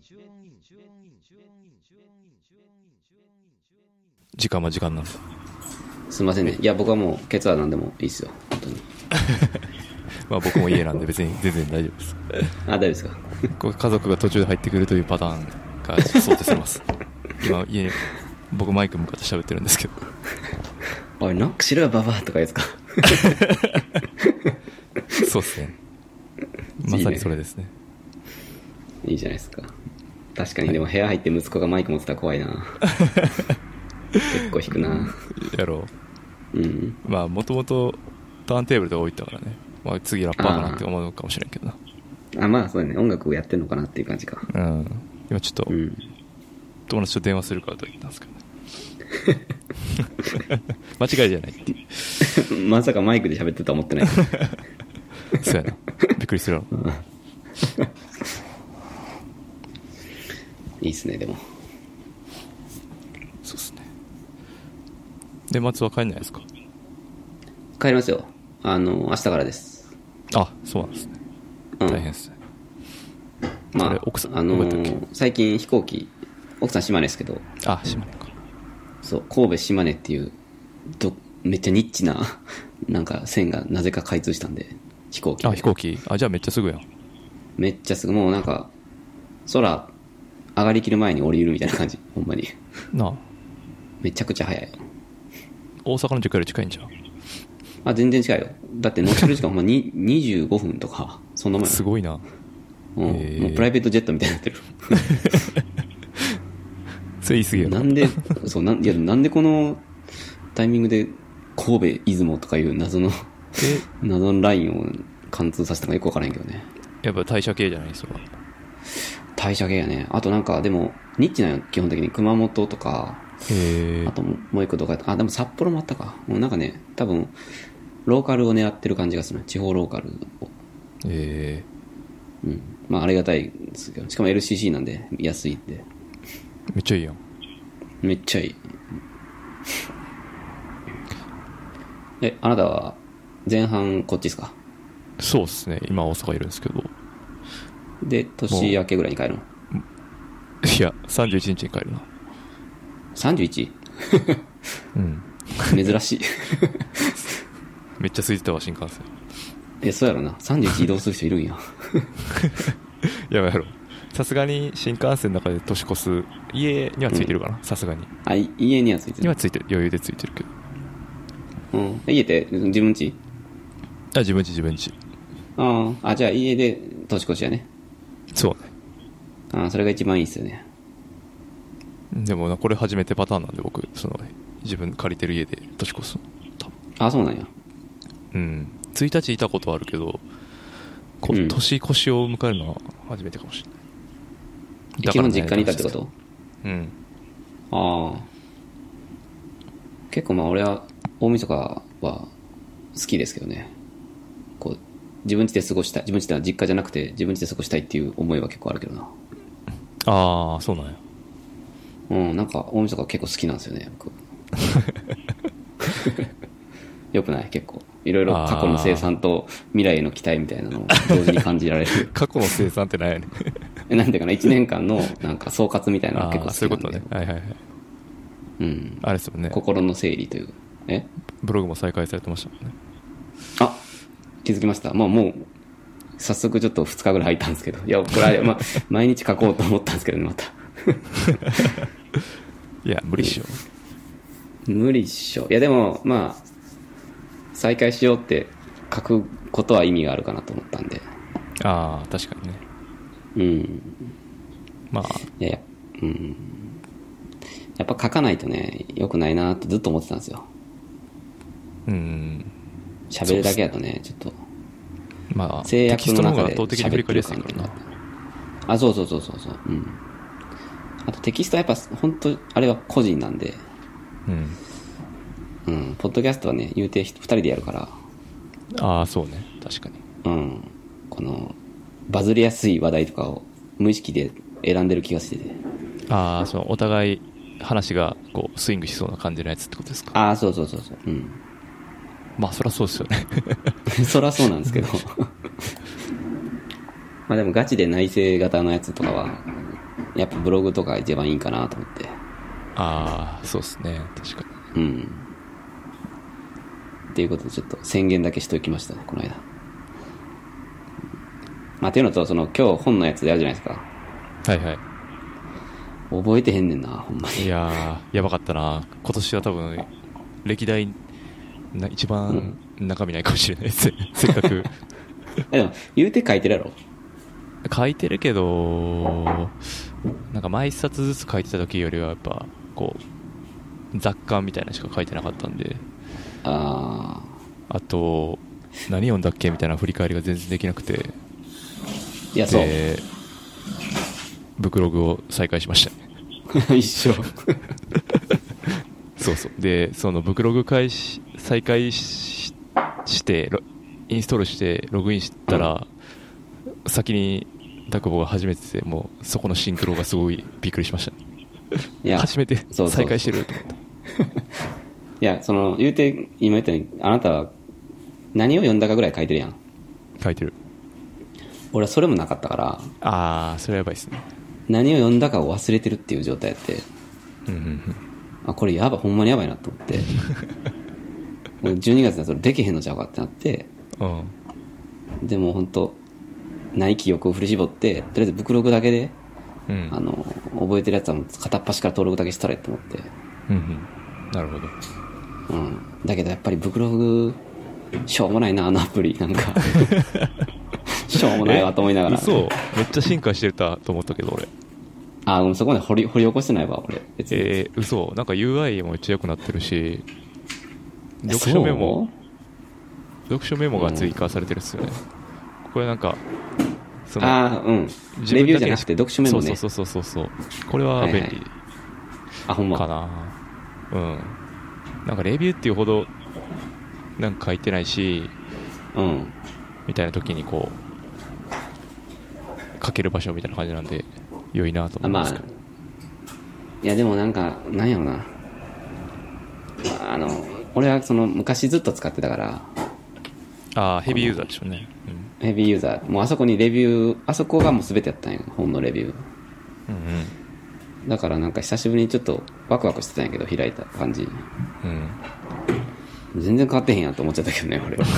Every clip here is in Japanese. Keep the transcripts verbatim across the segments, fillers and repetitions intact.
時間は時間なんだ。 すいませんね。いや僕はもうケツは何でもいいですよ本当に。 まあ僕も家なんで別に全然大丈夫です。 あ、大丈夫ですか。 これ家族が途中で入ってくるというパターンが想定されます。今家に僕マイク向かって喋ってるんですけど。 おいノックしろよババアとかですか。 そうですね。まさにそれですね。 いいじゃないですか。確かにでも部屋入って息子がマイク持ってたら怖いな。結構引くな。 やろう。うん。 まあもともとターンテーブルで置いたからね。まあ次ラッパーかなって思うのかもしれんけどな。 あ, あまあそうだね。音楽をやってんのかなっていう感じか。 うん。今ちょっと、うん、友達と電話するからと言ったんですけどね。間違いじゃないっていう。 まさかマイクで喋ってるとは思ってない。 そうやな。びっくりするわ。 いいっすねでも。 そうっすね。年末は帰んないですか？ 帰りますよ。あの明日からです。 あ、そうなんですね。うん、大変ですね。 まあ奥さんあのー、最近飛行機奥さん島根ですけど。 あ、島根か。 そう神戸島根っていうどめっちゃニッチななんか線がなぜか開通したんで飛行機。 あ、飛行機。あ、じゃあめっちゃすぐやん。 めっちゃすぐもうなんか空上がりきる前に降りるみたいな感じ。ほんまになあめちゃくちゃ早い。 大阪の実家より近いんじゃん。 あ、全然近いよ。だって乗ってる時間ほんまににじゅうごふんとかそんなもんや。 すごいな。 うん、もうプライベートジェットみたいになってる。 それ言い過ぎやろ。 なんでそうなんいやなんでこのタイミングで神戸出雲とかいう謎の謎のラインを貫通させたのかよくわからへんけどね。 やっぱ代謝系じゃないですか。 代謝系やね。あとなんかでもニッチなよ基本的に熊本とか。 へあともう一個どこかあでも札幌もあったか。もうなんかね多分ローカルを狙ってる感じがする。地方ローカルを。 へえ。 うん。まあありがたいですけどしかも エルシーシー なんで安いんで。 めっちゃいいやん。 めっちゃいい。えあなたは前半こっちですか？ そうですね。今大阪いるんですけど。 で年明けぐらいに帰るの？ いやさんじゅういちにちに帰るな。 さんじゅういち？ うん珍しい。 めっちゃ空いてたわ新幹線。 えそうやろな。さんじゅういち移動する人いるんや。 やばいやろ。さすがに新幹線の中で年越す家にはついてるかな。さすがに。 あ家にはついてる。 にはついてる。余裕でついてるけど。 うん。家って自分家？ あ自分家自分家。 ああじゃあ家で年越しやね。 そうね。 ああそれが一番いいっすよね。 でもこれ初めてパターンなんで僕その自分借りてる家で年越すの多分。 あそうなんや。 うんついたちいたことあるけどこ、うん、年越しを迎えるのは初めてかもしれない。 基本実家にいたってこと？ うんああ結構まあ俺は大晦日は好きですけどね。こう自分家で過ごしたい自分家では実家じゃなくて自分家で過ごしたいっていう思いは結構あるけどな。 ああそうなんや。 うんなんか大晦日結構好きなんですよね僕。よくない結構いろいろ過去の生産と未来への期待みたいなのを同時に感じられる。 過去の生産って何やねん。なんていうかないちねんかんのなんか総括みたいなのが結構好きなんで。 そういうことね。はいはいはい。 うんあれですもんね。 心の整理というえブログも再開されてましたもんね。 あ気づきました。まあもう早速ちょっとふつかぐらい入ったんですけどいやこれは、まあ、毎日書こうと思ったんですけどねまた。 いや無理っしょ。 無理っしょ。いやでもまあ再開しようって書くことは意味があるかなと思ったんで。 ああ確かにね。 うんまあいやいやうんやっぱ書かないとね良くないなってずっと思ってたんですよ。 うん喋るだけだとねちょっとまあ制約の中でテキストの方が圧倒的に振り返りやすいからな。 あそうそうそうそうそううんあとテキストはやっぱ本当あれは個人なんでうんうん、ポッドキャストはね言うてふたりでやるから。 ああそうね確かに。 うんこのバズりやすい話題とかを無意識で選んでる気がしてて。 ああ、そのお互い話がこうスイングしそうな感じのやつってことですか。 ああ、そうそうそうそう。うん。 まあそりゃそうですよね。 そりゃそうなんですけど。まあでもガチで内省型のやつとかは、やっぱブログとかが一番いいんかなと思って。 ああ、そうですね。確かに。うん。っていうことでちょっと宣言だけしておきましたね、この間。まあっていうのと、その今日本のやつであるじゃないですか。 はいはい。 覚えてへんねんな、ほんまに。 いやー、やばかったな。今年は多分、歴代な一番中身ないかもしれないですね。せっかく。 でも、言うて書いてるやろ。 書いてるけど、なんか毎一冊ずつ書いてた時よりはやっぱ、こう、雑感みたいなのしか書いてなかったんで。 ああと、何読んだっけみたいな振り返りが全然できなくて。 いや、そう。 ブクログを再開しましたね。 一緒。 そうそう。で、そのブクログ開始、再開し、してインストールしてログインしたら、うん、先にダクボが始めてて、もうそこのシンクロがすごいびっくりしました、ね。いや、初めて再開してると思った。 いや、その、言うて、今言ったように、あなたは何を読んだかぐらい書いてるやん。 書いてる。 俺はそれもなかったから。 ああ、それはやばいですね。 何を読んだかを忘れてるっていう状態やって。 うんうんうん。 あ、これやばい、ほんまにやばいなと思って。もうじゅうにがつでそれできへんのちゃうかってなって。 うん。 でも本当ない記憶を振り絞って、とりあえずブクログだけで、うん、あの、覚えてるやつはもう片っ端から登録だけしたらと思って。 うんうん。なるほど。 うん。だけどやっぱりブクログ、しょうもないな、あのアプリ。なんか。しょうもないわと思いながら。 そう。めっちゃ進化してるたと思ったけど、俺。 ああ、そこまで掘り、掘り起こしてないわ、俺。 別に。えー、嘘。なんか ユーアイ もめっちゃ良くなってるし、読書メモ、読書メモが追加されてるっすよね。これなんか、 その、ああ、うん。レビューじゃなくて読書メモね。 そうそうそうそうそう。これは便利。はいはい、 あ、ほんま。 かな。うん。なんかレビューっていうほど、なんか書いてないし、 うん。 みたいな時にこう、書ける場所みたいな感じなんで、良いなと思いますけど。まあ、 いやでもなんか、なんやろな。あの、俺はその昔ずっと使ってたから。 ああ、ヘビーユーザーでしょうね。 うん、ヘビーユーザー。もうあそこにレビュー、あそこがもう全てやったんよ。本のレビュー。 うんうん。だからなんか久しぶりにちょっとワクワクしてたんやけど、開いた感じ。 うん。 全然変わってへんやと思っちゃったけどね、俺は。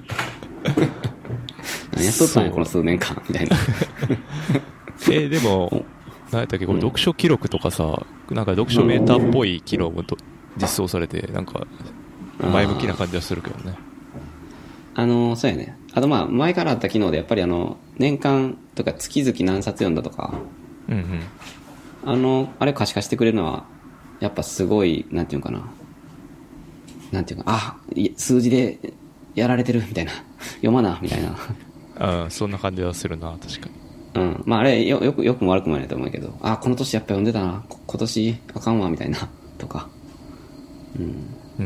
何やっとったんや、この数年間、みたいな。 えー、でも、何やったっけ、これ読書記録とかさ、なんか読書メーターっぽい機能も実装されて、なんか、前向きな感じはするけどね。 あの、そうやね。あとまあ、前からあった機能で、やっぱりあの、年間とか月々何冊読んだとか、 うんうん。 あの、あれを可視化してくれるのは、やっぱすごい、なんていうかな。なんていうか、あ、数字でやられてる、みたいな。読まな、みたいな。 ああ、そんな感じはするな、確かに。 うん。まああれよ、よく、よくも悪くもないと思うけど、あ、この年やっぱ読んでたな、今年あかんわ、みたいな、とか。うん。 うん、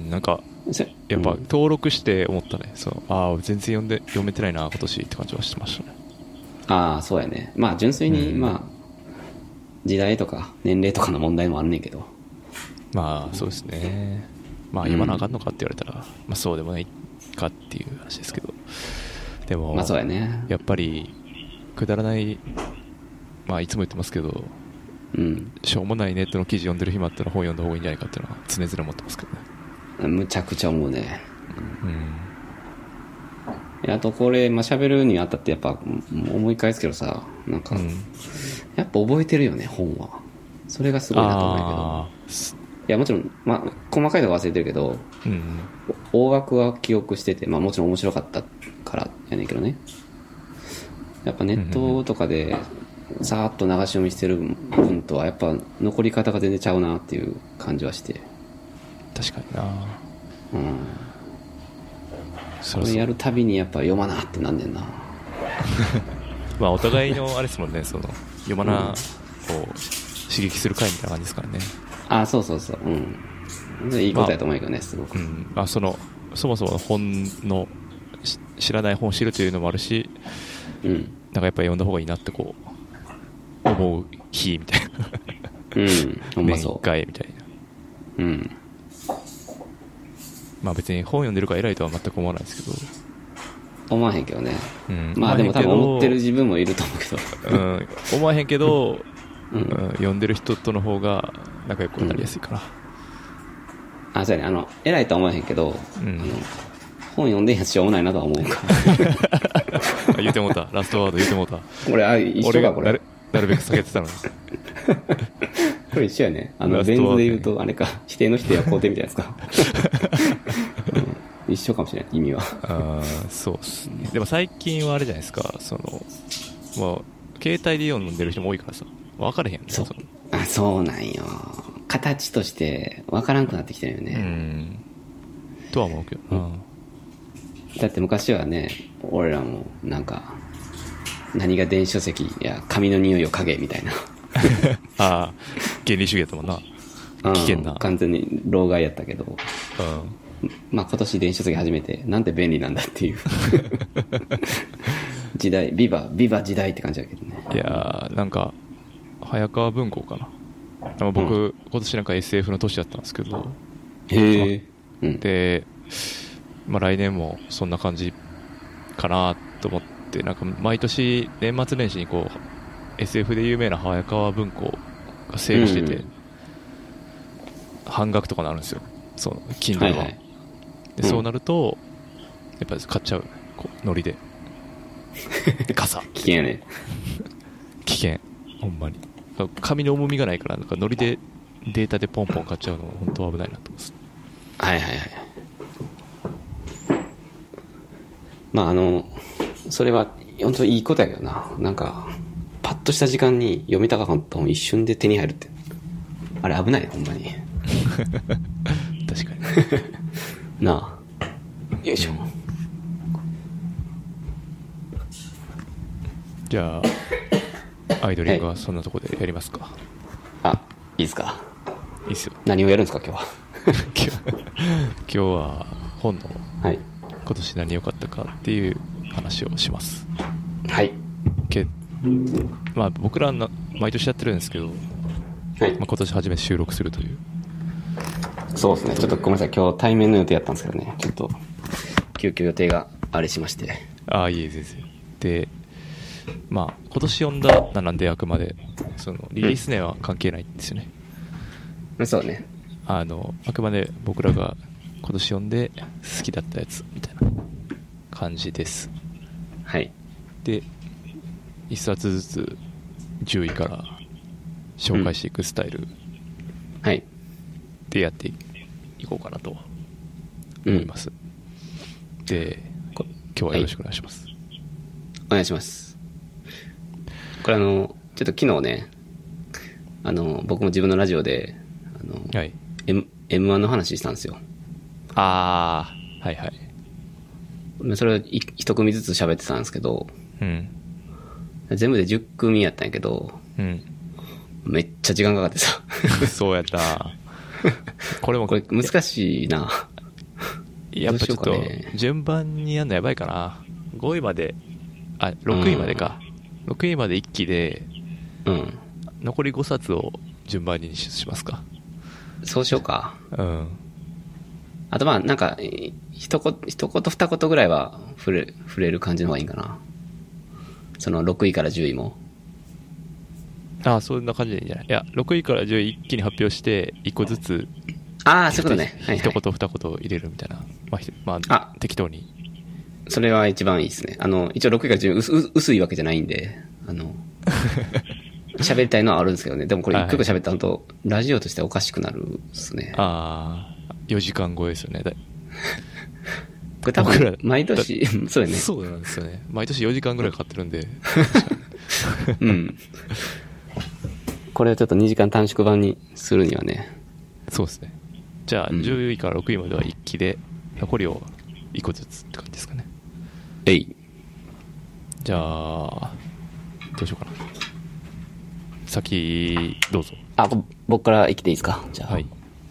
なんか、やっぱ登録して思ったね。そう、ああ、全然読んで、読めてないな、今年って感じはしてましたね。 ああ、そうやね。まあ純粋に、まあ、時代とか年齢とかの問題もあんねんけど。 まあ、そうですね。まあ、読まなあかんのかって言われたら、まあそうでもないかっていう話ですけど。でも、 まあそうやね。 やっぱり、くだらない、まあいつも言ってますけど、 うん、 しょうもないネットの記事読んでる暇あったら本読んだ方がいいんじゃないかっていうのは常々思ってますけどね。 むちゃくちゃ思うね。 うん。 あとこれ、まあ、喋るにあたってやっぱ思い返すけどさ、なんか、うん、やっぱ覚えてるよね、本は。それがすごいなと思うけど。いや、もちろん、まあ、細かいとこ忘れてるけど、 うん、 大枠は記憶してて、まあもちろん面白かったからやねんけどね。やっぱネットとかで、さーっと流し読みしてる分とは、やっぱ残り方が全然ちゃうなっていう感じはして。 確かにな。 うん。それやるたびにやっぱ読まなってなんねんな。 まあお互いのあれですもんね、その読まなを刺激する回みたいな感じですからね。 ああ、そうそうそう。うん。いいことやと思うけどね、すごく。 うん。まあその、そもそも本の知らない本を知るというのもあるし、 うん。 かやっぱり読んだ方がいいなってこう思う日みたいなうんほんま年そう一回みたいな。 うんまあ別に本読んでるから偉いとは全く思わないですけど、 思わへんけどね、 うん、 まあでも多分思ってる思自分もいると思うけどわへんけど、うん、思わへんけど、 うんうん、読んでる人との方が仲良くなりやすいかな。 あそうやね、あの偉いとは思わへんけど、 うんあの本読んでんやつしょうもないなとは思うか言うてもうた、ラストワード言うてもうた。 俺あ一緒かこれ俺がなるなるべく避けてたのにこれ一緒やね。あの、 ラストワードねベン図で言うと、あれか、否定の否定は肯定みたいなやつか。うん、一緒かもしれない、意味は。 あーそうっすね。でも最近はあれじゃないですか、そのもう携帯で読んでる人も多いからさ、分かれへんよね。 そうのあ、そうなんよ。形として分からんくなってきてるようね。 んとは思うけどな。 だって昔はね、俺らもなんか、何が電子書籍や紙の匂いを嗅げみたいな。 ああ原理主義やったもんな。 うん危険な。 完全に老害やったけど、 うんまあ今年電子書籍始めて、なんて便利なんだっていう。時代、ビバ、ビバ時代って感じだけどね。 いやーなんか早川文庫かな。でも僕、 うん今年なんか エスエフ の年だったんですけど、 へえ。うん。 で、まあ、来年もそんな感じかなと思って、なんか毎年年末年始にこう エスエフ で有名な早川文庫がセールしてて、 うん半額とかなるんですよ、その Kindle は、 はいはいでうんそうなるとやっぱり買っちゃうよね、こうノリで傘危険やね。 危険ほんまに紙の重みがないから、なんかノリでデータでポンポン買っちゃうの本当は危ないなと思います。 はいはいはい。まああの、それは本当にいいことやけどな。なんか、パッとした時間に読みたかった本一瞬で手に入るって。あれ危ないね、ほんまに。 確かになあ。よいしょ。 じゃあアイドリングはそんなとこでやりますか。 あ、いいですか。 いいっすよ何をやるんですか、今日は。 今日今日は本のはい。 今年何良かったかっていう話をします。 はい。 けまあ僕らな毎年やってるんですけど、 はいまあ、今年初めて収録するという。 そうですね。ちょっとごめんなさい。今日対面の予定やったんですけどね。ちょっと、急遽予定があれしまして。 ああいいえ全然で、まあ今年読んだななんであくまでそのリリース年は関係ないんですよね、 そうね。 あのあくまで僕らが今年読んで好きだったやつみたいな感じです。 はい。 でいっさつずつじゅういから紹介していくスタイルはい。 でやっていこうかなと思います、でこ今日はよろしくお願いします、 お願いします。これあの、ちょっと昨日ね、あの、僕も自分のラジオで、あの、 はい M、エムワン の話したんですよ。 ああはいはいそれをい一組ずつ喋ってたんですけど、 うん全部でじゅっ組やったんやけど、 うんめっちゃ時間かかってさ。 そうやったこれもこれ難しいな。 やっぱちょっとどうしようかね順番にやんのやばいかな。ごいまであろくいまでか、ろくいまで一気でうん。 残りごさつを順番にしますか。 そうしようか。 うんあとまあ、なんか、え一言、一言二言ぐらいは触れ、触れる感じの方がいいんかな。そのろくいからじゅういも。 ああそんな感じでいいんじゃない。いやろくいからじゅうい一気に発表していっこずつああ、そういうことね。はい、はい。 一言二言入れるみたいな、まあひまあ、 あ適当に。 それは一番いいですね。あの、一応ろくいからじゅうい薄薄薄いわけじゃないんで、あの、喋りたいのはあるんですけどね。でもこれ一個一個喋ったら本当ラジオとしておかしくなるっすね。 ああよじかん超えですよね。だこれ多僕ら分、毎年、そうだよね。 そうなんですよね。毎年よじかんぐらいかかってるんでうん。これをちょっとにじかん短縮版にするにはね。 そうですね。じゃあ、 うんじゅういからろくいまでは一気で、残りをいっこずつって感じですかね。 えい。 じゃあ、どうしようかな。先、どうぞ。 あ、こ僕から生きていいですか。じゃあ。 はい。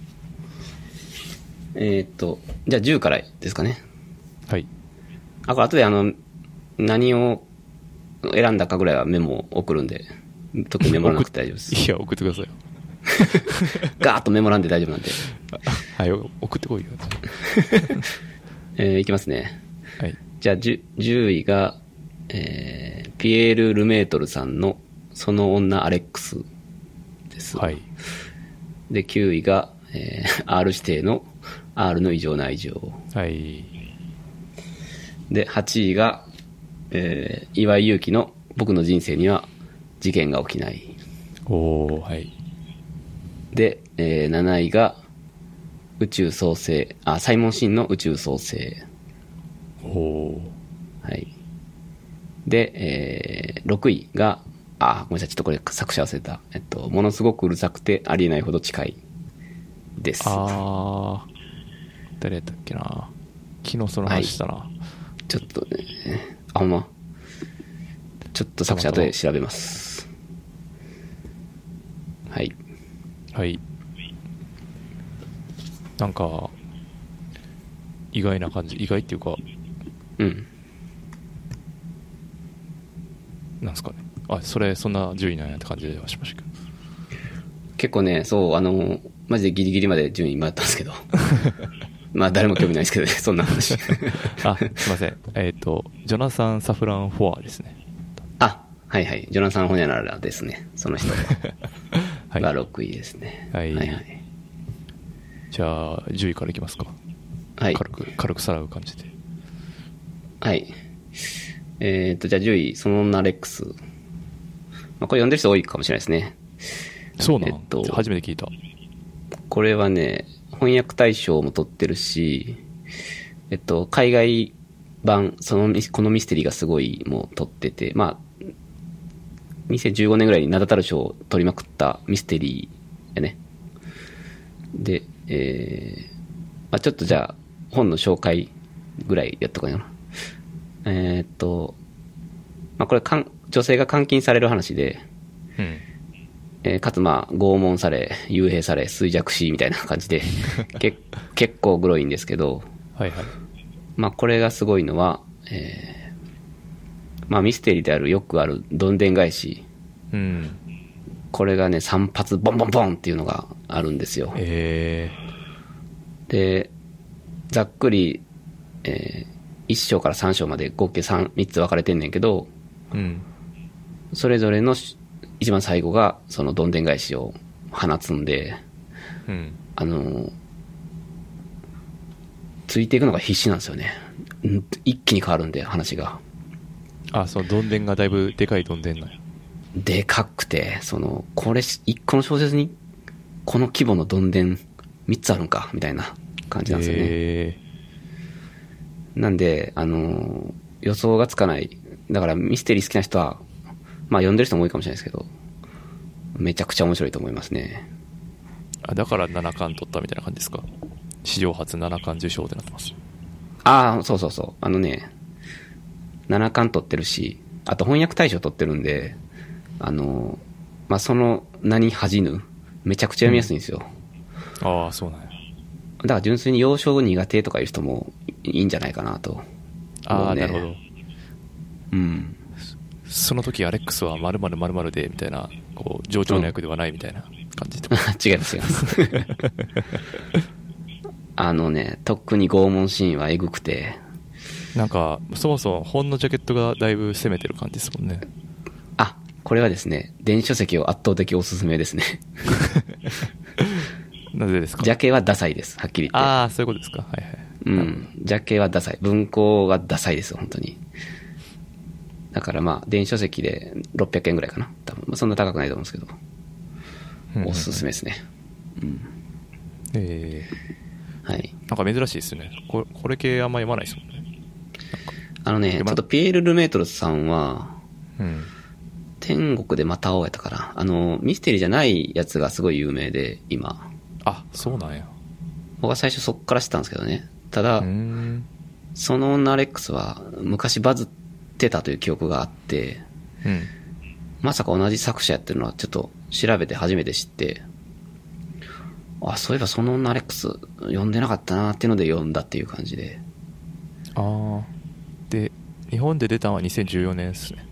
えーっと、じゃあじゅうからですかね。 はい。 あ、これ後であの、何を、 選んだかぐらいはメモを送るんで、特にメモらなくて大丈夫です。 いや、送ってくださいよ。 ガーッとメモらんで大丈夫なんで。 はい、送ってこいよ。 えー、いきますね。 はい。 じゃあ、じゅじゅういが、えー、ピエール・ルメートルさんのその女アレックスです。 はい。 で、きゅういが、えー、R 指定の R の異常な異常。 はい。 で、はちいが、えー、岩井勇気の僕の人生には事件が起きない。 おー、はい。 で、えー、なないが宇宙創生、あ、サイモン・シンの宇宙創生。 おー。 はい。で、えー、ろくいが、あ、ごめんなさい、ちょっとこれ作者忘れた。えっと、ものすごくうるさくてありえないほど近いです。 あー、誰やったっけな。昨日その話したな。はい、 ちょっとね、あ、ほんま。ちょっと作者後で調べます。はい。 はい。なんか、意外な感じ、意外っていうか、 うん。 なんすかね。あ、それ、そんな順位なんやって感じではしましたけど。 結構ね、そう、あの、マジでギリギリまで順位迷ったんですけど。まあ、誰も興味ないですけどね、そんな話。 あ、すいません。えっ、ー、と、ジョナサン・サフラン・フォアですね。 あ、はいはい。ジョナサン・ホニャララですね。その人はい、 がろくいですね。 はい。 はいはい。 じゃあ、じゅういからいきますか。 はい。 軽く、軽くさらう感じで。 はい。えー、っと、じゃあじゅうい、その女レックス。まあ、これ読んでる人多いかもしれないですね。 そうなん、 えっと、 初めて聞いた。 これはね、翻訳大賞も取ってるし、えっと、海外版、その、このミステリーがすごいもう取ってて、まあ、にせんじゅうごねんぐらいに名だたる賞を取りまくったミステリーやね。で、えー、まあちょっとじゃあ、本の紹介ぐらいやっとこうかな。えー、っと、まあこれかん、女性が監禁される話で、 うん。 えー、かつまあ拷問され、幽閉され、衰弱死みたいな感じで、け結構グロいんですけど、 はいはい。 まあこれがすごいのは、えー、まあミステリーであるよくあるどんでん返し。 うん。 これがね、さん発ボンボンボンっていうのがあるんですよ。 えー、で、ざっくり、えー、いち章からさん章まで合計 3, 3つ分かれてんねんけど、 うん。 それぞれの一番最後がそのどんでん返しを放つんで、 うん、 あの、ついていくのが必死なんですよね。一気に変わるんで、話が。 あ、そのどんでんがだいぶでかいどんでんなんや。 でかくて、その、これ、一個の小説に、この規模のどんでんみっつあるんか、みたいな感じなんですよね。 えー、なんで、あの、予想がつかない。だからミステリー好きな人は、まあ読んでる人も多いかもしれないですけど、めちゃくちゃ面白いと思いますね。 あ、だからななかん取ったみたいな感じですか。史上初ななかん受賞ってなってます。 ああ、そうそうそう。あのね、ななかん取ってるし、あと翻訳大賞取ってるんで、あの、まあ、その名に恥じぬ、めちゃくちゃ読みやすいんですよ。 うん、ああ、そうなんや。 だから純粋に洋書苦手とかいう人もいいんじゃないかなと、ね。 ああ、なるほど。 うん。 その時アレックスは〇〇〇〇でみたいな、こう、上長の役ではないみたいな感じで、 うん、違います違います。あのね、特に拷問シーンはエグくて。 なんか、そもそも本のジャケットがだいぶ攻めてる感じですもんね。 あ、これはですね、電子書籍を圧倒的おすすめですね。 なぜですか？ ジャケはダサいです、はっきり言って。 ああ、そういうことですか。はいはい。 うん。ジャケはダサい。文庫がダサいですよ、本当に。だからまあ、電子書籍でろっぴゃくえんぐらいかな。多分。まあ、そんな高くないと思うんですけど。うんうんうん、おすすめですね。うん。 えー、はい。 なんか珍しいですね。これ、これ系あんま読まないですもんね。 あのね、ちょっとピエール・ルメートルさんは、 うん。 天国でまた会おうやったから、あの、ミステリーじゃないやつがすごい有名で、今。 あ、そうなんや。 僕は最初そっから知ったんですけどね。ただ、その女アレックスは昔バズってたという記憶があって、 うん、 まさか同じ作者やってるのはちょっと調べて初めて知って、あ、そういえばその女アレックス読んでなかったなっていうので読んだっていう感じで。 ああ。で、日本で出たのはにせんじゅうよねんですね。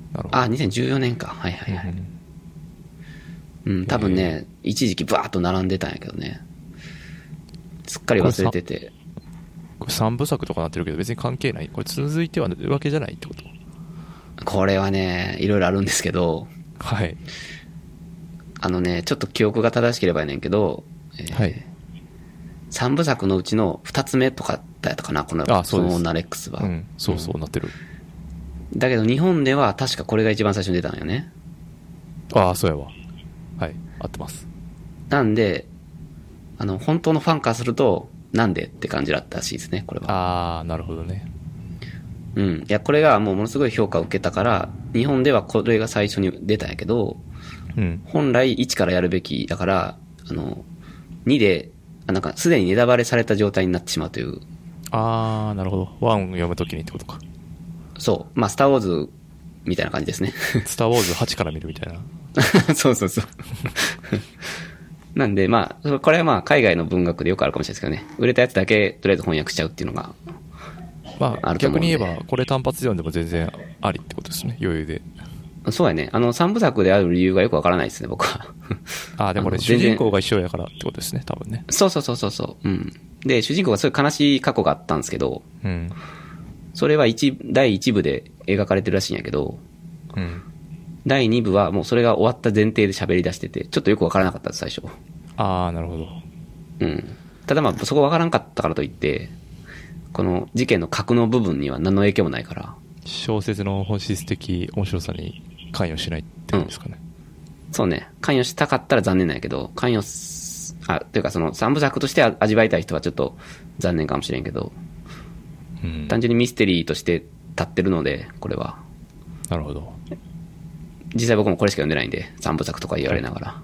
なるほど。 あ、にせんじゅうよねんか。はいはいはい。 うん、 うん、多分ね、一時期バーッと並んでたんやけどね。すっかり忘れてて。 これ三部作とかなってるけど別に関係ない。これ続いてはわけじゃないってこと？ これはね、いろいろあるんですけど、 はい。 あのね、ちょっと記憶が正しければやねんけど、えー、 はい。 三部作のうちの二つ目とかだったかな、この、 あ、そうです。 そのナレックスは。 うん、そうそうなってる。 だけど日本では確かこれが一番最初に出たんよね。 ああ、そうやわ。はい、合ってます。 なんで、あの、本当のファンからすると、なんでって感じだったらしいですね、これは。 ああ、なるほどね。 うん。いや、これがもうものすごい評価を受けたから、日本ではこれが最初に出たんやけど、 うん。 本来いちからやるべきだから、あの、にで、あなんかすでにネタバレされた状態になってしまうという。 ああ、なるほど。ワンを読むときにってことか。 そう。まあ、スターウォーズみたいな感じですね。 スターウォーズはちから見るみたいな。 そうそうそう。なんで、まあ、これはまあ、海外の文学でよくあるかもしれないですけどね。売れたやつだけ、とりあえず翻訳しちゃうっていうのが。 まあ、 あると思うんで逆に言えば、これ単発読んでも全然ありってことですね。余裕で。 そうやね。あの、三部作である理由がよくわからないですね、僕は。 ああ、でもこれ主人公が一緒やからってことですね、多分ね。 そうそうそうそうそう。うん。で、主人公がすごい悲しい過去があったんですけど、 うん。 それは一、だいいち部で描かれてるらしいんやけど、 うん。 だいに部はもうそれが終わった前提で喋り出してて、ちょっとよくわからなかったです、最初。 ああ、なるほど。 うん。ただまあ、そこわからんかったからといって、この事件の核の部分には何の影響もないから。 小説の本質的面白さに関与しないってことですかね。 うん、そうね。関与したかったら残念なんやけど、関与す、あ、というかその三部作として味わいたい人はちょっと残念かもしれんけど、 うん、 単純にミステリーとして立ってるので、これは。 なるほど。 実際僕もこれしか読んでないんで、三部作とか言われながら。はい、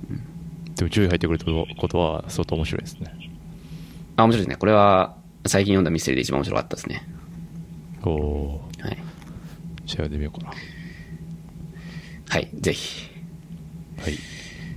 うん、でもじゅうい入ってくることは相当面白いですね。 あ、面白いですね。これは最近読んだミステリーで一番面白かったですね。 おお。 はい。 じゃあ読んでみようかな。 はい、ぜひ。 はい。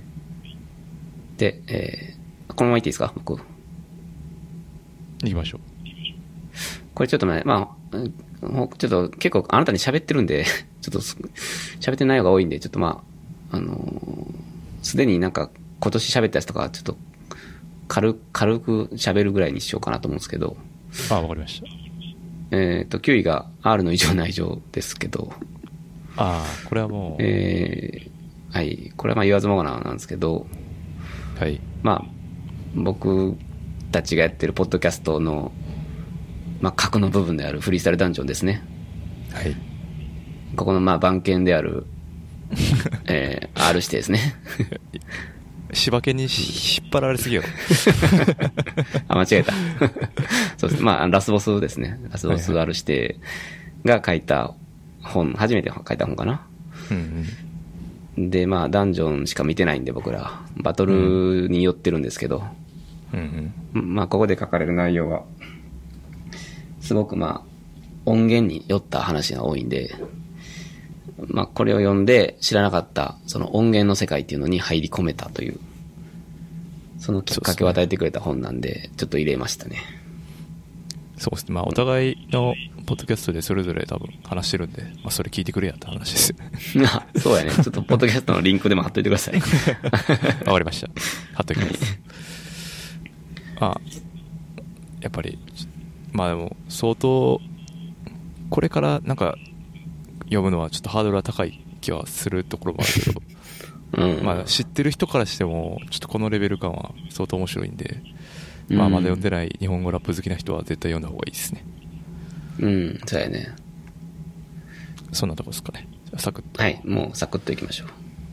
で、えー、このまま言っていいですか、僕。 行きましょう。 これちょっとね、まあ、ちょっと結構あなたに喋ってるんで、ちょっと喋ってる内容が多いんで、ちょっとまあ、あのー、すでになんか今年喋ったやつとか、ちょっと軽く、軽く喋るぐらいにしようかなと思うんですけど。 ああ、わかりました。 えっと、きゅういが R の異常な異常ですけど。 ああ、これはもう。 えー、はい。これはまあ言わずもがななんですけど。 はい。 まあ、僕たちがやってるポッドキャストの、まあ、核の部分であるフリースタイルダンジョンですね。 はい。 ここのまあ番犬である、えー、R 指定ですね。 柴犬に引っ張られすぎよ。 あ、間違えた。そうです。まあ、ラスボスですね。ラスボス R 指定が書いた本、初めて書いた本かな。 うんうん、で、まあ、ダンジョンしか見てないんで僕ら、バトルに寄ってるんですけど、 うんうん、 まあ、ここで書かれる内容は、すごくまあ、音源に寄った話が多いんで、まあ、これを読んで知らなかったその音源の世界っていうのに入り込めたという、そのきっかけを与えてくれた本なんで、ちょっと入れましたね。 そうですね。まあ、お互いのポッドキャストでそれぞれ多分話してるんで、まあ、それ聞いてくれやって話ですよ。 あ、そうやね。ちょっとポッドキャストのリンクでも貼っといてください。 わかりました。貼っときます。まあ、やっぱり、まあでも、相当、これからなんか、読むのはちょっとハードルは高い気はするところもあるけど、うん、まあ知ってる人からしてもちょっとこのレベル感は相当面白いんで、うん、まあまだ読んでない日本語ラップ好きな人は絶対読んだ方がいいですね。 うん、そうやね。 そんなとこですかね。サクッと。 はい、もうサクッといきましょ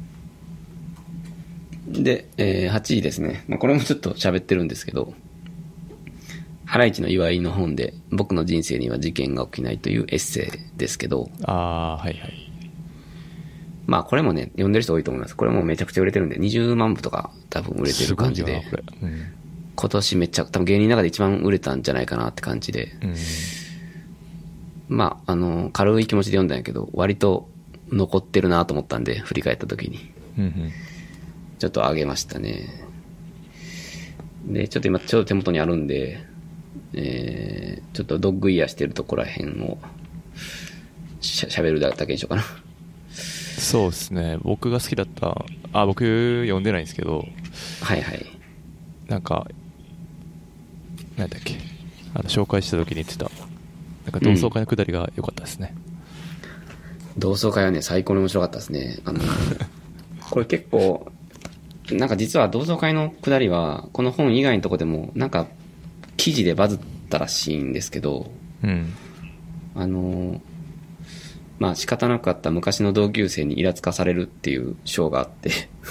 う。で、えー、はちいですね。まあこれもちょっと喋ってるんですけど、ハライチの祝いの本で僕の人生には事件が起きないというエッセイですけど、 ああ、はいはい。 まあこれもね、読んでる人多いと思います。これもめちゃくちゃ売れてるんで、にじゅうまんぶとか多分売れてる感じで、 すごいなこれ、うん、 今年めっちゃ、多分芸人の中で一番売れたんじゃないかなって感じで、 うん、 まあ、あの、軽い気持ちで読んだんやけど、割と残ってるなと思ったんで、振り返った時に、 うんうん、 ちょっと上げましたね。で、ちょっと今ちょうど手元にあるんで、えー、ちょっとドッグイヤーしてるところら辺をしゃ喋るだけにしようかな。 そうですね。僕が好きだった、あ、僕読んでないんですけど、 はいはい。 なんか、なんだっけ、あの紹介した時に言ってた、なんか同窓会のくだりが良かったですね。 うん、同窓会はね、最高に面白かったですね。あの、これ結構、なんか実は同窓会のくだりは、この本以外のとこでも、なんか、記事でバズったらしいんですけど、 うん。 あの、まあ仕方なかった昔の同級生にイラつかされるっていう章があって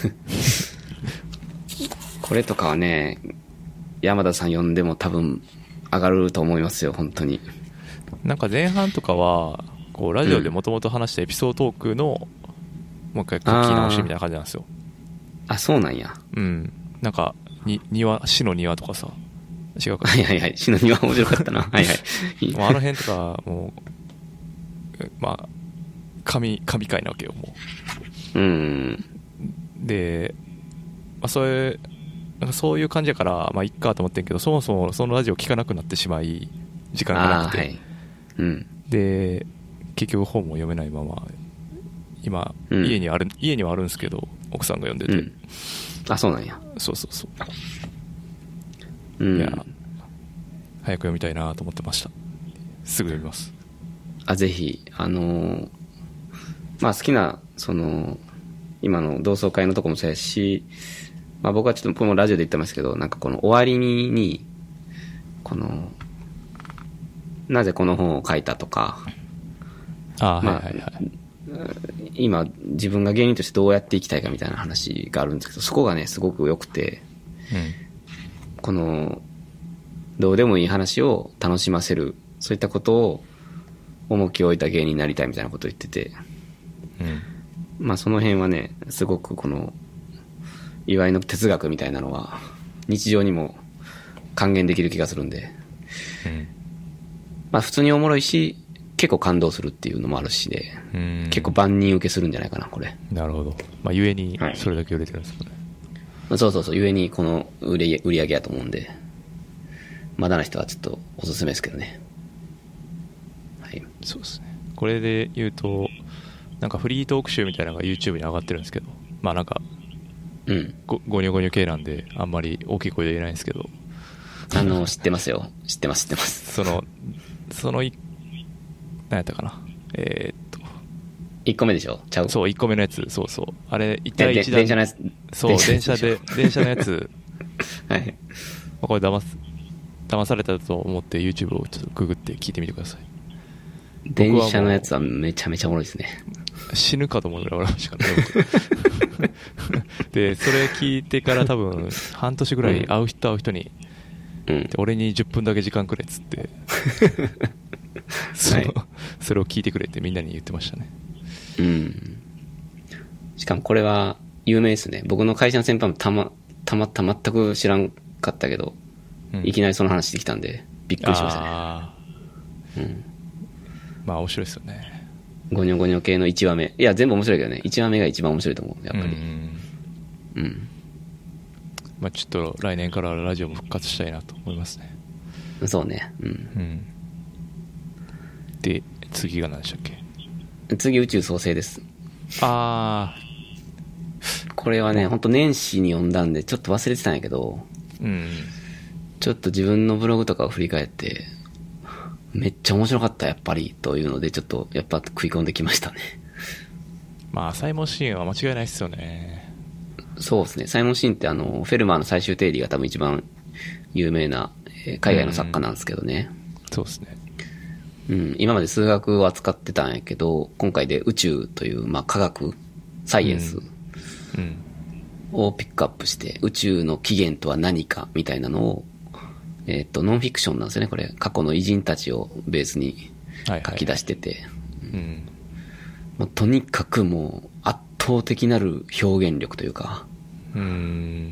これとかはね、山田さん呼んでも多分上がると思いますよ、本当に。 なんか前半とかはこうラジオでもともと話したエピソードトークの、もう一回書き直しみたいな感じなんですよ。 あ、そうなんや。 うん。なんかに庭、死の庭とかさ、違うか。 はいはいはい。死の庭面白かったな。はいはい。 もうあの辺とかもうまあ神神回なわけよもう。うん。 で、まあ、そういうなんかそういう感じやからまあいっかと思ってんけど、そもそもそのラジオ聞かなくなってしまい時間がなくて、はい、 うん。 で結局本も読めないまま今、うん、家にある家にはあるんですけど奥さんが読んでて、うん、 あ、そうなんや。 そうそうそう、うん、いや早く読みたいなと思ってました。すぐ読みます。 あ、ぜひ。あのー、まあ好きなその今の同窓会のとこもそうやし、まあ僕はちょっとこのラジオで言ってますけど、なんかこの終わりにこのなぜこの本を書いたとか、 あ、まあ、はいはいはい、 今自分が芸人としてどうやって生きたいかみたいな話があるんですけど、そこがねすごく良くて、うん、このどうでもいい話を楽しませる、そういったことを重きを置いた芸人になりたいみたいなことを言ってて、うん、まあその辺はねすごくこの岩井の哲学みたいなのは日常にも還元できる気がするんで、うん、まあ普通におもろいし結構感動するっていうのもあるしで、うん、結構万人受けするんじゃないかなこれ。 なるほど。まあゆえにそれだけ売れてるんですかね。 はい、そうそうそう、ゆえにこの売れ売り上げやと思うんで、まだの人はちょっとおすすめですけどね。はい。 そうですね。これで言うとなんかフリートーク集みたいなのが YouTube に上がってるんですけど、まあなんか、うん、ごゴニョゴニョ系なんであんまり大きい声で言えないんですけど、 あの知ってますよ、知ってます知ってます。 そのそのい何やったかな、えー、っといっこめでしょ、ちゃう、 そういっこめのやつ、そうそう、あれいち対いちだ、 電車のやつ、 そう電車で電車のやつはい、まあ、これ騙す騙されたと思って YouTube をちょっとググって聞いてみてください。 電車のやつはめちゃめちゃおもろいですね。 死ぬかと思うぐらい笑いましたからねでそれ聞いてから多分半年ぐらい会う人会う人に、うん、で俺にじゅっぷんだけ時間くれっつってそ, はい、それを聞いてくれってみんなに言ってましたね。 うん。しかもこれは有名ですね。僕の会社の先輩もたまたまた全く知らんかったけど、うん、いきなりその話できたんでびっくりしましたね。あ、うん、 まあ面白いですよね。 ゴニョゴニョ系のいちわめ、いや全部面白いけどね、いちわめが一番面白いと思うやっぱり。うん、うん、 まあちょっと来年からラジオも復活したいなと思いますね。 そうね。うん。うん、 で次が何でしたっけ。 次宇宙創生です。 ああ。 これはね本当年始に読んだんでちょっと忘れてたんやけど、うん、ちょっと自分のブログとかを振り返ってめっちゃ面白かったやっぱりというのでちょっとやっぱ食い込んできましたね。 まあサイモンシーンは間違いないっすよね。 そうですね。サイモンシーンってあのフェルマーの最終定理が多分一番有名な、えー、海外の作家なんですけどね、 うん、そうですね。 うん、今まで数学を扱ってたんやけど今回で宇宙という、まあ、科学サイエンスをピックアップして、宇宙の起源とは何かみたいなのをえっと、ノンフィクションなんですよね、これ。過去の偉人たちをベースに書き出してて。とにかくもう圧倒的なる表現力というか、うん、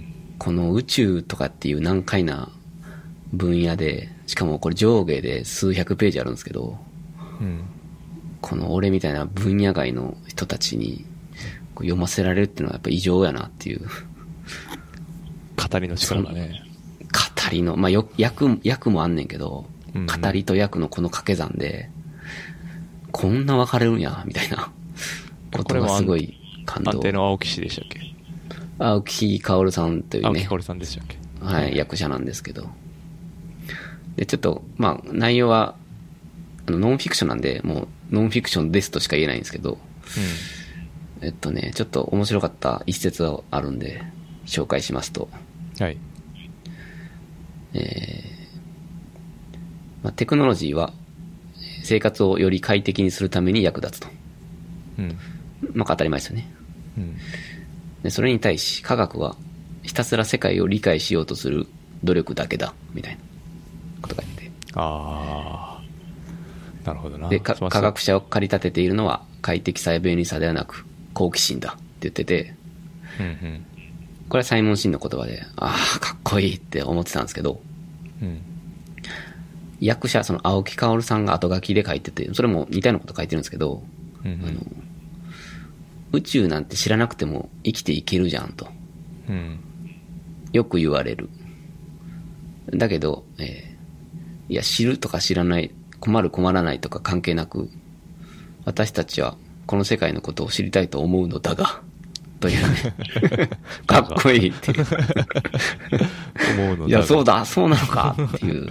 この宇宙とかっていう難解な分野で、しかもこれ上下で数百ページあるんですけど、うん、この俺みたいな分野外の人たちに読ませられるっていうのはやっぱ異常やなっていう。 語りの力がね。 語りの、まあ、よ、役、役もあんねんけど、うんうん、語りと役のこの掛け算で、 こんな分かれるんや、みたいなことがすごい感動。 安定の青木氏でしたっけ？ 青木薫さんというね。 青木薫さんでしたっけ？ はい、役者なんですけど。で、ちょっと、まあ、内容は、あの、ノンフィクションなんで、もう、ノンフィクションですとしか言えないんですけど、えっとね、ちょっと面白かった一節があるんで、紹介しますと、 はい。 えーまあ、テクノロジーは、生活をより快適にするために役立つと。 うん。 まあ、当たり前ですよね。 うん。 で、それに対し、科学は、ひたすら世界を理解しようとする努力だけだ、みたいなことが言って。 ああ、なるほどな。 で、科学者を駆り立てているのは、快適さや便利さではなく、好奇心だって言ってて、 うんうん。 これはサイモン・シンの言葉で、ああ、かっこいいって思ってたんですけど、 うん。 役者、その青木薫さんが後書きで書いてて、それも似たようなこと書いてるんですけど、 うんうん、 あの宇宙なんて知らなくても生きていけるじゃんと、 うん、 よく言われる。だけど、えー、いや知るとか知らない、困る困らないとか関係なく、私たちはこの世界のことを知りたいと思うのだが、というね、かっこいいっていう思うのだが、 いやそうだそうなのかっていう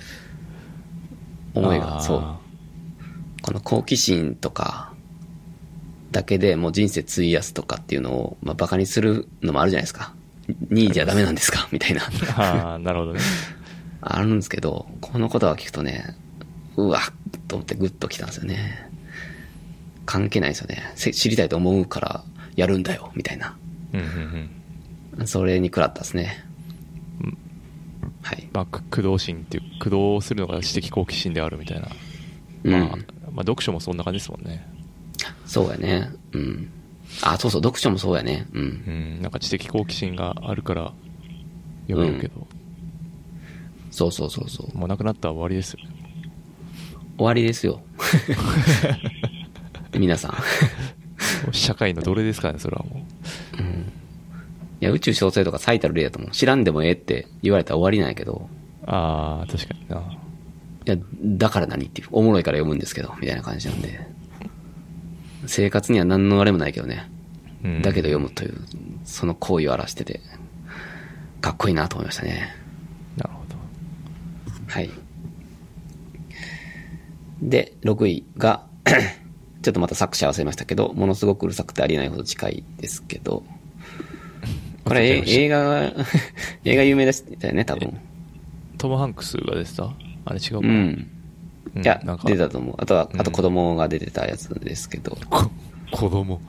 思いが、そう。この好奇心とか、だけでもう人生費やすとかっていうのを、まあ、バカにするのもあるじゃないですか。にいじゃダメなんですかみたいな。 ああ、なるほどね。 あるんですけど、この言葉を聞くとね、うわっと思ってグッときたんですよね。関係ないですよね。知りたいと思うからやるんだよ、みたいな。 うんうんうん。それに食らったですね。 うん、 はい。 まあ、駆動心っていう、駆動するのが知的好奇心であるみたいな。 うん。 まあ、まあ、読書もそんな感じですもんね。 そうやね。うん。あ、そうそう、読書もそうやね。うん。 うん、なんか知的好奇心があるから読めるけど、うん、 そうそうそうそう。 もうなくなったら終わりですよね。 終わりですよ。皆さん。 社会の奴隷ですからね、それはもう。 うん。いや、宇宙小生とか最たる例だと思う。知らんでもええって言われたら終わりなんやけど。 ああ、確かにな。 いや、だから何っていう。おもろいから読むんですけど、みたいな感じなんで。生活には何のあれもないけどね。うん、だけど読むという、その行為を表してて、かっこいいなと思いましたね。 なるほど。 はい。で、ろくいが、ちょっとまた作者忘れましたけど、ものすごくうるさくてありえないほど近いですけど、これ映画、映画有名でしたよね、多分。 トム・ハンクスが出てた？あれ違うかな？ うん。いや、出てたと思う。あとは、あと子供が出てたやつですけど。 こ子供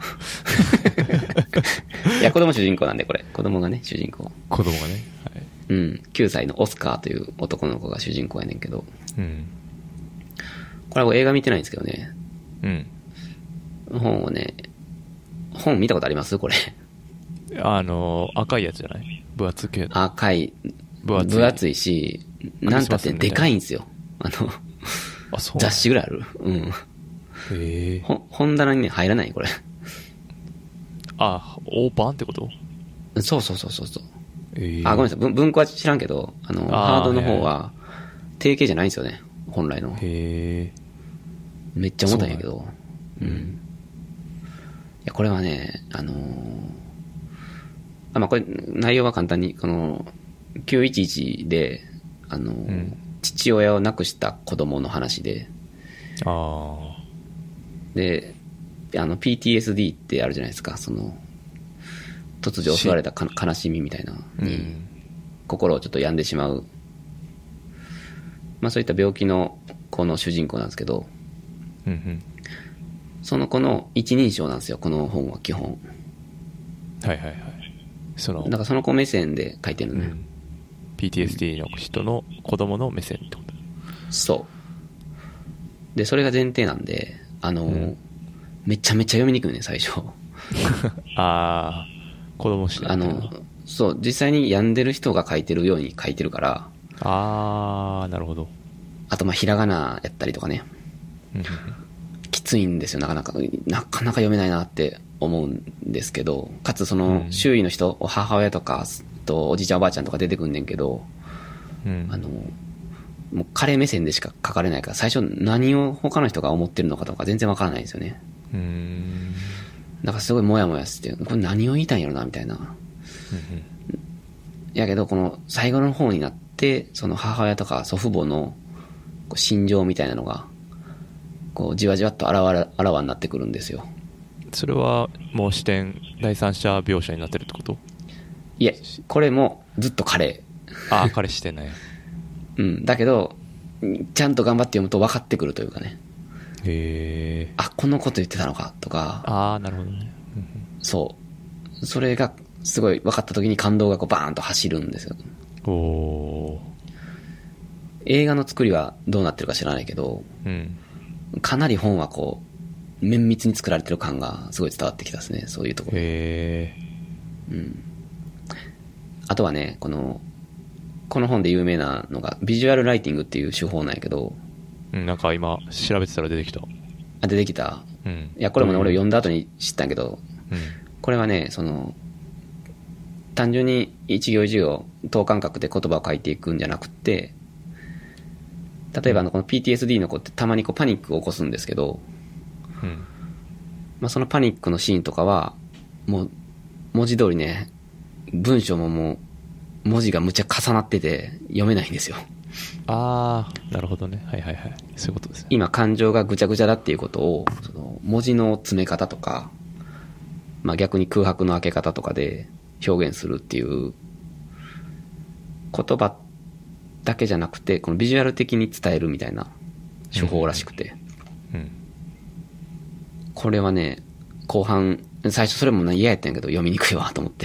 いや、子供主人公なんで、これ。子供がね、主人公。 子供がね。はい。 うん。きゅうさいのオスカーという男の子が主人公やねんけど。 うん。 これは映画見てないんですけどね。 うん。 本をね、本見たことありますこれ。あの、赤いやつじゃない？分厚系。 赤い。 分厚い。 分厚いし、なんたってでかいんですよ。あの、 あ、そう。 雑誌ぐらいある。うん。 へえ。 ほ、本棚にね、入らないこれ。 あ、大パンってこと？ そうそうそうそうそう。 えー、 あ、ごめんなさい。文、文庫は知らんけど、あの、 あハードの方は、定型じゃないんですよね。本来の。 へえ。 めっちゃ重たいんやけど。う, うん。いや、これはね、あのー、あ、まあ、これ、内容は簡単に、この、きゅういちいちで、あのー、うん、父親を亡くした子供の話で。 ああ。 で、あの、ピーティーエスディー ってあるじゃないですか。その、突如襲われたか悲しみみたいなに、うん、心をちょっと病んでしまう。まあそういった病気の子の主人公なんですけど、 うんうん、 その子の一人称なんですよ、この本は基本。 はいはいはい。その、 だからその子目線で書いてるね。うん、 ピーティーエスディー の人の子供の目線ってこと？ そう。で、それが前提なんで、あの、うん、めちゃめちゃ読みにくいね、最初。 ああ、子供しあの、そう、実際に病んでる人が書いてるように書いてるから。 ああ、なるほど。 あと、ま、ひらがなやったりとかね。きついんですよ、なかなか。なかなか読めないなって思うんですけど、かつその、周囲の人、うん、母親とか、とおじいちゃんおばあちゃんとか出てくんねんけど、うん、あの、 もう彼目線でしか書かれないから、最初何を他の人が思ってるのかとか全然わからないんですよね。 うーん。 だからすごいモヤモヤして、これ何を言いたいんやろな、みたいな。 うんうんやけど、この最後の方になって、その母親とか祖父母のこう心情みたいなのが、こうじわじわっとあらわらあらわになってくるんですよ。 それはもう視点第三者描写になってるってこと？ いえ、これもずっと彼。 ああ、彼視点ね。 うん。だけど、ちゃんと頑張って読むと分かってくるというかね。 へえ。 あ、このこと言ってたのかとか。 ああ、なるほどね。うんそう。それがすごい分かった時に感動がこうバーンと走るんですよ。 うん、お映画の作りはどうなってるか知らないけど、 ー。うん。 かなり本はこう、綿密に作られてる感がすごい伝わってきたですね。そういうところ。 へえ。 うん。あとはね、この、この本で有名なのが、ビジュアルライティングっていう手法なんやけど、 うん、なんか今調べてたら出てきた。 あ、出てきた。 うん。 いや、これもね、 うん俺読んだ後に知ったんやけど、 うん。 これはね、その、単純に一行一行等間隔で言葉を書いていくんじゃなくって、例えばあのこの ピーティーエスディー の子ってたまにこうパニックを起こすんですけど、 うん。 まあ、そのパニックのシーンとかは、もう文字通りね、文章ももう文字がむちゃ重なってて読めないんですよ。 ああ、なるほどね。はいはいはい。そういうことですね。 今感情がぐちゃぐちゃだっていうことを、その文字の詰め方とか、まあ逆に空白の開け方とかで表現するっていう言葉だけじゃなくて、このビジュアル的に伝えるみたいな手法らしくて。 うん。 これはね、後半、最初それもね嫌やったんやけど読みにくいわと思って。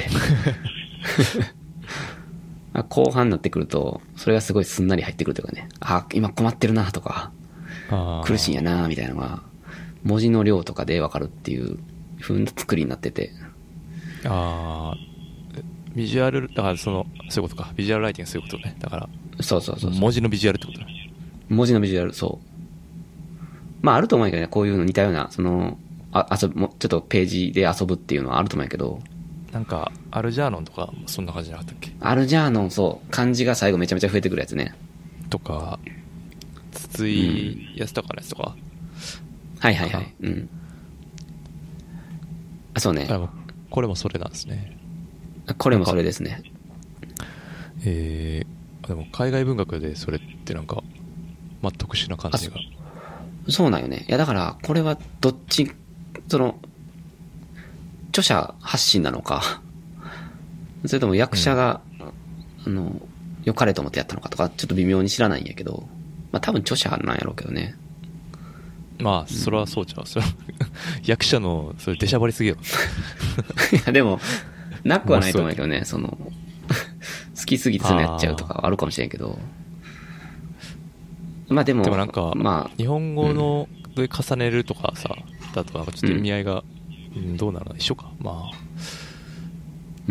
後半になってくると、それがすごいすんなり入ってくるというかね、あ、今困ってるなとか、 あー苦しいんやなみたいなのが、文字の量とかでわかるっていう風な作りになってて。 ああ、ビジュアル、だからその、そういうことか。ビジュアルライティングそういうことね。だから、 そうそうそうそう。 文字のビジュアルってことね。 文字のビジュアル、そう。まああると思うんやけどね、こういうの似たような、その、あ、遊ぶ、もちょっとページで遊ぶっていうのはあると思うんやけど、 なんか、アルジャーノンとか、そんな感じじゃなかったっけ？ アルジャーノン、そう、漢字が最後めちゃめちゃ増えてくるやつね。 とか、筒井康隆のやつとか。 はいはいはい。うん。あ、そうね。 あもこれもそれなんですね。 これもそれですね。 えー、でも海外文学でそれってなんか、まあ、特殊な感じが。 そうなんよね。いやだから、これはどっち、その、著者発信なのか、それとも役者が、うん、あの、良かれと思ってやったのかとか、ちょっと微妙に知らないんやけど、まあ多分著者なんやろうけどね。 まあ、それはそうちゃう。それは役者の、それ出しゃばりすぎよ。 いや、でも、なくはないと思うんやけどね、その、好きすぎてそのやっちゃうとかあるかもしれんけど。まあでも、 でもなんか、 まあ、 日本語ので重ねるとかさ、だとなんかちょっと意味合いが、うん、どうなるの一緒か。まあ、 うん。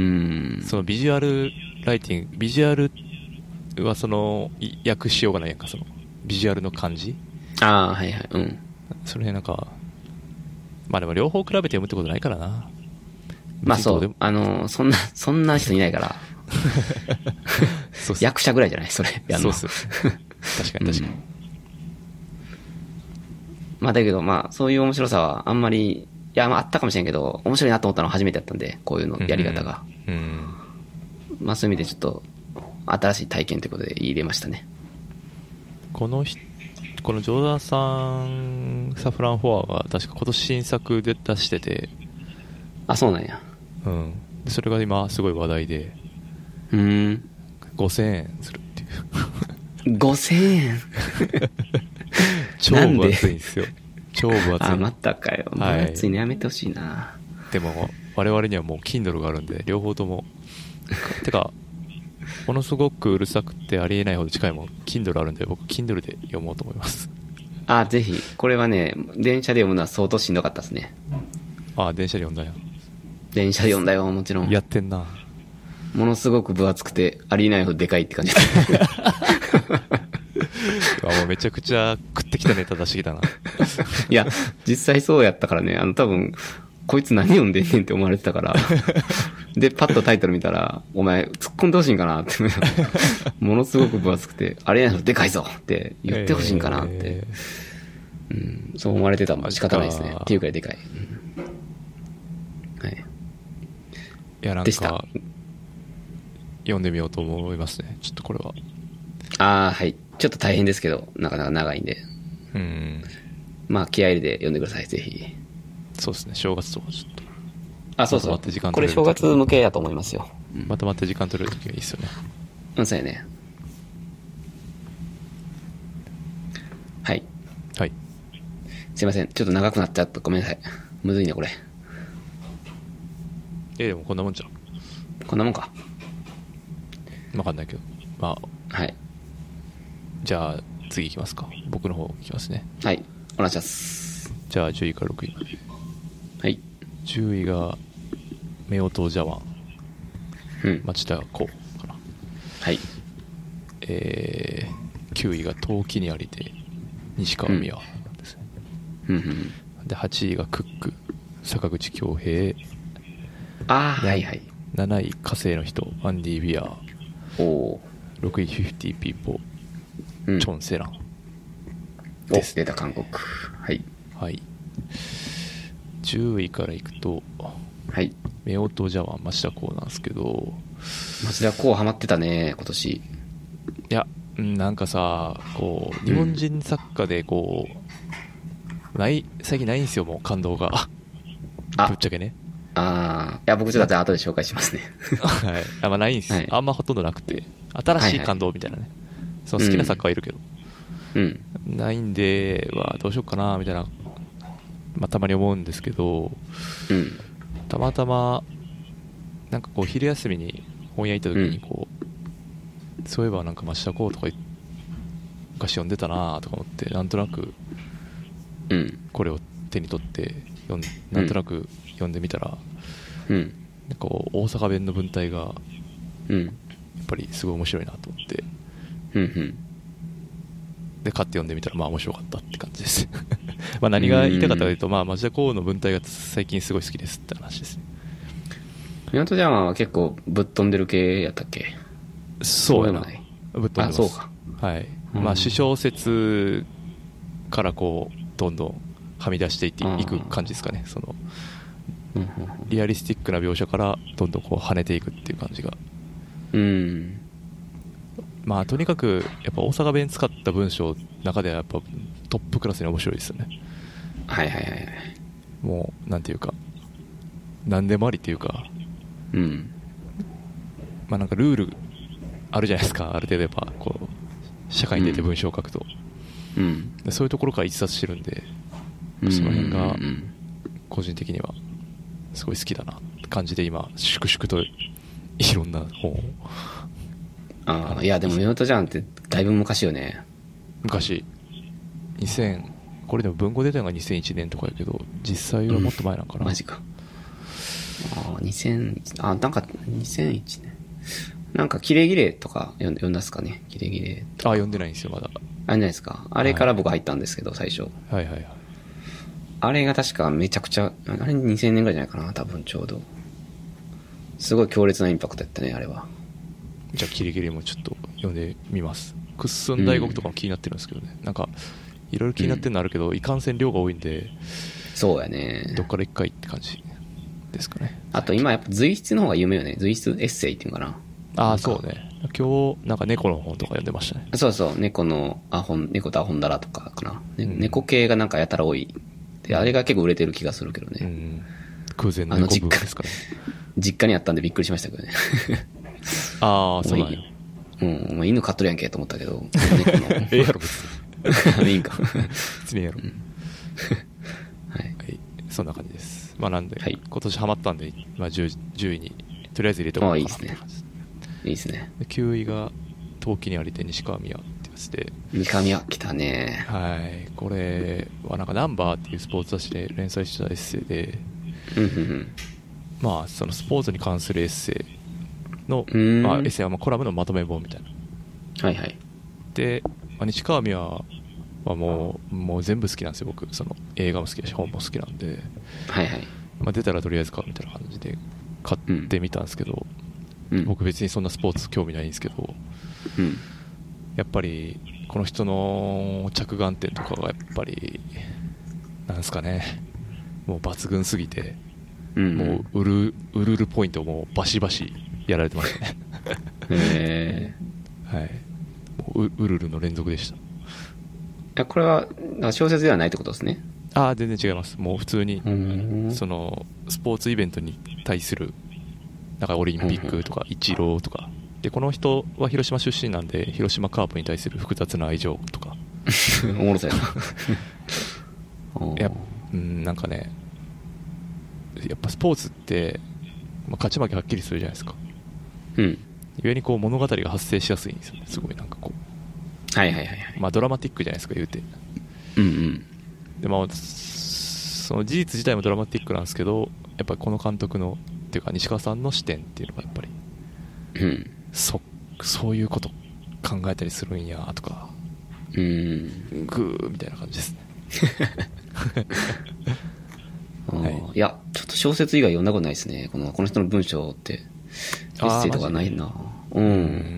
そのビジュアルライティング、ビジュアルはその、訳しようがないやんか、その、ビジュアルの感じ。 ああ、はいはい、うん。 その辺なんか、まあでも両方比べて読むってことないからな。 まあそう、あの、そんな、そんな人いないから。 そう役者ぐらいじゃないそれ。やんのそうそう。確かに確かに。うん、 まあだけど、まあそういう面白さはあんまり、いや、まああったかもしれんけど、面白いなと思ったのは初めてだったんで、こういうのやり方が。 うん。うん、 まあそういう意味でちょっと、新しい体験ということで入れましたね。 この人、このジョーダンさん、サフランフォアが確か今年新作で出してて、 あ、そうなんや。 うん。それが今すごい話題で、 うーん。 ごせんえんするっていう。 ごせんえん超分厚いんですよ。超分厚い。 あ、またかよ。分厚いのやめてほしいな。 でも、我々にはもう Kindle があるんで、両方とも。てか、ものすごくうるさくてありえないほど近いもん Kindle あるんで、僕 Kindle で読もうと思います。 あ、ぜひ。これはね、電車で読むのは相当しんどかったですね。 ああ、電車で読んだよ。 電車で読んだよ、もちろん。 やってんな。 ものすごく分厚くて、ありえないほどでかいって感じだった。 もうめちゃくちゃ食ってきたネタ出してきたな。 いや、実際そうやったからね、あの多分、こいつ何読んでんねんって思われてたから、 で、パッとタイトル見たら、お前、突っ込んでほしいんかなって。ものすごく分厚くて、あれやのでかいぞって言ってほしいんかなって。 えうん、そう思われてたもん仕方ないですね。っていうくらいでかい。うん、はい。 いや、なんでしたか、読んでみようと思いますね。ちょっとこれは。 ああ、はい。ちょっと大変ですけど、なかなか長いんで。 うん。 まあ、気合い入れて読んでください、ぜひ。 そうですね、正月とかちょっと。 あ、そうそう。 まとまって時間これ正月向けやと思いますよ。 うん、まとまって時間取れるときがいいですよね。 うん、そうやね。はい。 はい。 すいません。ちょっと長くなっちゃった。ごめんなさい。むずいね、これ。 え、でもこんなもんじゃん。 こんなもんか。 わかんないけど。まあ。 はい。 じゃあ、次行きますか。僕の方行きますね。 はい。お願いします。 じゃあ、じゅういからろくい。 はい。 じゅういが、夫婦茶碗。 うん。 町田公かな。 はい。 えー、きゅういが陶器にありて、西川美和ですね。 うん、うん。 で、はちいがクック、坂口恭平。 ああ、はいはい。 なない火星の人、アンディ・ビア。 おお。 ろくいフィフティーピーポー、 うん、 チョン・セランおです。 出た韓国。はい。 はい。じゅういからいくと、 はい。 夫婦茶碗町田公なんですけど、 町田公ハマってたね、今年。 いや、なんかさ、こう、日本人作家でこう、ない、最近ないんですよ、もう感動が。 あぶっちゃけね。 ああ、いや、僕ちょっと後で紹介しますね。 はい。あ、まあ、ないんです、はい。あんまほとんどなくて、新しい感動みたいなね。はいはい、その好きな作家はいるけど。 うん。 ないんで、はどうしようかな、みたいな、まあ、たまに思うんですけど、 うん。 たまたま、なんかこう、昼休みに本屋行った時に、こう、うん、そういえばなんか町田公とか昔読んでたなとか思って、なんとなく、 うん。 これを手に取って読ん、なんとなく読んでみたら、 うん。 なんかこう大阪弁の文体が、 うん。 やっぱりすごい面白いなと思って、 うんうん。 で、買って読んでみたら、まあ面白かったって感じです。まあ何が言いたかったかというと、まあ町田公の文体が最近すごい好きですって話ですね。 夫婦茶碗は結構ぶっ飛んでる系やったっけ？ そうやな。 ぶっ飛んでます。あ、そうか。 はい。まあ詩小説からこう、どんどんはみ出していっていく感じですかね。その、リアリスティックな描写からどんどんこう跳ねていくっていう感じが。 うん。 まあとにかくやっぱ大阪弁使った文章の中ではやっぱトップクラスに面白いですよね。 はいはいはいはい。 もうなんていうか何でもありっていうか、 うん。 まあなんかルールあるじゃないですか、ある程度やっぱこう社会に出て文章を書くと、 うん、 そういうところから一冊してるんで、うん、その辺が個人的にはすごい好きだなって感じで今粛々といろんな本を。 ああ、いやでも夫婦茶碗ってだいぶ昔よね。 昔にせん、これでも文庫出たのがにせんいちねんとかやけど実際はもっと前なんかな、 うん、マジか。ああにせん、あなんかにせんいちねんなんかキレギレとか読ん、読んだっすかね。キレギレとか。 あ読んでないんですよまだ。 あれじゃないですか。あれから僕入ったんですけど、はい、最初。 はいはいはい。 あれが確かめちゃくちゃ、あれにせんねんぐらいじゃないかな、多分ちょうど。すごい強烈なインパクトやったね、あれは。 じゃあキレギレもちょっと読んでみます。クッスン大国とかも気になってるんですけどね、うん、なんかいろいろ気になってるのあるけど、うん、いかんせん量が多いんで、 そうやね、 どっから一回って感じですかね。 あと今やっぱ随筆の方が有名よね。随筆エッセイっていうかな。 ああそうね、今日なんか猫の本とか読んでましたね。 そうそう、猫のアホン、猫とアホンダラとかかな、ね、うん、猫系がなんかやたら多いで、あれが結構売れてる気がするけどね、うん、 空前の猫ブームですかね。 実家にあったんでびっくりしましたけどね。ああそうなんや。 うん、お前犬飼っとるやんけと思ったけど、猫のええやろ別にいいんか別にええやろ、うんはい、 はい、そんな感じです。まあなんで、はい、今年ハマったんで、まあ、じゅう, じゅういにとりあえず入れておこうかなって感じです。 いいですね。 きゅういが陶器にありて西川美和ってやつで、 西川美和来たね。 はい、これはなんかナンバーっていうスポーツ雑誌で連載したエッセイで、 うんうんうん、 まあそのスポーツに関するエッセイの、まあ、エッセイはまあコラムのまとめ本みたいな。 はいはい。 で、まあ、西川美和はもうもう全部好きなんですよ僕。その映画も好きだし本も好きなんで、 はいはい。 まあ、出たらとりあえず買うみたいな感じで買ってみたんですけど、 うん、 僕別にそんなスポーツ興味ないんですけど、 うん、 やっぱりこの人の着眼点とかがやっぱりなんですかね、もう抜群すぎて、 うん、 もうウルウルルポイントをもうバシバシやられてましたねへはい、もうウルルの連続でした。 え。これは小説ではないってことですね。 ああ、全然違います。もう普通にうんそのスポーツイベントに対するなんかオリンピックとかイチローとかで、この人は広島出身なんで広島カープに対する複雑な愛情とかおもろそうやなや、うん、なんかね、やっぱスポーツって、まあ、勝ち負けはっきりするじゃないですか。 うん故にこう物語が発生しやすいんですよね。すごいなんかこう、 はいはいはいはい。 まあドラマティックじゃないですか言うて。 うんうんでまあその事実自体もドラマティックなんですけど、やっぱりこの監督のっていうか西川さんの視点っていうのがやっぱり、 うん、 そそういうこと考えたりするんやとか、 うんグーみたいな感じですねはい、 いやちょっと小説以外読んだことないですね。このこの人の文章ってエッセイとかないな。うん、うん、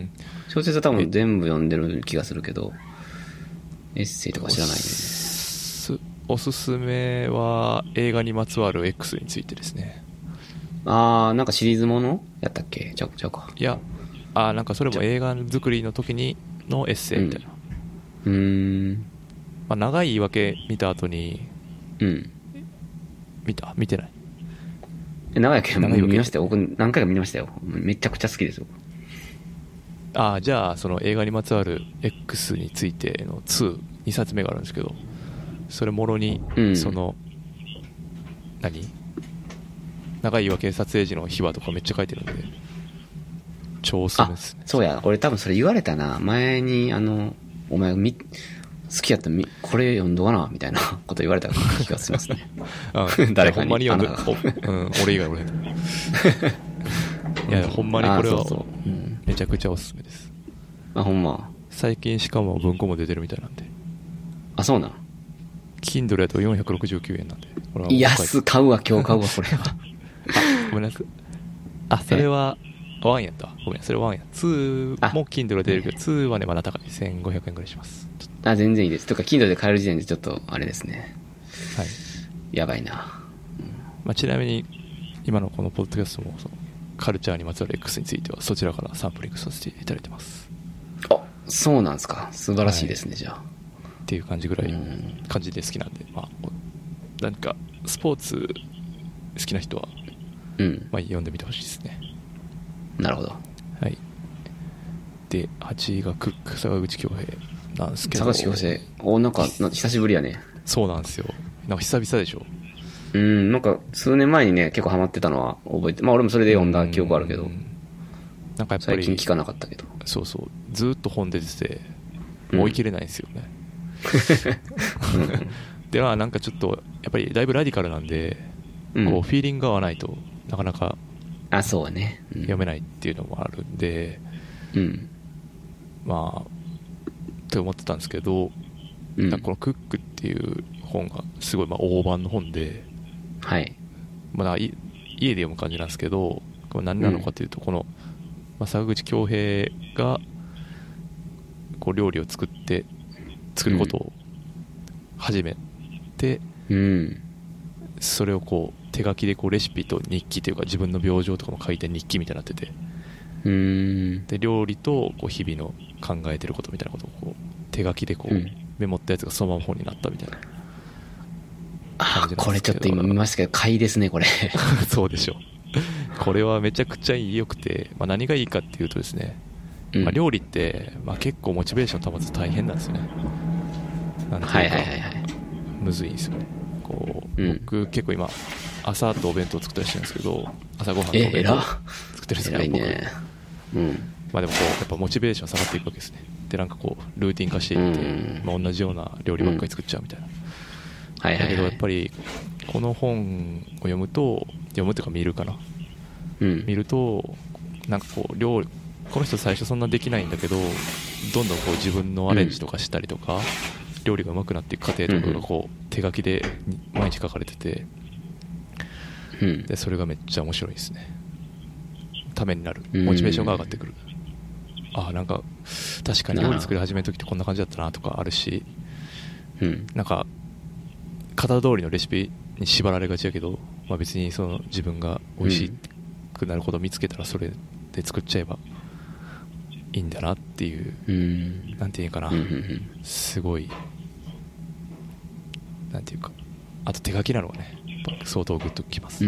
小説は多分全部読んでる気がするけどエッセイとか知らないね。 おすすめは映画にまつわる X についてですね。 あー、なんかシリーズものやったっけ。ちゃうちゃうか。 いや、あー、なんかそれも映画作りの時にのエッセイみたいな。 うん、うーん、 まあ、長い言い訳見た後に、 うん、 見た見てない。 え、長いけど見ましたよ。僕何回か見ましたよ。めちゃくちゃ好きですよ。 ああ、じゃあその映画にまつわる X についてのに、にさつめがあるんですけど、それもろに、 うん、 その何長い言い訳撮影時の秘話とかめっちゃ書いてるんで超おすすめですね。 そうや、俺多分それ言われたな前に。あのお前み好きやったらこれ読んどかなみたいなこと言われた気がしますねあ誰かに。 ほんまに読んで、うん、俺以外俺いやほんまにこれはそうそう、うん、 めちゃくちゃおすすめです。 あ、ほんま。 最近しかも文庫も出てるみたいなんで。 あ、そうなん。 Kindle やとよんひゃくろくじゅうきゅうえんなんで、これは安買うわ、今日買うわこれはあ、 ごめんなさい。あ、それはワンやったわ。ごめん、それワンや。ツーも Kindle 出るけど、ツーはねまだ高い。せんごひゃくえんぐらいします。 あ、全然いいです。とか Kindle で買える時点でちょっとあれですね。 はい。 やばいな。 うん、まあ、ちなみに今のこのポッドキャストもそのカルチャーにまつわる X についてはそちらからサンプリングさせていただいてます。 あ、そうなんですか。素晴らしいですね、はい、じゃあ。 っていう感じぐらい、感じで好きなんで、まあ、なんかスポーツ好きな人は、 うん、 まあ、読んでみてほしいですね。 なるほど。 はい。ではちいがクック坂口恭平なんですけど。 坂口恭平、お、なんか久しぶりやね。 そうなんですよ。なんか久々でしょ。 うん、なんか数年前にね結構ハマってたのは覚えて、まあ俺もそれで読んだ記憶あるけど、 なんかやっぱり最近聞かなかったけど。そうそう、ずっと本出てて追い切れないんですよね。うん、ではなんかちょっとやっぱりだいぶラディカルなんで、うん、こうフィーリングが合わないとなかなかあ、そうね、うん、 読めないっていうのもあるんで、うん、まあって思ってたんですけど、うん、なんかこのクックっていう本がすごいまあ大判の本で、 はい、 まあ、家で読む感じなんですけど、これ何なのかというと、うん、この、まあ、坂口恭平がこう料理を作って作ることを始めて、うん、それをこう手書きでこうレシピと日記というか自分の病状とかも書いて日記みたいになってて、うん、で料理とこう日々の考えてることみたいなことをこう手書きでこう、うん、メモったやつがそのまま本になったみたいな。 あ、これちょっと今見ましたけど買いですねこれそうでしょ。これはめちゃくちゃ良くて、まあ、何がいいかっていうとですね、うん、まあ、料理って、まあ、結構モチベーション保つ大変なんですよね。なんていうか、はいはいはいはい、むずいんですよね。こう、うん、僕結構今朝とお弁当作ったりしてるんですけど、朝ごはんとお弁当作ってるんですけど、 偉いね、うん、 まあ、でもこうやっぱモチベーション下がっていくわけですね。でなんかこうルーティン化していって、うん、まあ、同じような料理ばっかり作っちゃうみたいな、うん、はいはいはい、だけどやっぱりこの本を読むと読むというか見るかな、うん、見るとなんかこう料理この人最初そんなできないんだけどどんどんこう自分のアレンジとかしたりとか、うん、料理が上手くなっていく過程とかがこう手書きで毎日書かれてて、うん、でそれがめっちゃ面白いですね。 ためになる、モチベーションが上がってくる。ああなんか確かに料理作り始める時ってこんな感じだったなとかあるし、 うん、 なんか型通りのレシピに縛られがちやけど、まあ、別にその自分が美味しくなることを見つけたらそれで作っちゃえばいいんだなっていう、 うん、 なんていうかな、 うんうんうん、すごいなんていうか、あと手書きなのがね相当グッときます。 うん、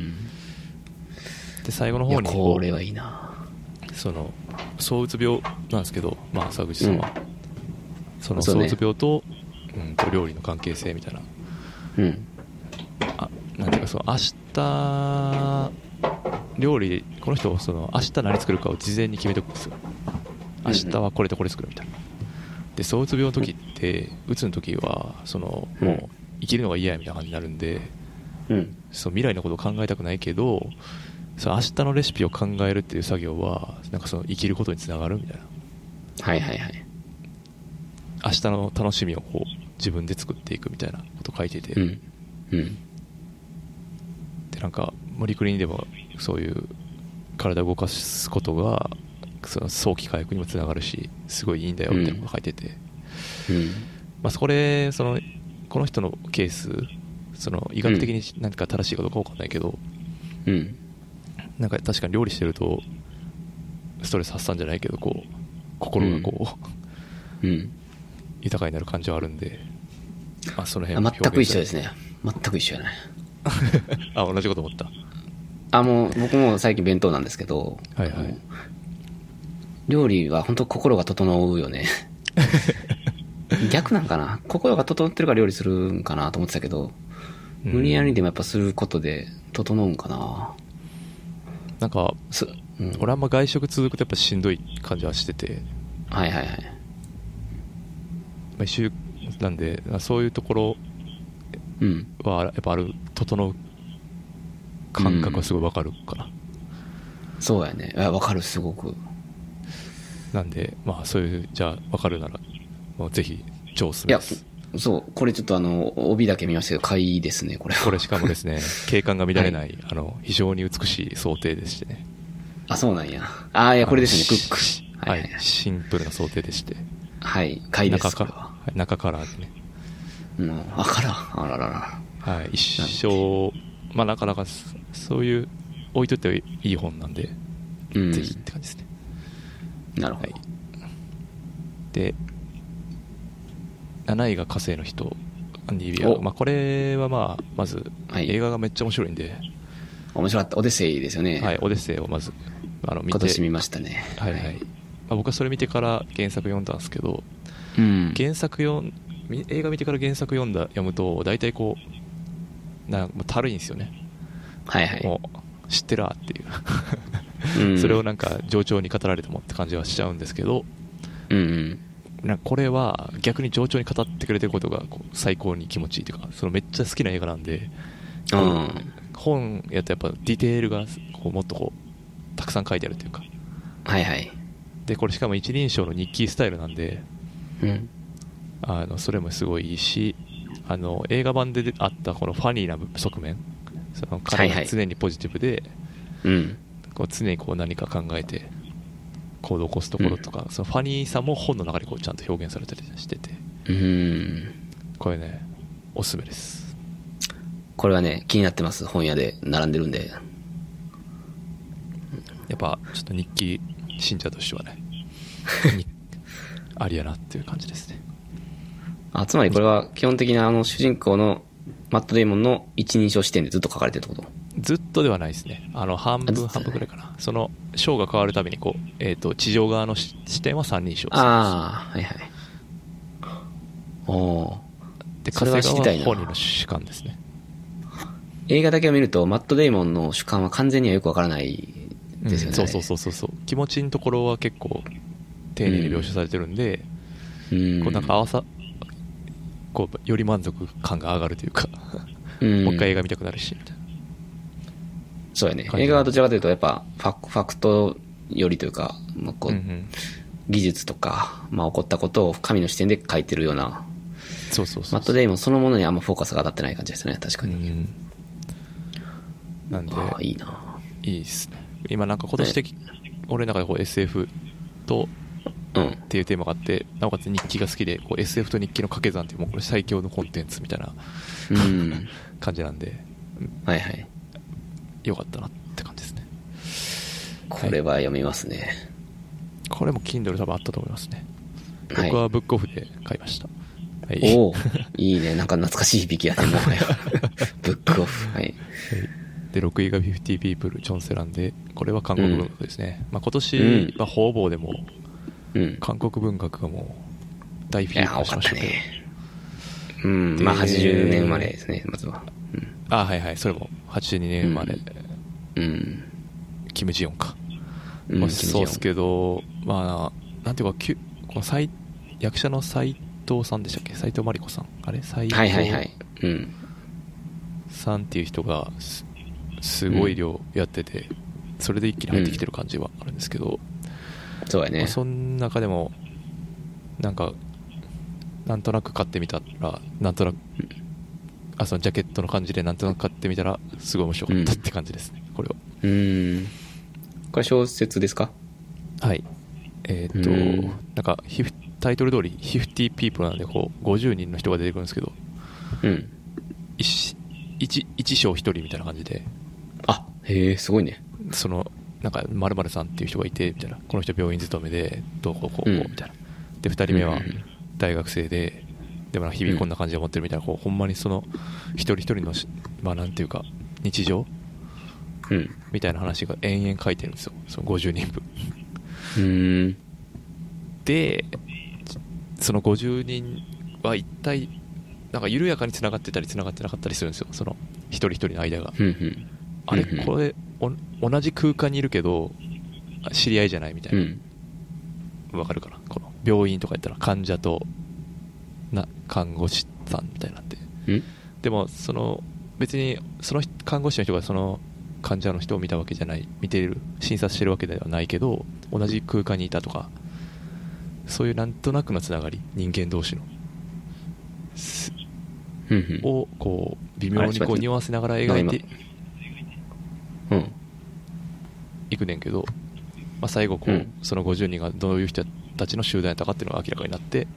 で最後の方にこれはいいな、 その躁うつ病なんですけど、まあ、沢口さんは、うん、そのそうね、 躁うつ病と、うん、と料理の関係性みたいな、 うん、 あなんていうかその明日料理この人その明日何作るかを事前に決めておくんですよ。明日はこれとこれ作るみたいな。で躁うつ病の時ってうつの時はそのもう生きるのが嫌やみたいな感じになるんで、 うん、 そう未来のことを考えたくないけど、その明日のレシピを考えるっていう作業はなんかその生きることにつながるみたいな。 はいはいはい。 明日の楽しみをこう自分で作っていくみたいなことを書いてて、 うんうん、 でなんか無理くりにでもそういう体を動かすことがその早期回復にもつながるしすごいいいんだよみたいなことが書いてて、 うんうんまあ、これそのこの人のケースその医学的に何か正しいかどうか分かんないけど、 うん、 なんか確かに料理してるとストレス発散じゃないけどこう心がこう、 うんうん、 豊かになる感じはあるんで、まあ、その辺全く一緒ですね。全く一緒やねあ同じこと思った。 あもう僕も最近弁当なんですけど、 はいはい、 料理は本当心が整うよね逆なんかな、心が整ってるから料理するんかなと思ってたけど、うん、無理やりでもやっぱすることで整うんかな。 なんか、うん、俺あんま外食続くとやっぱしんどい感じはしてて、 はいはいはい、まあ、一週なんでそういうところはやっぱある、整う感覚はすごい分かるかな、 うん、そうやね、分かるすごく。 なんでまあそういうじゃあ分かるならもうぜひ超おすすめです。いやそうこれちょっとあの帯だけ見ましたけど買いですねこれは。 これしかもですね景観が乱れない、はい、あの非常に美しい想定でしてね。 あそうなんや。ああいやこれですねクック、 はい、はい、シンプルな想定でして、 はい買いです。 中か中カラーでね、 うん、あからあららら、 はい、一生まあなかなかそういう置いといていい本なんで、うん、ぜひって感じですね。 なるほど、はい、 でなないが火星の人アンディ・ビア、まあ、これはまあまず映画がめっちゃ面白いんで、はい、 面白かった。オデッセイですよね。 はい、オデッセイをまずあの見て今年見ましたね。 はいはい、はい、まあ、僕はそれ見てから原作読んだんですけど、 うん、 原作読ん映画見てから原作読んだ読むと大体こうなたるいんですよね。 はいはい、 もう知ってらっていうそれをなんか冗長に語られてもって感じはしちゃうんですけど、 うんうん、 なんかこれは逆に冗長に語ってくれてることがこう最高に気持ちいいというか、そのめっちゃ好きな映画なんで、 うん、 本やとやっぱディテールがこうもっとこうたくさん書いてあるというか、 はいはい、 でこれしかも一人称の日記スタイルなんで、 うん、 あのそれもすごいいいし、あの映画版であったこのファニーな側面、その彼が常にポジティブで、はいはい、 うん、 こう常にこう何か考えて行動を起こすところとか、うん、そのファニーさも本の中でこうちゃんと表現されたりしてて、 うん、 これねおすすめです。 これはね気になってます。本屋で並んでるんで、 やっぱちょっと日記信者としてはねありやなっていう感じですね。 あつまりこれは基本的なあの主人公のマット・デイモンの一人称視点でずっと書かれてるってこと？ ずっとではないですね。あの半分半分くらいかな。その章が変わるたびにこう、えー、と地上側の視点は三人称です。 ああはいはい。おお。 で火星側は本人の主観ですね。 映画だけを見るとマット・デイモンの主観は完全にはよくわからないですよね、 うん、そうそうそうそう。気持ちのところは結構丁寧に描写されてるんで、うん、こうなんか合わさこうより満足感が上がるというかうん、もう一回映画見たくなるしみたいな。 そうやね。映画はどちらかというとやっぱファ、ファクトよりというか、まあこううんうん、技術とか、まあ、起こったことを神の視点で書いてるような。 そうそうそうそう。 マット・デイモンそのものにあんまフォーカスが当たってない感じですね。確かに。うん、 なんであいいな。 いいですね。 今なんか今年的、はい、俺の中でこう エスエフ と、うん、っていうテーマがあって、なおかつ日記が好きで、こう エスエフ と日記の掛け算っていうもうこれ最強のコンテンツみたいな、うん、感じなんで、 はいはい。 よかったなって感じですね。 これは読みますね。はい、 これも Kindle 多分あったと思いますね。僕はブックオフで買いました。はい、 おお、いいね。なんか懐かしい響きやね、もはや。ブックオフ。はい。 で、ろくいがフィフティーピープル、チョンセランで、これは韓国文学ですね。うん、まあ、今年は方々でも、うん、韓国文学がもう大フィーバーしましたけど。ね、 うん、まあはちじゅうねん生まれですね、まずは。 うん、あ、はいはい、それもはちじゅうにねん生まれ。うん。うん、キム・ジヨンか。うん、まあ、そうですけど、まあ、なんていうか、この最役者の斎藤さんでしたっけ、斎藤真理子さん、あれ斎藤、 はいはいはい、うん、 さんっていう人が す, すごい量やってて、うん、それで一気に入ってきてる感じはあるんですけど、 うん、そうやね、 まあ、その中でもなんかなんとなく買ってみたらなんとなく、うん、あそのジャケットの感じでなんとなく買ってみたらすごい面白かったって感じですね、うん、これは。 うーん、これ小説ですか？ はい、えー、っとなんかタイトル通りフィフティーピープルなんでこうごじゅうにんの人が出てくるんですけど、うん、一一章一人みたいな感じで、 あ、へえ、すごいね。 そのなんか〇〇さんっていう人がいてみたいな、この人病院勤めでどうこうこうこうみたいな、うん、でふたりめは大学生で、でも日々こんな感じで思ってるみたいな、こうほんまにその一人一人のまあなんていうか日常、うん、みたいな話が延々書いてるんですよ、そのごじゅうにんぶん。うーんでそのごじゅうにんは一体なんか緩やかに繋がってたり繋がってなかったりするんですよ、その一人一人の間が。うんうん、あれ、うんうん、これお同じ空間にいるけど知り合いじゃないみたいな、うん、わかるかな、この病院とかやったら患者とな看護師さんみたいになって、うん、でもその別にその看護師の人がその患者の人を見たわけじゃない、見ている診察してるわけではないけど同じ空間にいたとか、そういうなんとなくのつながり、人間同士のをこう微妙にこうニュアンスながら描いていくねんけど、まあ、最後こうそのごじゅうにんがどういう人たちの集団やったかっていうのが明らかになって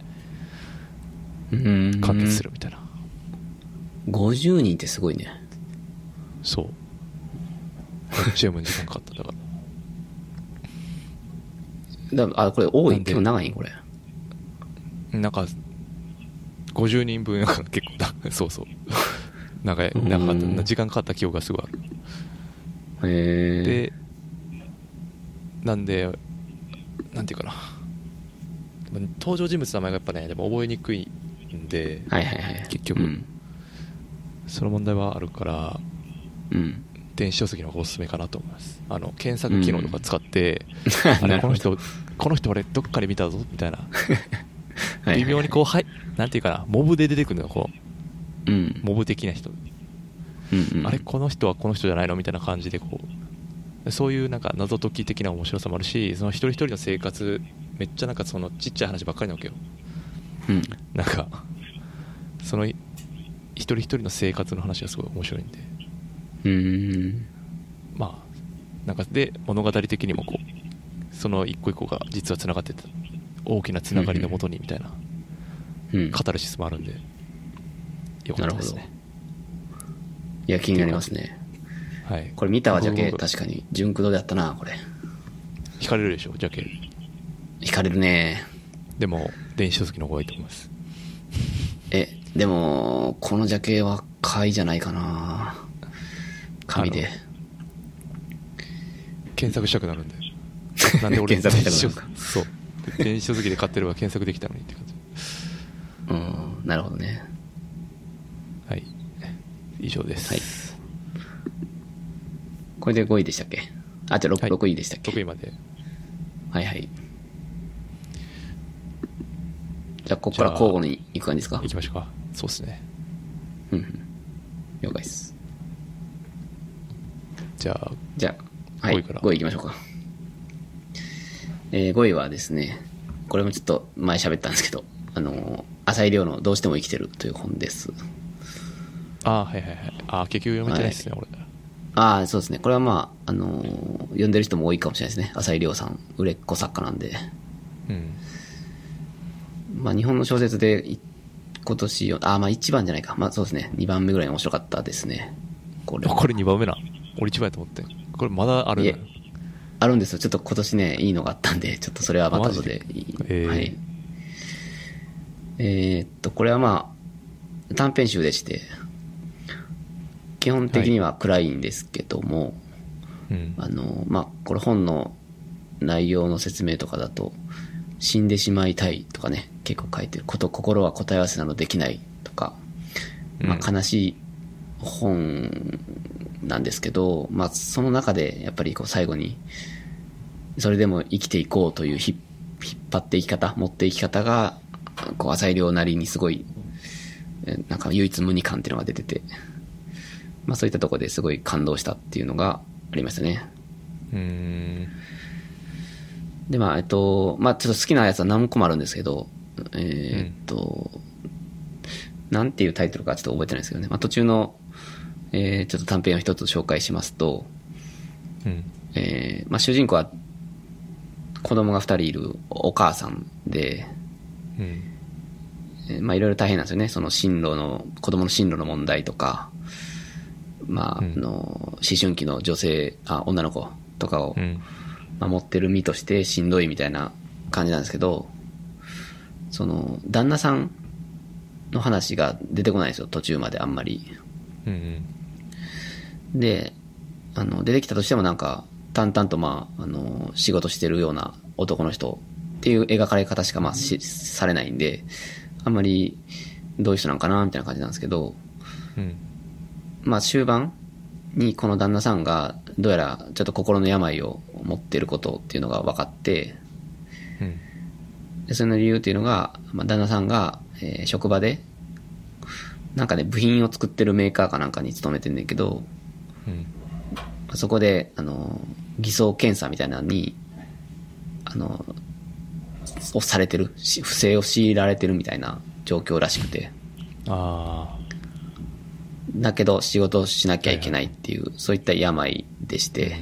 完結するみたいな。 ごじゅうにんってすごいね。 そう、めっちゃ読む時間かかった。だからだあ、これ多い、結構長いこれ。 なんかごじゅうにんぶんだから結構だそうそう長い長かった時間かかった記憶がすごいある。へでなんでなんていうかな、登場人物の名前がやっぱねでも覚えにくいんで、はいはいはい、結局、うん、その問題はあるから、うん、電子書籍の方がおすすめかなと思います。あの検索機能とか使って、うん、あれこの人この人俺どっかで見たぞみたいな微妙にこう、はい、なんていうかな、モブで出てくるのよ、こう、うん、モブ的な人、うんうん、あれこの人はこの人じゃないのみたいな感じでこう、そういうなんか謎解き的な面白さもあるし、その一人一人の生活めっちゃなんかそのちっちゃい話ばっかりなわけよ、うん、なんかその一人一人の生活の話がすごい面白いんで、うーん、まあなんかで物語的にもこうその一個一個が実はつながってた大きなつながりのもとにみたいな、うん、カタルシスもあるんでよかったですね。 いや気になりますね。はい、これ見たわジャケ、確かに純駆動であったな。これ惹かれるでしょジャケ。 惹かれるね。でも電子書籍の方がいいと思います。 えでもこのジャケは買いじゃないかな、紙で検索したくなるんでなんで俺検索したくなるんですか。そう電子書籍で買ってれば検索できたのにって感じ。 うん、なるほどね。 はい、以上です。はい、 これでごいでしたっけ。あ、じゃあ 6,、はい、ろくいでしたっけ。 ろくいまで。 はいはい。じゃあここから交互に行く感じですか。 行きましょうか。そうですね。 うん、うん、了解です。 じゃあじゃあ、はい、ごいからごい行きましょうか。えー、ごいはですね、これもちょっと前喋ったんですけど、あの浅井亮のどうしても生きてるという本です。 あ、はいはいはい。あ、結局読めてないですね、はい、俺。 ああ、そうですね。これはまあ、あのー読んでる人も多いかもしれないですね。浅井亮さん、売れっ子作家なんで。 うん。 まあ、日本の小説でい今年よ、ああ、まあ一番じゃないか。まあそうですね。にばんめぐらいに面白かったですね。これは。 これにばんめな。俺いちばんやと思って。これまだあるんだいえ、あるんですよ。ちょっと今年ね、いいのがあったんで、ちょっとそれはまた後でいい。 えーはい。えーっと、これはまあ、短編集でして、基本的には暗いんですけども、 うん。 あの、まあ、これ本の内容の説明とかだと、死んでしまいたいとかね、結構書いてる。こと、心は答え合わせなどできないとか、まあ、 うん悲しい本なんですけど、まあ、その中でやっぱりこう最後に、それでも生きていこうというひ引っ張っていき方、持っていき方が、こう、浅井亮なりにすごい、えなんか唯一無二感っていうのが出てて、まあそういったところですごい感動したっていうのがありましたね。 うーん。 で、まあ、えっと、まあちょっと好きなやつは何個もあるんですけど、えーっと、なんていうタイトルかちょっと覚えてないですけどね。まあ途中の、えー、ちょっと短編を一つ紹介しますと、 うん。 えー、まあ主人公は子供が二人いるお母さんで、 うん。 えーまあいろいろ大変なんですよね。その進路の、子供の進路の問題とか、まあ、 うんあの、思春期の女性、あ、女の子とかをうん。 守ってる身としてしんどいみたいな感じなんですけど、その、旦那さんの話が出てこないんですよ、途中まであんまり。 うん。 で、あの、出てきたとしてもなんか、淡々とまあ、あの、仕事してるような男の人っていう描かれ方しかまあし、されないんで、あんまりどういう人なんかなみたいな感じなんですけど、 うん。 まあ終盤にこの旦那さんがどうやらちょっと心の病を持っていることっていうのが分かって、 うん。 でその理由っていうのが、まあ、旦那さんが、えー職場で、なんかね、部品を作ってるメーカーかなんかに勤めてんねんけど、 うん。 そこで、あの、偽装検査みたいなのに、あの、をされてる、し不正を強いられてるみたいな状況らしくて、 あだけど仕事をしなきゃいけないっていう、そういった病でしあ。 て、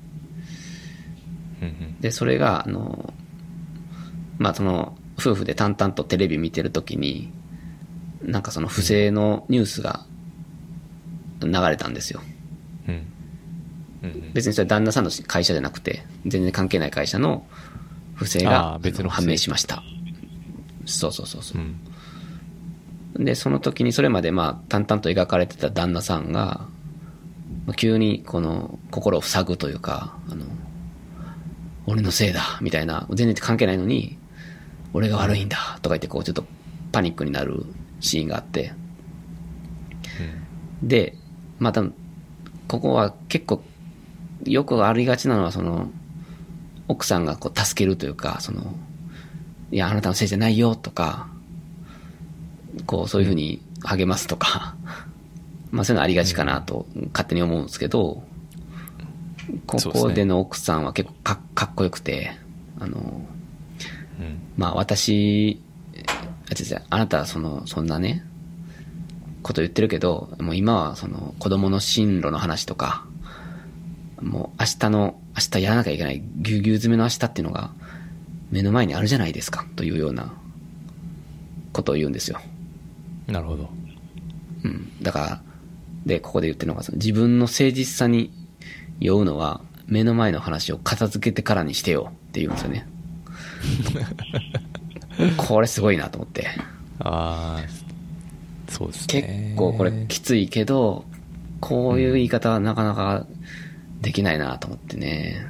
うん。うん。 で、それが、あの、まあ、その、夫婦で淡々とテレビ見てるときに、なんかその不正のニュースが流れたんですよ。 うん。うん。 別にそれ旦那さんの会社じゃなくて、全然関係ない会社の不正あがー別の不正判明しました。そうそうそうそうう。 ん。 で、その時にそれまでまあ淡々と描かれてた旦那さんが、まあ急にこの心を塞ぐというか、あの、俺のせいだ、みたいな、全然関係ないのに、俺が悪いんだ、とか言ってこうちょっとパニックになるシーンがあって、で、また、ここは結構、よくありがちなのはその、奥さんがこう助けるというか、その、いや、あなたのせいじゃないよ、とか、こう、そういうふうに励ますとか、まあそういうのありがちかなと勝手に思うんですけど、ここでの奥さんは結構かかっこよくて、あの、 うん。 まあ私、あ、違う違う、あなたはその、そんなね、こと言ってるけど、もう今はその子供の進路の話とか、もう明日の、明日やらなきゃいけないぎゅうぎゅう詰めの明日っていうのが目の前にあるじゃないですか、というようなことを言うんですよ。 なるほど。 うん。だから、で、ここで言ってるのが、その自分の誠実さに酔うのは、目の前の話を片付けてからにしてよって言うんですよね。これすごいなと思って。 ああ、そうですね。 結構これきついけど、こういう言い方はなかなかできないなと思ってね。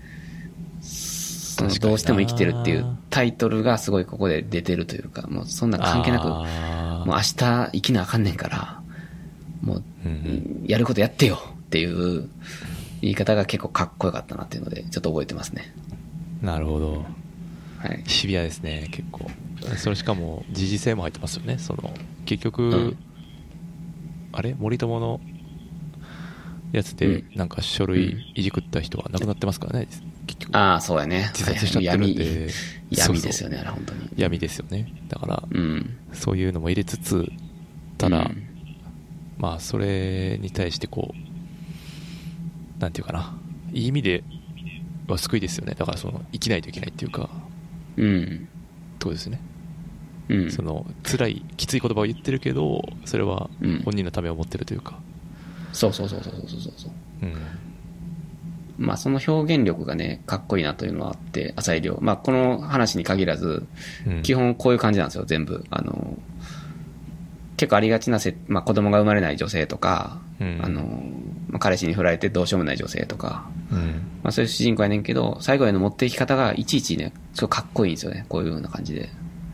その確かになどうしても生きてるっていうタイトルがすごいここで出てるというか、もうそんな関係なく、もうあー明日生きなあかんねんから、もううんうんやることやってよっていう言い方が結構かっこよかったなっていうので、ちょっと覚えてますね。 なるほど。 はい。 シビアですね、結構。それしかも時事性も入ってますよね。その結局、 うんあれ森友のやつでうんなんか書類いじくった人が亡くなってますからね、結局。 ああ、そうやね。 自殺しちゃってるんで、 闇、闇ですよね。 ね、あれ本当に。 闇ですよね。だから、 うん。 そういうのも入れつつ、ただ、 うんまあそれに対してこなんていうかないい意味では救いですよね。だからその生きないといけないっていうか、 うんとですね、 うん、 その辛いきつい言葉を言ってるけどそれはうん本人のためを思ってるというか、 そうそうそうそうそうそうそう。 うんまあその表現力がね、かっこいいなというのはあって、浅井亮。まあこの話に限らず、 うん基本こういう感じなんですよ、全部。あの、結構ありがちなせ、まあ子供が生まれない女性とか、 うんあの、まあ、彼氏に振られてどうしようもない女性とか、 うんまあそういう主人公やねんけど、最後への持っていき方がいちいちね、すごいかっこいいんですよね、こういうような感じで。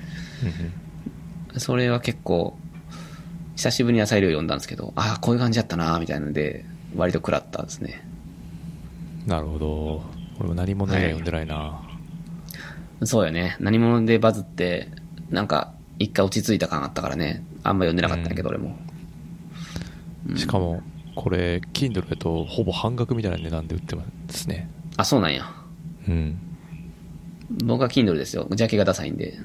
それは結構、久しぶりに浅井亮読んだんですけど、ああ、こういう感じだったなーみたいなので、割と食らったんですね。 なるほど。俺も何者には読んでないな、 そうよね。何者でバズって、なんか、一回落ち着いた感あったからね。あんま読んでなかったんだけど、 うん俺も。 しかもこれ Kindle だとほぼ半額みたいな値段で売ってますね。 あ、そうなんや。 うん僕は Kindle ですよ。ジャケがダサいんで。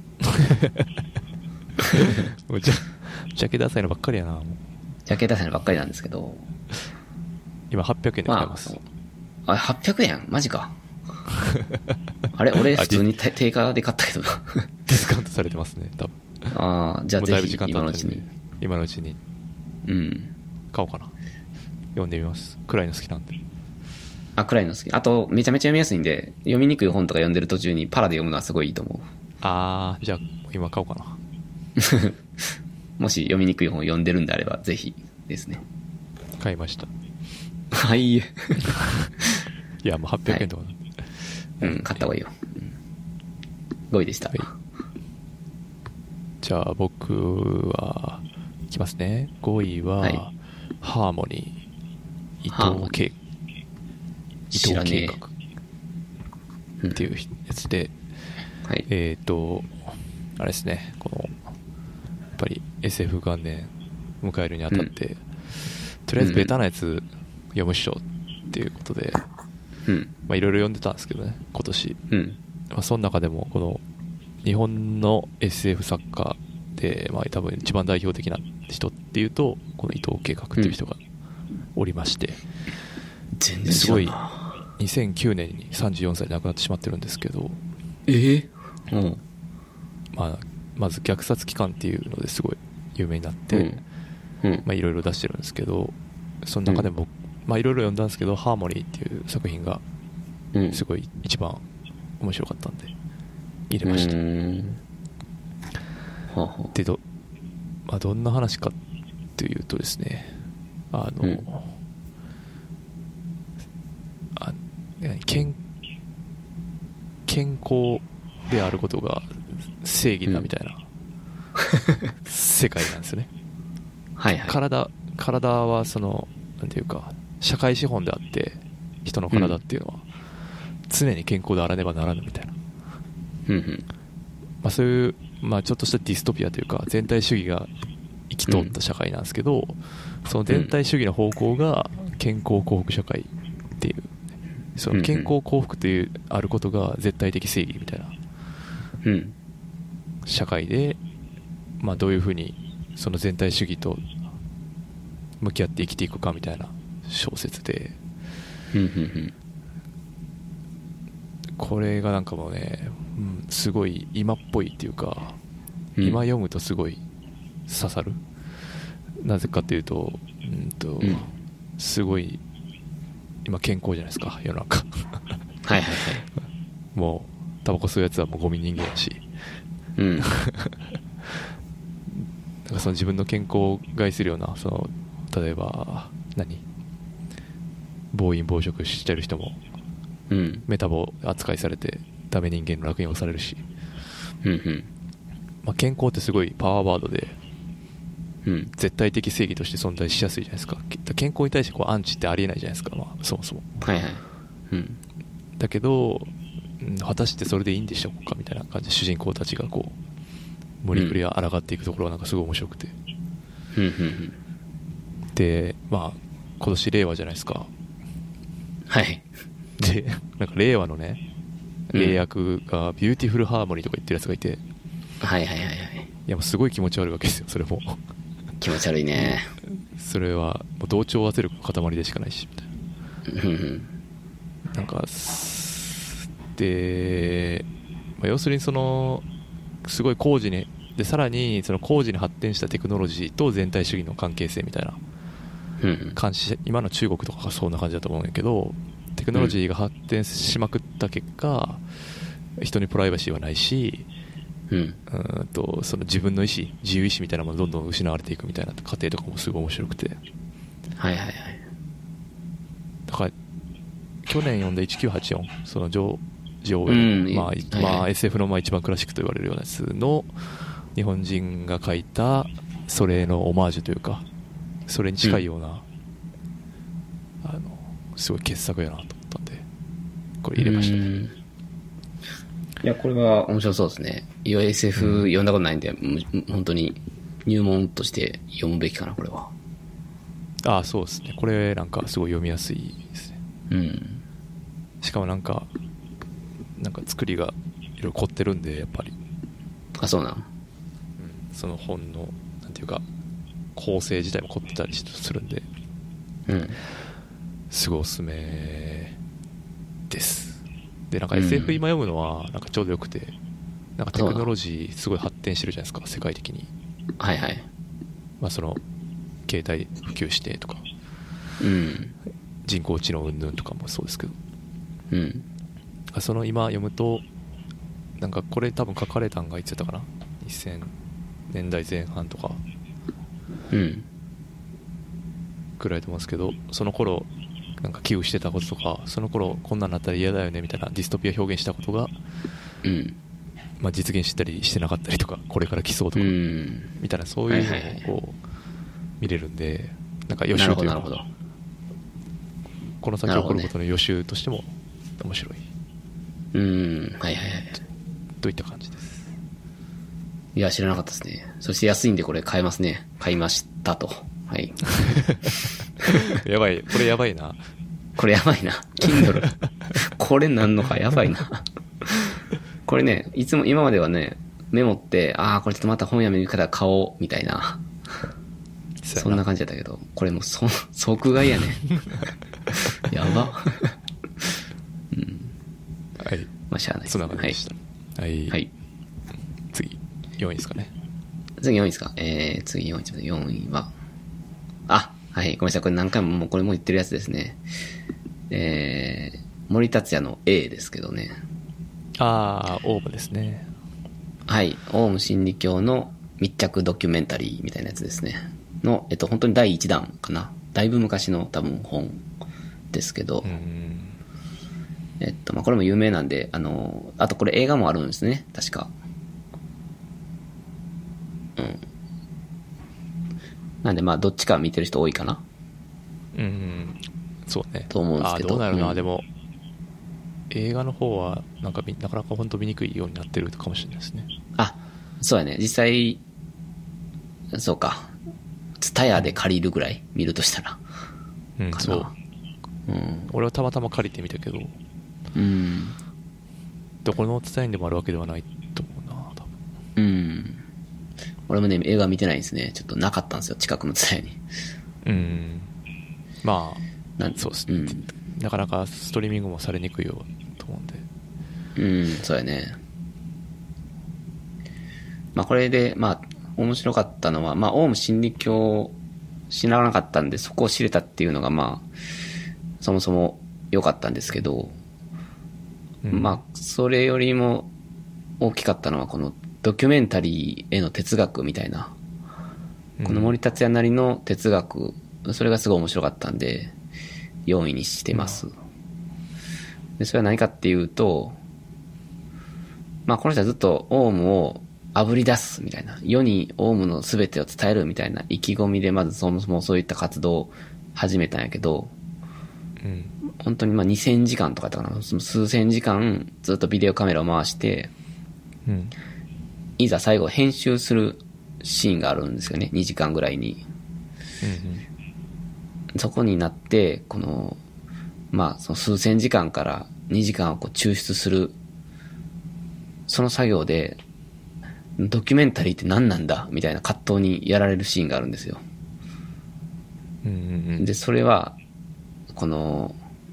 もうジャジャケダサいのばっかりやな。もうジャケダサいのばっかりなんですけど。 今はっぴゃくえんで買えまます、 あ、あ、はっぴゃくえんマジか。あれ俺普通に定定価で買ったけどな。 ディスカウントされてますね多分。 ああ、じゃあもうだいぶぜひ時間経ったんで今のうちに。 今のうちにうん。 買おうかな。読んでみます。暗いの好きなんで。 あ、暗いの好き。あと、めちゃめちゃ読みやすいんで、読みにくい本とか読んでる途中にパラで読むのはすごいいいと思あーじゃあ今買おうかな。 う。もし読みにくい本を読んでるんであれば、ぜひですね。 買いました。 はい。 いやもうはっぴゃくえんとかなんで、 うん、買った方がいいよ。うんごいでした。 はいじゃあ僕はいきますね。ごいは、 はいハーモニー伊ハーモニー藤計伊知らねえ藤計画っていうやつで、 はい。 えっ、ー、とあれですね、このやっぱり エスエフ 元年迎えるにあたって、とりあえずベタなやつ読むっしょっていうことで、 うん。 まあいろいろ読んでたんですけどね今年。 うん。 まあ、その中でもこの日本の エスエフ 作家で、まあ、多分一番代表的な人っていうとこの伊藤計画っていう人がおりまして、 全然すごい違うな。 にせんきゅうねんにさんじゅうよんさいで亡くなってしまってるんですけど、 ええうん。 まあ、まず虐殺機関っていうのですごい有名になって、 うん。うん。 まあいろいろ出してるんですけど、その中でも、まあいろいろ読んだんですけどハーモニーっていう作品がうん。 すごい一番面白かったんで入れました。 うーん。はあはでど、まあ、どんな話かっていうとですね、あの、 うんあ健健康であることが正義だみたいな、世界なんですよね。 あ。はいはい。 体体はそのなんていうか社会資本であって人の体っていうのは常に健康であらねばならぬみたいな、 うんうん。 まあ、そういう、まあ、ちょっとしたディストピアというか全体主義が生き通った社会なんですけど、その全体主義の方向が健康幸福社会っていう、その健康幸福というあることが絶対的正義みたいなうん。 社会で、まあ、どういうふうにその全体主義と向き合って生きていくかみたいな小説で、 うんうんうん。 これがなんかもうね、うん、すごい今っぽいっていうか、 うん今読むとすごい刺さる。なぜかというと、うんとうんすごい今健康じゃないですか世の中。 はいはいはい。 もうタバコ吸うやつはもうゴミ人間やし、 うん。 なんかその自分の健康を害するような、その例えば何暴飲暴食してる人もうん。 メタボ扱いされてダメ人間の楽園をされるし、 うんうん。 まあ、健康ってすごいパワーワードでうん。 絶対的正義として存在しやすいじゃないですか。健康に対してこうアンチってありえないじゃないですか、まあ、そもそも。 はいはい。うん。 だけど、うん果たしてそれでいいんでしょうかみたいな感じで主人公たちがこう無理くり抗っていくところがなんかすごい面白くて、 うんうんうん。 でまあ今年令和じゃないですか。 はい。 でなんか令和のねうん英訳がビューティフルハーモニーとか言ってるやつがいて、 はいはいはいはい。 いやもうすごい気持ち悪いわけですよそれも。 気持ち悪いね。 それはもう同調圧力の塊でしかないしみたいな。 うんうんなんかすで、まあ、要するにそのすごい工事にでさらにその工事に発展したテクノロジーと全体主義の関係性みたいなうんうん感じ、今の中国とかがそんな感じだと思うんやけど、テクノロジーが発展しまくった結果、人にプライバシーはないし、 うんうんとその自分の意思自由意志みたいなものがどんどん失われていくみたいな過程とかもすごい面白くて、 はいはいはい。 だから去年読んだせんきゅうひゃくはちじゅうよんそのジョージオーウェル、 うんまあはいはいまあ、エスエフ のまあ一番クラシックと言われるようなやつの日本人が書いたそれのオマージュというかそれに近いような、うん、あのすごい傑作やなと思ったんでこれ入れましたね。 うんいやこれは面白そうですね。いわゆる エスエフ 読んだことないんで、うん、本当に入門として読むべきかなこれは。 ああそうですね、これなんかすごい読みやすいですね。 うんしかもなんかなんか作りがいろいろ凝ってるんでやっぱり、 あそうなん、 うん、その本のなんていうか構成自体も凝ってたりするんで、 うん、 すごいおすすめです。でなんか エスエフ 今読むのはなんかちょうどよくて、なんかテクノロジーすごい発展してるじゃないですか世界的に。 はいはい。 まあその携帯普及してとか、 うん、 人工知能云々とかもそうですけど、 うん、 その今読むとなんかこれ多分書かれたんがいつやったかなにせんねんだいぜん半とかうんくらいと思うんですけど、その頃なんか危惧してたこととかその頃こんなんなったら嫌だよねみたいなディストピア表現したことが、 うんまあ、実現したりしてなかったりとかこれから来そうとか、 うん、 みたいなそういうのをこう見れるんで、なんか予習というかこの先起こることの予習としても面白い、 うんはいはいはいといった感じです。 いや知らなかったですね。そして安いんでこれ買えますね。買いましたと。はいやばいこれやばいなこれやばいな Kindle これなんのかやばいなこれねいつも今まではねメモってああこれちょっとまた本屋見るから買おうみたいなそんな感じだったけどこれもうそ即買いやねやばうんはいまあしゃあないです。 そんな感じでした。はい、 はい、 次よんいですかね。 次よんいですか。えー、次よんいよんいはあはいごめんなさいこれ何回ももうこれも言ってるやつですね。えー、森達也の A ですけどね。 ああオウムですね。 はいオウム真理教の密着ドキュメンタリーみたいなやつですねの、えっと本当にだいいちだんかな。だいぶ昔の多分本ですけど、 うんえっとまあこれも有名なんで、あのあとこれ映画もあるんですね確か。うんなんでまあどっちか見てる人多いかな。 うんそうねと思うんですけど。 あどうなるな、 うん、 でも映画の方はなんかなかなか本当見にくいようになってるかもしれないですね。 あそうやね実際そうかツタヤで借りるぐらい見るとしたらうんかな。 そう、 うん、 俺はたまたま借りてみたけどうんどこのツタヤでもあるわけではないと思うな多分。 うん俺もね映画見てないんですね。ちょっとなかったんですよ近くのツタヤに。 うんまあなんそうですね、うん、なかなかストリーミングもされにくいよと思うんで。 うんそうやね。まあこれでまあ面白かったのはまあオウム真理教知らなかったんでそこを知れたっていうのがまあそもそも良かったんですけど、うん、まあそれよりも大きかったのはこのドキュメンタリーへの哲学みたいな、この森達也なりの哲学、それがすごい面白かったんでよんいにしてます。でそれは何かっていうと、まあこの人はずっとオウムをあぶり出すみたいな、世にオウムの全てを伝えるみたいな意気込みでまずそもそもそういった活動を始めたんやけど、うん、本当にまあにせんじかんとかだったかな、その数千時間ずっとビデオカメラを回して、うん、いざ最後編集するシーンがあるんですよね、にじかんぐらいに、うんうん、そこになってこのまあその数千時間からにじかんをこう抽出するその作業でドキュメンタリーって何なんだみたいな葛藤にやられるシーンがあるんですよ、うんうんうん、でそれはこの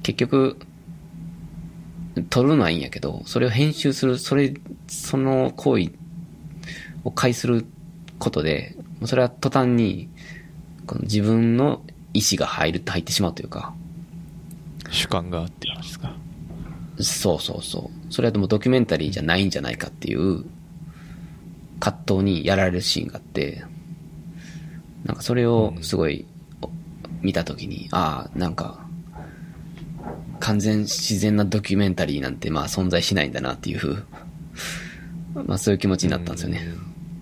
結局、撮るのはいいんやけど、それを編集する、それ、その行為を介することで、それは途端に、この自分の意思が入る、入ってしまうというか。 主観がっていう話ですか。 そうそうそう。それはでもドキュメンタリーじゃないんじゃないかっていう葛藤にやられるシーンがあって、なんかそれをすごい見たときに、ああ、なんか、完全自然なドキュメンタリーなんてまあ存在しないんだなっていう、まあそういう気持ちになったんですよね。うん、ま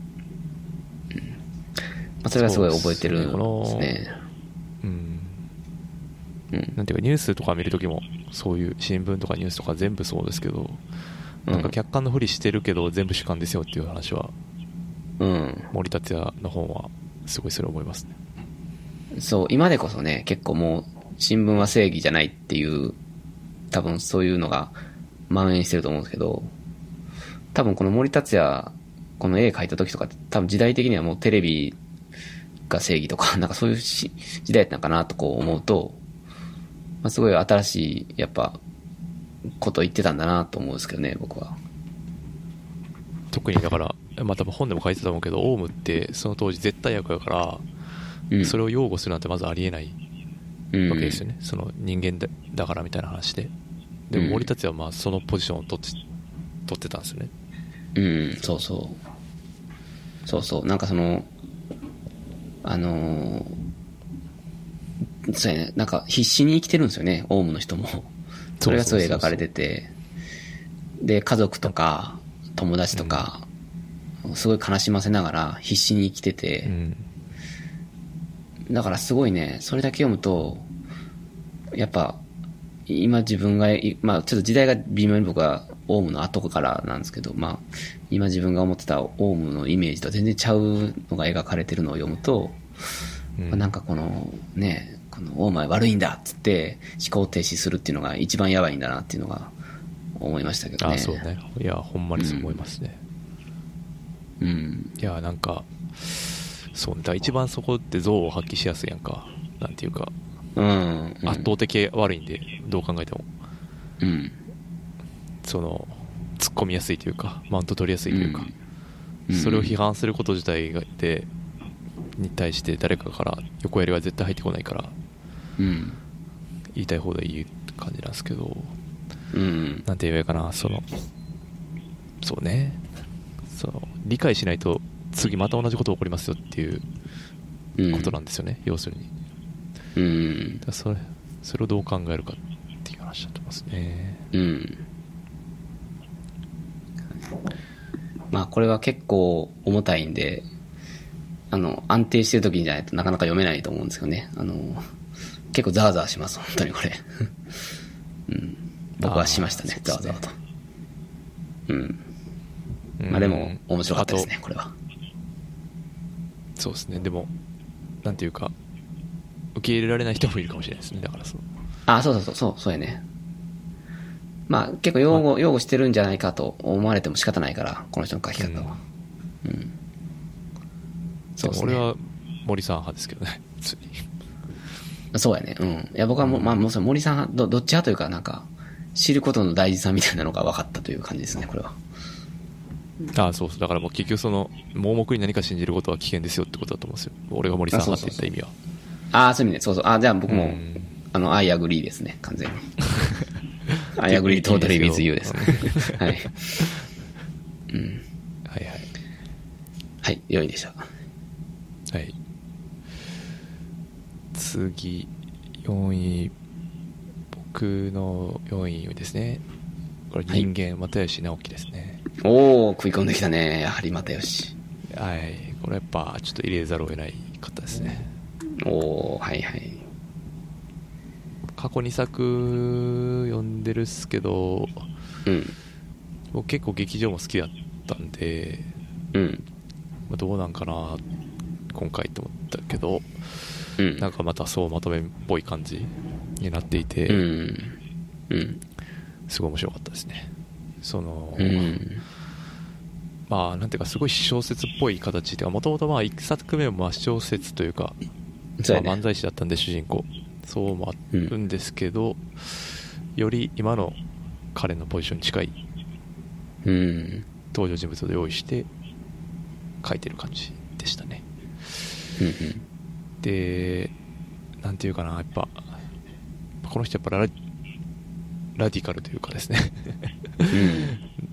あそれがすごい覚えてるんですね。 うん。うん、なんていうかニュースとか見るときもそういう新聞とかニュースとか全部そうですけど、なんか客観のふりしてるけど全部主観ですよっていう話は、うん、森達也の本はすごいそれ思いますね。 そう、今でこそね、結構もう新聞は正義じゃないっていう多分そういうのが蔓延してると思うんですけど、多分この森達也この絵描いた時とか多分時代的にはもうテレビが正義とかなんかそういう時代やったのかなとこう思うと、まあ、すごい新しいやっぱこと言ってたんだなと思うんですけどね、僕は。 特にだからまあ多分本でも書いてたと思うけど、オウムってその当時絶対悪だから、うん、それを擁護するなんてまずありえないわけですよね、うん、その人間 だ, だからみたいな話で。でも森達也はまあそのポジションを取って取ってたんですよね。 うん、そうそうそうそう、なんかそのあのー、そうやね、なんか必死に生きてるんですよね、オウムの人も。それがすごい描かれてて、で家族とか友達とか、うん、すごい悲しませながら必死に生きてて、うん、だからすごいね、それだけ読むとやっぱ今自分が、まあちょっと時代が微妙に僕はオウムの後からなんですけど、まあ今自分が思ってたオウムのイメージとは全然ちゃうのが描かれてるのを読むと、うん、なんかこのね、このオウムは悪いんだっつって思考停止するっていうのが一番やばいんだなっていうのが思いましたけどね。 あ、そうね。いやほんまにそう思いますね。うん、うん、いやなんかそうだ、一番そこって像を発揮しやすいやんか、なんていうか、うんうん、圧倒的悪いんでどう考えても、うん、その突っ込みやすいというかマウント取りやすいというか、うん、それを批判すること自体でに対して誰かから横やりは絶対入ってこないから、うん、言いたい放題言う感じなんですけど、うん、なんて言えばいいかな、そのそうね、その理解しないと次また同じこと起こりますよっていうことなんですよね、うん、要するに、うん、だそれそれをどう考えるかっていう話だと思いますね。うん、 まあこれは結構重たいんで、あの安定してる時じゃないとなかなか読めないと思うんですけどね、あの結構ザーザーします、本当にこれ、うん、僕はしましたね、ザーザーと。うん、まあでも面白かったですね、これは。 そうですね。でもなんていうか受け入れられない人もいるかもしれないですね。だからそう、 あ、そうそうそうそうそうやね。まあ結構擁護擁護してるんじゃないかと思われても仕方ないから、この人の書き方は。うん。うん、 そうですね。俺は森さん派ですけどね。普通に。 そうやね。うん。いや僕はも、うん、まあもう森さん派 ど, どっち派というか、なんか知ることの大事さみたいなのが分かったという感じですね、これは。 ああ、そうそう。だからもう結局その盲目に何か信じることは危険ですよってことだと思うんですよ。俺が森さん派って言った意味は。 ああ、そういう意味で、そうそう。あ、じゃあ僕も、あの、I agree ですね、完全に。I agree totally with you ですね。はい。うん。 はいはい。 はい、よいでした。 はい。次、よんい。僕のよんいですね。これ人間、又吉直樹ですね。 おー、食い込んできたね。やはり又吉。 はい。これやっぱちょっと入れざるを得ない方ですね。 おー、はいはい。 過去にさく読んでるっすけど、うん、僕結構劇場も好きだったんで、うん、まあ、どうなんかな今回と思ったけど、うん、なんかまたそうまとめっぽい感じになっていて、うんうん、すごい面白かったですね。その、うん、まあなんていうかすごい小説っぽい形で、もともとまあいっさくめはまあ小説というか、まあ、漫才師だったんで主人公そうもあるんですけど、うん、より今の彼のポジションに近い登場人物を用意して書いてる感じでしたね、 うんうん、 でなんていうかな、やっぱこの人やっぱララディカルというかですね、うん、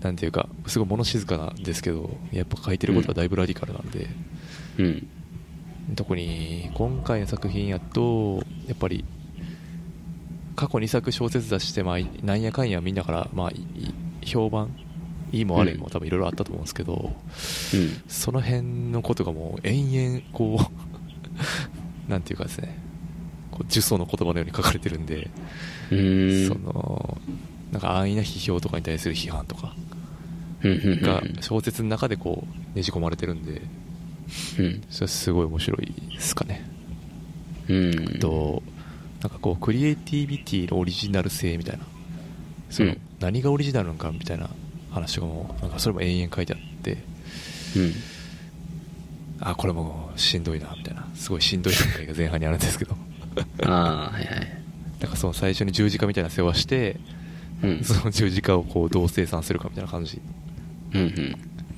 なんていうかすごい物静かなんですけど、やっぱ書いてることはだいぶラディカルなんで、 うん、 特に今回の作品やとやっぱり過去にさく小説出して、まあ、なんやかんやみんなから、まあ、評判いいも悪いも多分いろいろあったと思うんですけど、うん、その辺のことがもう延々こうなんていうかですね、こう呪詛の言葉のように書かれてるんで、うーん、そのなんか安易な批評とかに対する批判とかが小説の中でこうねじ込まれてるんで、うん、それはすごい面白いですかね。うん、となんかこうクリエイティビティのオリジナル性みたいな、その何がオリジナルなのかみたいな話とかもなんかそれも延々書いてあって、うん、あこれもしんどいなみたいな、すごいしんどい展開が前半にあるんですけどあ、はいはい、 なんかその最初に十字架みたいな世話して、うん、その十字架をこうどう生産するかみたいな感じ、うんうん、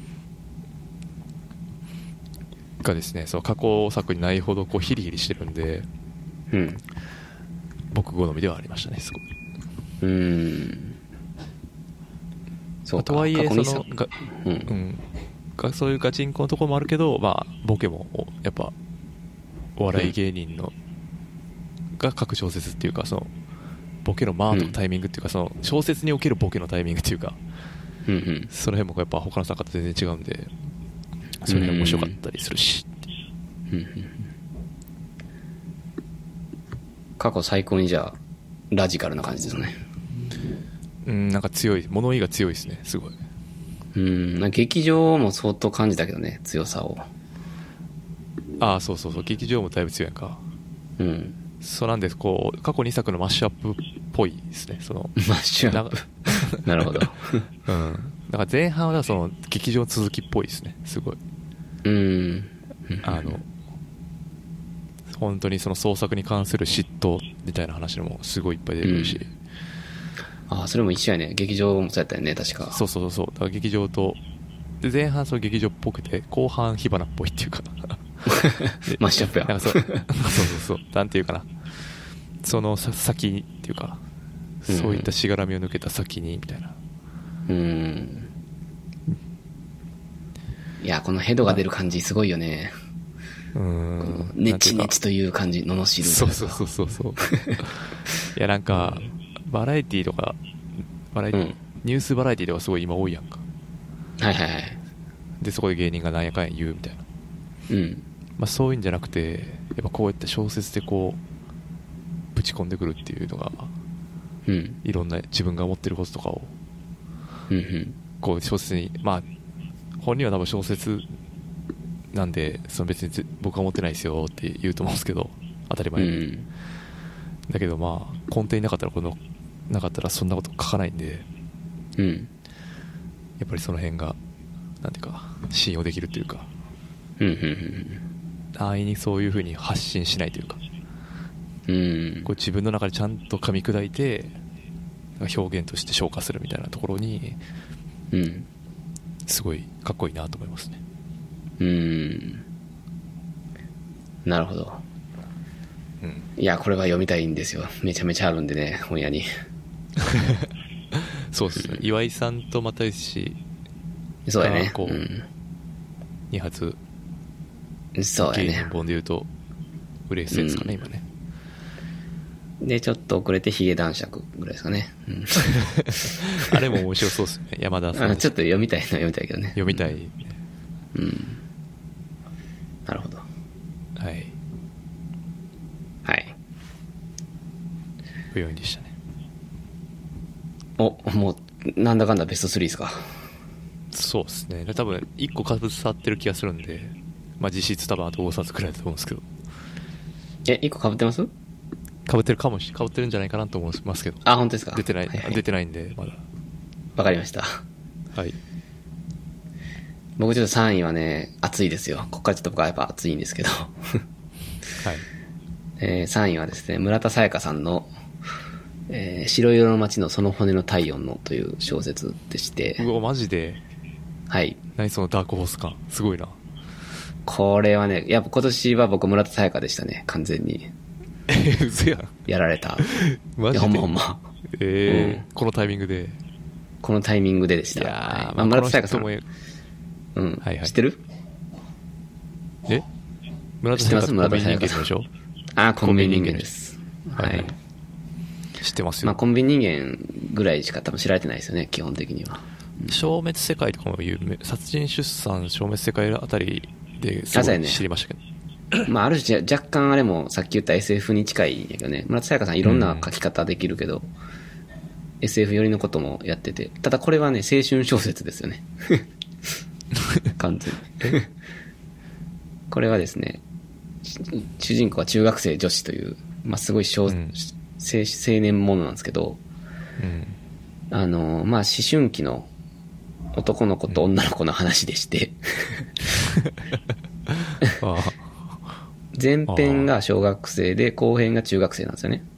がですね、その過去作にないほどこうヒリヒリしてるんで、うん、僕好みではありましたね、すごい。うーん、そうか、とはいえそのが、うんうん、がそういうガチンコのところもあるけど、まあ、ボケもやっぱお笑い芸人の、うん、が書く小説っていうか、そのボケの間とかタイミングっていうか、うん、その小説におけるボケのタイミングっていうか、うんうん、その辺もやっぱ他の作家と全然違うんで、その辺面白かったりするし、うんうんうん、 過去最高にじゃあラジカルな感じですね。 うん、なんか強い、物言いが強いですね、すごい。 うん、なんか劇場も相当感じたけどね、強さを。 ああ、そうそうそう、劇場もだいぶ強いやんか。うん。そうなんです、こう過去にさくのマッシュアップっぽいですね、そのマッシュアップなるほど。 うん。だから前半はその劇場続きっぽいですね、すごい。うん。あの本当にその創作に関する嫉妬みたいな話もすごいいっぱい出てくるし。 うん、ああ、それも一緒やね。劇場もそうやったよね、確か。 そうそうそう。だから劇場とで前半その劇場っぽくて後半火花っぽいっていうかマッシュアップや。 なんかそうそうそうそう。なんていうかな。その先にっていうか、そういったしがらみを抜けた先にみたいな。うん。 いや、このヘドが出る感じすごいよね。うん。ネチネチという感じ、罵る。 そうそうそうそうそう。いや、なんか、バラエティとか、バラエティ、うん、ニュースバラエティとかすごい今多いやんか。 はいはいはい。 で、そこで芸人がなんやかんや言うみたいな。うん。まあそういうんじゃなくて、やっぱこうやって小説でこう、ぶち込んでくるっていうのが、うん。いろんな自分が思ってることとかを、うんうん。こう小説に、まあ、本人は多分小説なんで、その別に僕は思ってないですよって言うと思うんですけど、当たり前に。うん、だけどまあ、根底になかったらこの、なかったらそんなこと書かないんで、うん。やっぱりその辺が、なんていうか、信用できるというか、うんうんうん。安易にそういう風に発信しないというか、うん。こう自分の中でちゃんと噛み砕いて、表現として消化するみたいなところに、うん。すごいかっこいいなと思いますね。うーん。 なるほど。うん。いや、これは読みたいんですよ。めちゃめちゃあるんでね、本屋に。 そうですね。うん、岩井さんと又吉そうやね。 こう、 うん、 に発。 そうやね。 芸人本で言うと、嬉しいですかね、うん、今ね。 で、ちょっと遅れてヒゲ男爵ぐらいですかね。うん、 あれも面白そうですね、山田さん。 ちょっと読みたいな、読みたいけどね。 読みたい。 うん。なるほど。 はい。 はい。 不要でしたね。 お、もう、なんだかんだベストスリーですか。 そうですね。多分、いっこかぶさってる気がするんで、まあ実質多分あとごさつくらいだと思うんですけど。 え、いっこかぶってます？ かぶってるかもし、かぶってるんじゃないかなと思いますけど。 あ、本当ですか？ 出てない、 はいはい、 出てないんで、まだ。 わかりました。 はい。 僕ちょっとさんいはね、熱いですよ。ここからちょっと僕はやっぱ熱いんですけど。はい。 えー、さんいはですね、村田沙耶香さんの、えー、白色の街のその骨の体温のという小説でして、 うわマジで。 はい。 何そのダークホース感、すごいな。 これはね、やっぱ今年は僕村田沙耶香でしたね、完全に。 えうそやん。 やられた。 マジで。 ほんまほんま。 えーうん、 このタイミングで。 このタイミングででした。 いやー、 はい、 まあ、 村田沙耶香さん。 もうん、 はいはい。 知ってる？ え村田沙耶香村田沙耶香さんでしょ？ あー、コンビニ人間です。はい。はい、 知ってますよ。 まあコンビニ人間ぐらいしか多分知られてないですよね、基本的には。 消滅世界とかも有名、殺人出産消滅世界あたりですごい知りましたけど、ね、 まあある種若干あれもさっき言った エスエフ に近いんやけどね、村田沙耶香さんいろんな書き方できるけど、うん、エスエフ 寄りのこともやってて、ただこれはね青春小説ですよね完全にこれはですね、主人公は中学生女子という、まあ、すごい小、うん、青年ものなんですけど、うん、あのまあ思春期の男の子と女の子の話でして、うん、前編が小学生で後編が中学生なんですよね。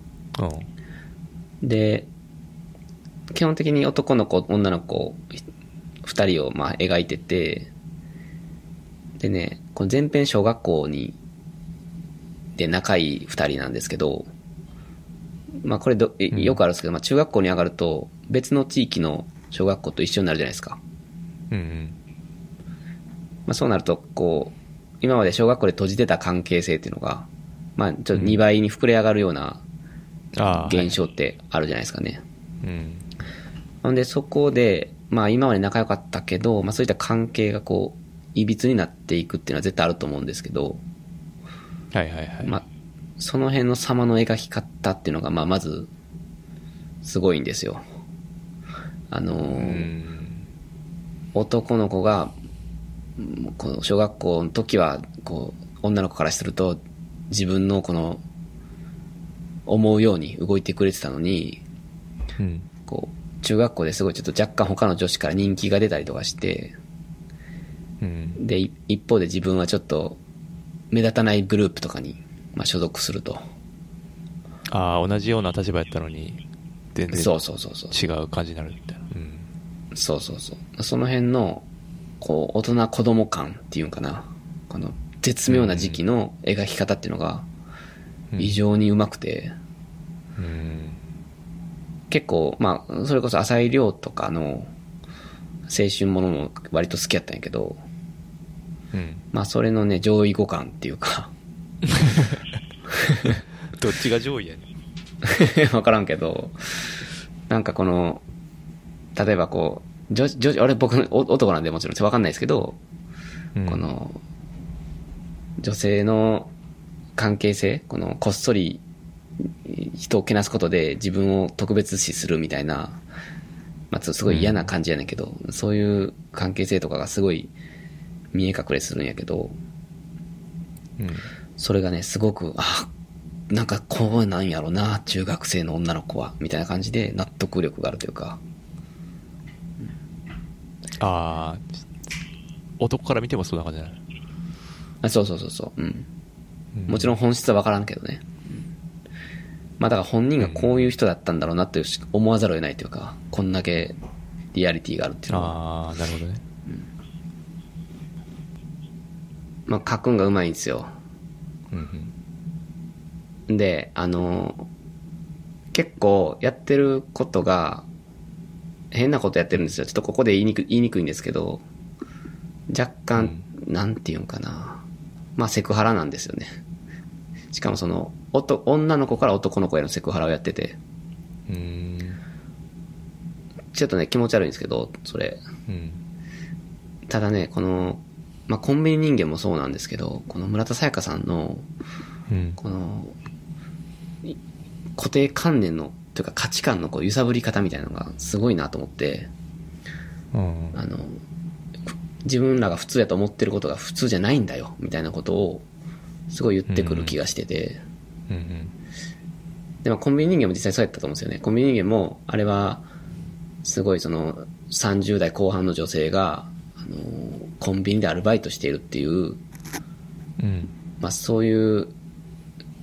で基本的に男の子女の子ふたりをまあ描いてて、でねこの前編小学校にで仲いいふたりなんですけど、まあこれどよくあるんですけど、まあ、中学校に上がると別の地域の小学校と一緒になるじゃないですか。うんうん。まあそうなるとこう今まで小学校で閉じてた関係性っていうのがまあちょっとにばいに膨れ上がるような現象ってあるじゃないですかね。うん。なのでそこでまあ今まで仲良かったけど、まあそういった関係がこういびつになっていくっていうのは絶対あると思うんですけど、 はいはいはい。 まあその辺の様の描き方っていうのがまあまずすごいんですよ。あのー、男の子がこの小学校の時はこう女の子からすると自分のこの思うように動いてくれてたのに、うん、こう中学校ですごいちょっと若干他の女子から人気が出たりとかして、うん、で一方で自分はちょっと目立たないグループとかに、まあ、所属すると。 ああ同じような立場やったのに全然そうそうそうそう違う感じになるみたいな。うん、 そうそうそう。その辺のこう大人子供感っていうんかな、この絶妙な時期の描き方っていうのが異常にうまくて、うんうん、結構まあそれこそ浅井亮とかの青春ものも割と好きやったんやけど、うん、まあそれのね上位互換っていうかどっちが上位やねん分からんけど、なんかこの例えばこう女女俺僕の男なんでもちろん分かんないですけど、うん、この女性の関係性、このこっそり人をけなすことで自分を特別視するみたいな、まあ、すごい嫌な感じやねんけど、うん、そういう関係性とかがすごい見え隠れするんやけど、うん、それがねすごくあなんかこうなんやろな中学生の女の子はみたいな感じで納得力があるというか、 うん、ああ男から見てもそんな感じじゃない？ あそうそうそうそう、うんうん、もちろん本質は分からんけどね、うん、まあだから本人がこういう人だったんだろうなって思わざるを得ないというか、こんだけリアリティがあるっていうのは。 ああなるほどね、うんまあ、書くんがうまいんですよ、うんうん、であの結構やってることが変なことやってるんですよ。ちょっとここで言いにく言いにくいんですけど、若干、うん、なんていうんかな、まあセクハラなんですよね。しかもその女の子から男の子へのセクハラをやってて、うーんちょっとね気持ち悪いんですけどそれ、うん、ただねこのまあ、コンビニ人間もそうなんですけど、この村田沙耶香さんの、この、固定観念の、というか価値観のこう揺さぶり方みたいなのがすごいなと思って、うん、あの、自分らが普通やと思ってることが普通じゃないんだよ、みたいなことを、すごい言ってくる気がしてて、うんうん、でもコンビニ人間も実際そうやったと思うんですよね。コンビニ人間も、あれは、すごいその、さんじゅう代後半の女性が、あのコンビニでアルバイトしているっていう、うん、まあそういう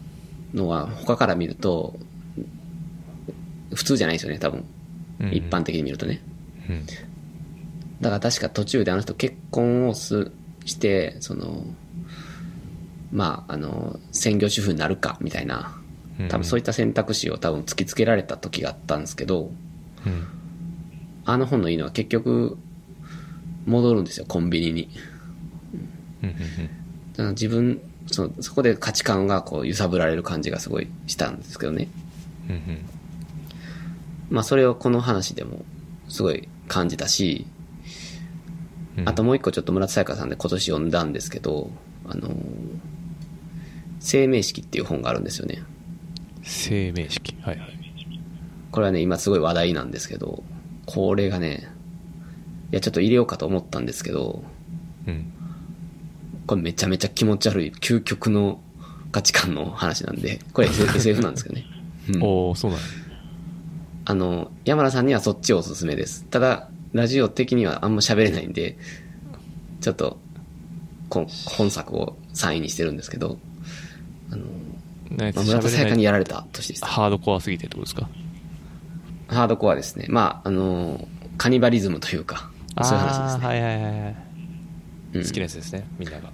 のは他から見ると普通じゃないですよね、多分。 うん、 一般的に見るとね。 うん、 だから確か途中であの人結婚をすして、その、まあ、あの、専業主婦になるか、みたいな、多分そういった選択肢を多分突きつけられた時があったんですけど、 うん、 あの本のいいのは結局、戻るんですよ、コンビニに。 うんうんうん、 だから自分、そ、そこで価値観がこう揺さぶられる感じがすごいしたんですけどね。 うんうん、 まあそれをこの話でもすごい感じたし、 うん、 あともう一個ちょっと村田沙耶香さんで今年読んだんですけど、あの、生命式っていう本があるんですよね。 生命式。はいはい。 これはね、今すごい話題なんですけど、これがね、いやちょっと入れようかと思ったんですけど、 うん、 これめちゃめちゃ気持ち悪い究極の価値観の話なんで、これ エスエフ なんですけどね。 うん、おー、そうなんだ。 あの、山田さんにはそっちをおすすめです。ただ、ラジオ的にはあんま喋れないんで、ちょっと、本作をさんいにしてるんですけど、あの、まあ、村田沙耶香にやられた年です。 ハードコアすぎてってことですか？ ハードコアですね。まあ、あの、カニバリズムというか、そういう話ですね。 はいはいはいはい。うん、好きなやつですね、みんなが。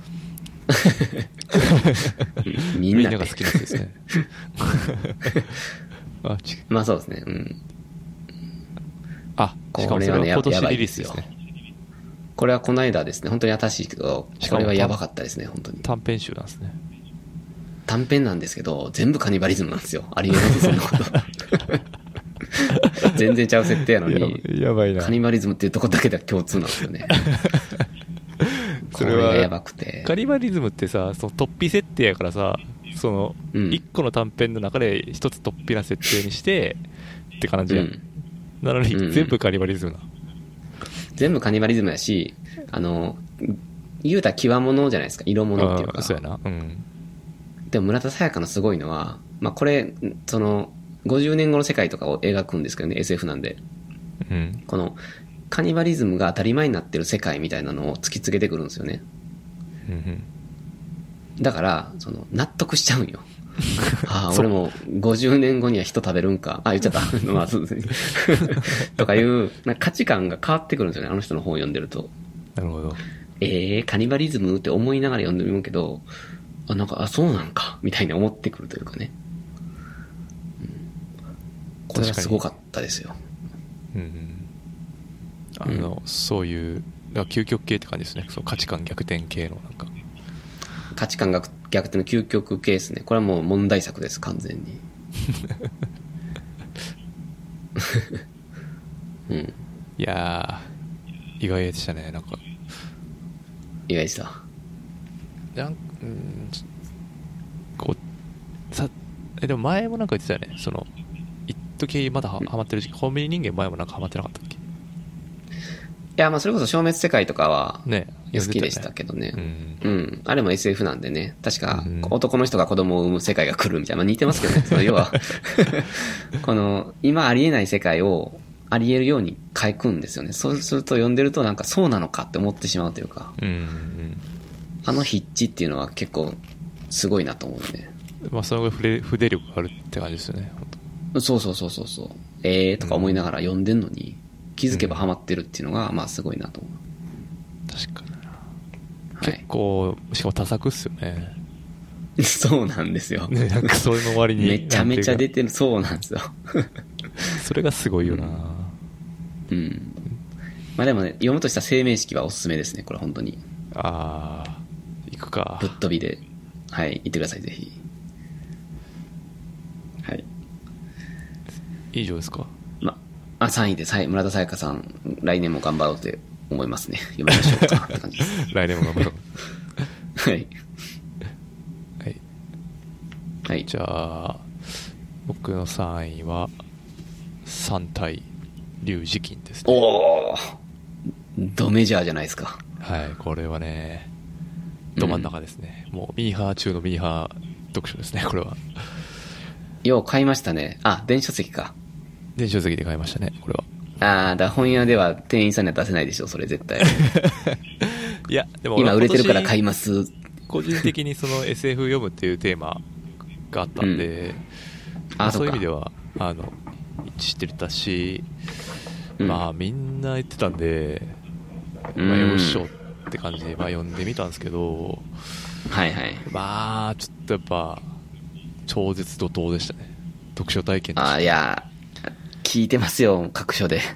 みんな、みんなが好きなやつですね。あ、 まあそうですね。うん。 あ、しかもそれは今年リリースですね。 これはこの間ですね、本当に新しいけど、これはやばかったですね、本当に。 短編集なんですね。 短編なんですけど、全部カニバリズムなんですよ。ありえないそんなこと。全然ちゃう設定やのに、 や, やばいな。 カニバリズムっていうとこだけでは共通なんですよね。それはやばくて。 カニバリズムってさ、その突飛設定やからさ、その、一、うん、個の短編の中で一つ突飛な設定にして、って感じや、うん。なのに、うんうん、全部カニバリズムな。 全部カニバリズムやし、あの、言うたら際物じゃないですか。色物っていうか。 そうやな。うん。 でも村田沙耶香のすごいのは、まあこれ、その、ごじゅうねんごの世界とかを描くんですけどね、エスエフ なんで。 うん。 この、カニバリズムが当たり前になってる世界みたいなのを突きつけてくるんですよね。 うんうん。 だから、その、納得しちゃうんよ。ああ、俺もごじゅうねんごには人食べるんか。あ、言っちゃった。まあ、そうですね。とかいう、なんか価値観が変わってくるんですよね、あの人の本を読んでると。 なるほど。 えー、カニバリズムって思いながら読んでみるけど、あ、なんか、あ、そうなんか、みたいに思ってくるというかね。うん、これはすごかったですよ。 うん。あの、うん、そういう、究極系って感じですね。そう、価値観逆転系のなんか。 価値観が逆転の究極系ですね。これはもう問題作です、完全に。うん。 いやー、意外でしたね、なんか。 意外でした。 なんうんこうさえでも前もなんか言ってたよね。その一時まだはハマってる時期、コンビニ人間前もなんかハマってなかったっけ？いや、まあそれこそ消滅世界とかはね好きでしたけどね。 うん、 うん。あれも エスエフ なんでね。確か男の人が子供を産む世界が来るみたいな、まあ似てますけどね。その要はこの今ありえない世界をあり得るように書くんですよね。そうすると読んでるとなんかそうなのかって思ってしまうというか。 うんうん、 あの筆致っていうのは結構すごいなと思うんで。 まあそのぐらい筆力があるって感じですよね。 そうそうそうそうそう。えーとか思いながら読んでんのに、うん、気づけばハマってるっていうのがまあすごいなと思う。 確かにな。はい、結構しかも多作っすよね。 そうなんですよ。 ね、なんかそれの割にめちゃめちゃ出てる。そうなんですよ。 それがすごいよな。 うん。うん、まあでもね、読むとした生命式はおすすめですね。これ本当に。 ああ、行くか。 ぶっ飛びで、はい、行ってください、ぜひ。はい。 以上ですか？ ま、あ、さんいです。はい、村田沙耶香さん、来年も頑張ろうって思いますね。読みましょうかって感じです。 来年も頑張ろう。 はい。 はい。 はい。 じゃあ、僕のさんいは、三体龍磁金ですね。 おー、ドメジャーじゃないですか。 はい、これはね、ど真ん中ですね。うん、もうミーハー中のミーハー読書ですね、これは。 よう買いましたね。あ、電子書籍か。 電子書籍で買いましたね、これは。 あー、だ本屋では店員さんには出せないでしょ、それ絶対。 いや、でも今売れてるから買います。 個人的にその エスエフ 読むっていうテーマがあったんで、 うん、 まあ、 あそういう意味ではあの知ってたし、 うん、 まあみんな言ってたんで、 うん、 まあ、よっしょって感じで、まあ、読んでみたんですけど、 はいはい。 まあちょっとやっぱ超絶怒涛でしたね、読書体験でした。 あ、いや聞いてますよ各所で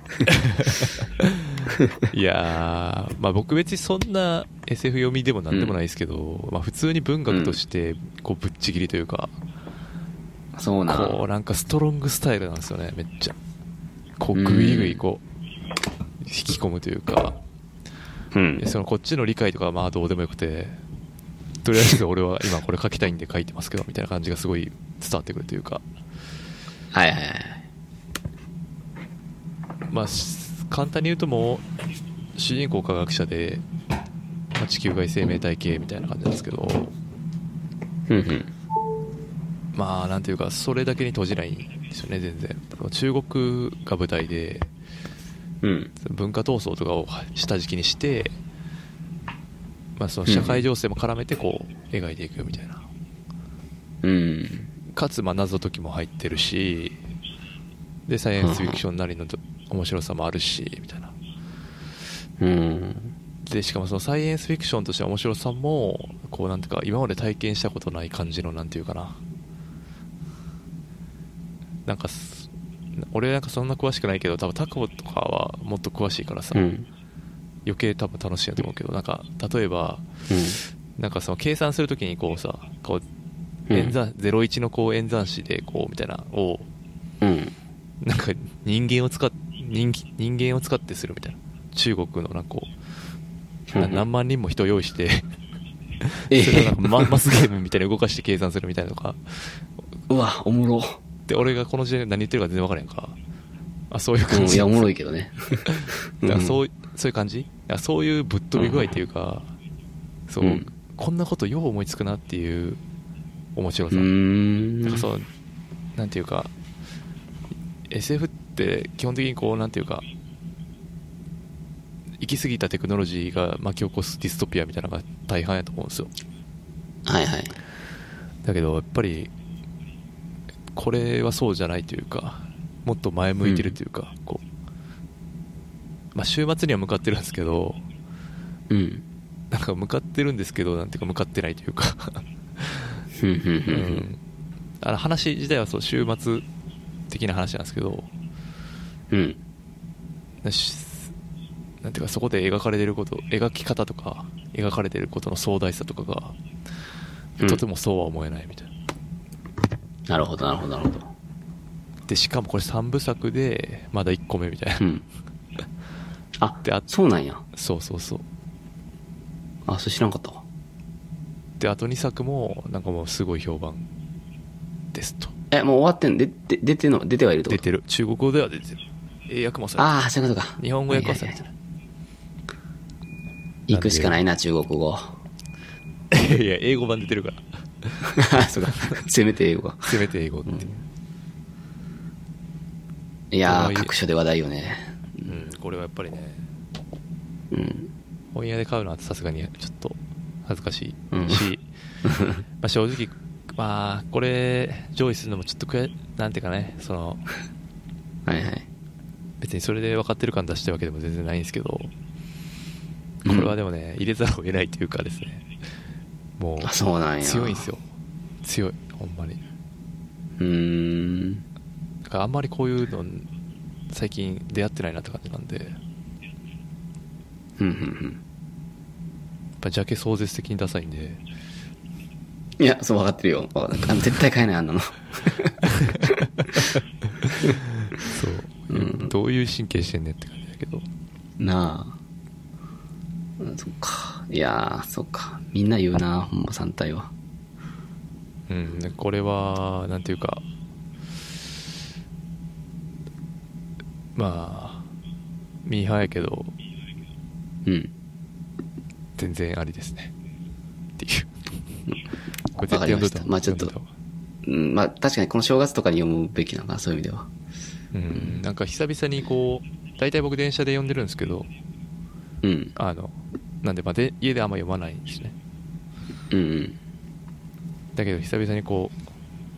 いやー、まあ、僕別にそんな エスエフ 読みでもなんでもないですけど、うん、まあ、普通に文学としてこうぶっちぎりというか、 うん、そうなこうなんかストロングスタイルなんですよね、めっちゃこうグイグイこう引き込むというか、うん、そのこっちの理解とかはまあどうでもよくて、とりあえず俺は今これ書きたいんで書いてますけどみたいな感じがすごい伝わってくるというか、 はいはいはい、 まあ簡単に言うともう主人公科学者で、まあ、地球外生命体系みたいな感じなんですけど、 うんうん、 まあなんていうかそれだけに閉じないんですよね全然。中国が舞台で、うん、文化闘争とかを下敷きにして、まあ、その社会情勢も絡めてこう描いていくみたいな、うん、かつまあ謎解きも入ってるし、でサイエンスフィクションなりの面白さもあるしみたいな、うん、でしかもそのサイエンスフィクションとしては面白さもこうなんていうか今まで体験したことない感じのなんていうかな、なんか俺なんかそんな詳しくないけど多分タコとかはもっと詳しいからさ、うん、余計多分楽しいなと思うけど、なんか例えば、うん、なんかその計算するときにこうさこう演算、うん、ゼロイチのこう演算子でこうみたいなを、うん、なんか人間を使っ 人, 人間を使ってするみたいな、中国のなんかこう、うん、何万人も人を用意してそれをなんかマ, マスゲームみたいに動かして計算するみたいなとか、 うわおもろで俺がこの時代で何言ってるか全然分からへんか、あそういう感じ、 うん、いやおもろいけどねだからそう、そういう感じ、いやそういうぶっ飛び具合というか、うん、そう、うん、こんなことよう思いつくなっていう面白さ、うーん、なんかそうなんていうか エスエフ って基本的にこうなんていうか行き過ぎたテクノロジーが巻き起こすディストピアみたいなのが大半やと思うんですよ。 はいはい。 だけどやっぱりこれはそうじゃないというか、もっと前向いてるというか、うん、こう、まあ、週末には向かってるんですけど、うん、なんか向かってるんですけどなんていうか向かってないというか、うん、あの話自体はそう週末的な話なんですけど、うん、なんていうかそこで描かれてること、描き方とか描かれてることの壮大さとかが、うん、とてもそうは思えないみたいな。 なるほどなるほどなるほど。 でしかもこれさんぶさくでまだいっこめみたいな、うん、 あであそうなんや。 そうそうそう、 あそれ知らんかったわ。 であとにさくもなんかもうすごい評判ですと。 えもう終わってんでで出てんの出てはいると。 出てる、中国語では出てる、英訳もされてる。 ああそういうことか。 日本語訳はされてる。 行くしかないな中国語。 いやいや英語版出てるからそうかせめて英語かせめて英語って、うん、 いやー各所で話題よね。 うんこれはやっぱりね、 うん、 本屋で買うのはさすがにちょっと恥ずかしいし、うん、まあ正直まあこれ上位するのもちょっとくやなんていうかね、そのはいはい別にそれで分かってる感出してるわけでも全然ないんですけど、これはでもね、うん、入れざるを得ないというかですね、もうそうなんや強いんですよ、強いほんまに。 うーんだからあんまりこういうの最近出会ってないなって感じなんで、 うんうんうん、やっぱジャケ壮絶的にダサいんで。 いやそう分かってるよ、あの絶対買えないあんなのそう、 うん、どういう神経してんねんって感じだけどなあ、うん、そっか、いやーそっかみんな言うなほんまさん体は。 うんこれはなんていうかまあミーハーやけど、 うん、 全然ありですねっていうこれ絶対読んどいた。まあちょっと、うん、まあ確かにこの正月とかに読むべきなのかな、そういう意味では。 うん、なんか久々にこう大体僕電車で読んでるんですけど、 うん、 あのなんでまあで家であんま読まないんですね。 うんうん。 だけど久々にこう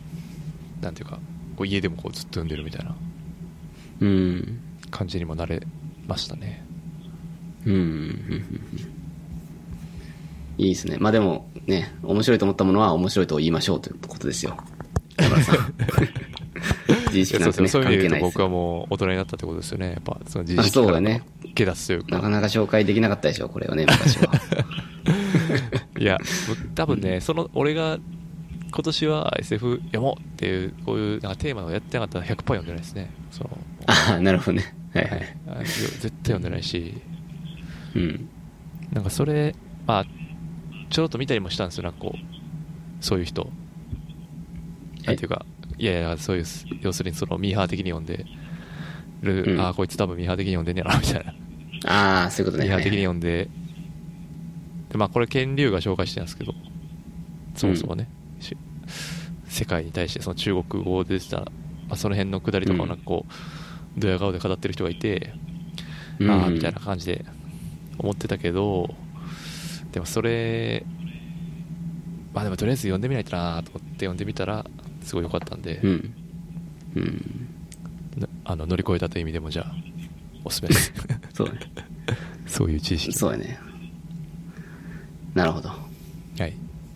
なんていうかこう家でもこうずっと読んでるみたいなうん感じにもなれましたね。 うんうんうんうんいいですね。まあでもね、面白いと思ったものは面白いと言いましょうということですよ。山田さん。自意識なんてね、 そういう意味で言うと関係ないです。 僕はもう大人になったってことですよね。やっぱその自意あ、 識からそうだね。 抜け出すというか。 なかなか紹介できなかったでしょ、これはね、昔は。 いや、多分ね、その俺が今年は エスエフ 読もうっていうこういうなんかテーマをやってなかったら ひゃくパーセント 読んでないですね。そのああ、なるほどね。はいはい。 あ絶対読んでないし、 うん。 なんかそれまあちょろっと見たりもしたんですよ。なんかこうそういう人なんていうか、いやいやそういう要するにそのミーハー的に読んでる、うん、ああこいつ多分ミーハー的に読んでんねやなみたいな。 ああそういうことね。 ミーハー的に読んで、でまあこれ賢龍が紹介してるんですけど、そもそもね、うん、世界に対してその中国語でした、まあ、その辺のくだりとかをなんかこう、うん、ドヤ顔で語ってる人がいて、うん、ああみたいな感じで思ってたけど、でもそれまあでもとりあえず読んでみないとなと思って読んでみたらすごい良かったんで、 うんうん、 あの乗り越えたという意味でもじゃあおすすめですそうねそういう知識。 そうやね。なるほど。 はい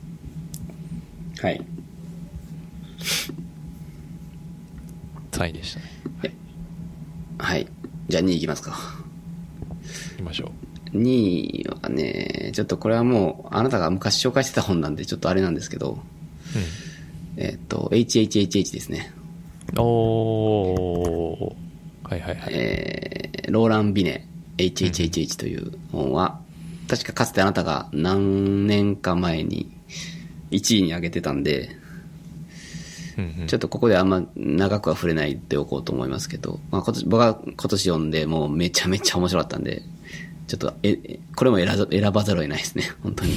はいさんいでしたね。 はい、じゃあにいいきますか。 いきましょう。にいはね、ちょっとこれはもうあなたが昔紹介してた本なんでちょっとあれなんですけど、うん、えっと エイチエイチエイチエイチ ですね。 おーはいはいはい。 えー、ローラン・ビネ エイチエイチエイチエイチ という本は、うん、確かかつてあなたが何年か前にいちいに上げてたんで、うんうん、ちょっとここであんま長くは触れないでおこうと思いますけど、まあ、今年僕は今年読んでもうめちゃめちゃ面白かったんで、ちょっとえこれも選ばざるを得ないですね本当に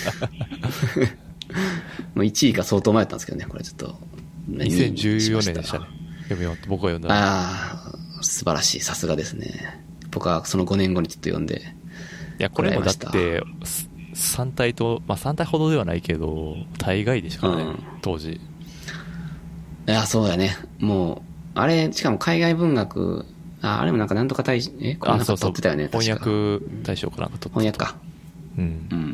もういちいが相当迷ったんですけどね、これちょっとにせんじゅうよねんでしたね。読み終わって僕は読んだ。 ああ素晴らしい、さすがですね。僕はそのごねんごにちょっと読んで、 いやこれもだってさん体と、まあさん体ほどではないけど大概でしたからね、うん、当時。 いやそうだね、もうあれしかも海外文学、ああれもなんかなんとか大使、えこれなんか取ってたよね。 そうそう翻訳大賞かなんか取ってた。 翻訳か。 うん。うん。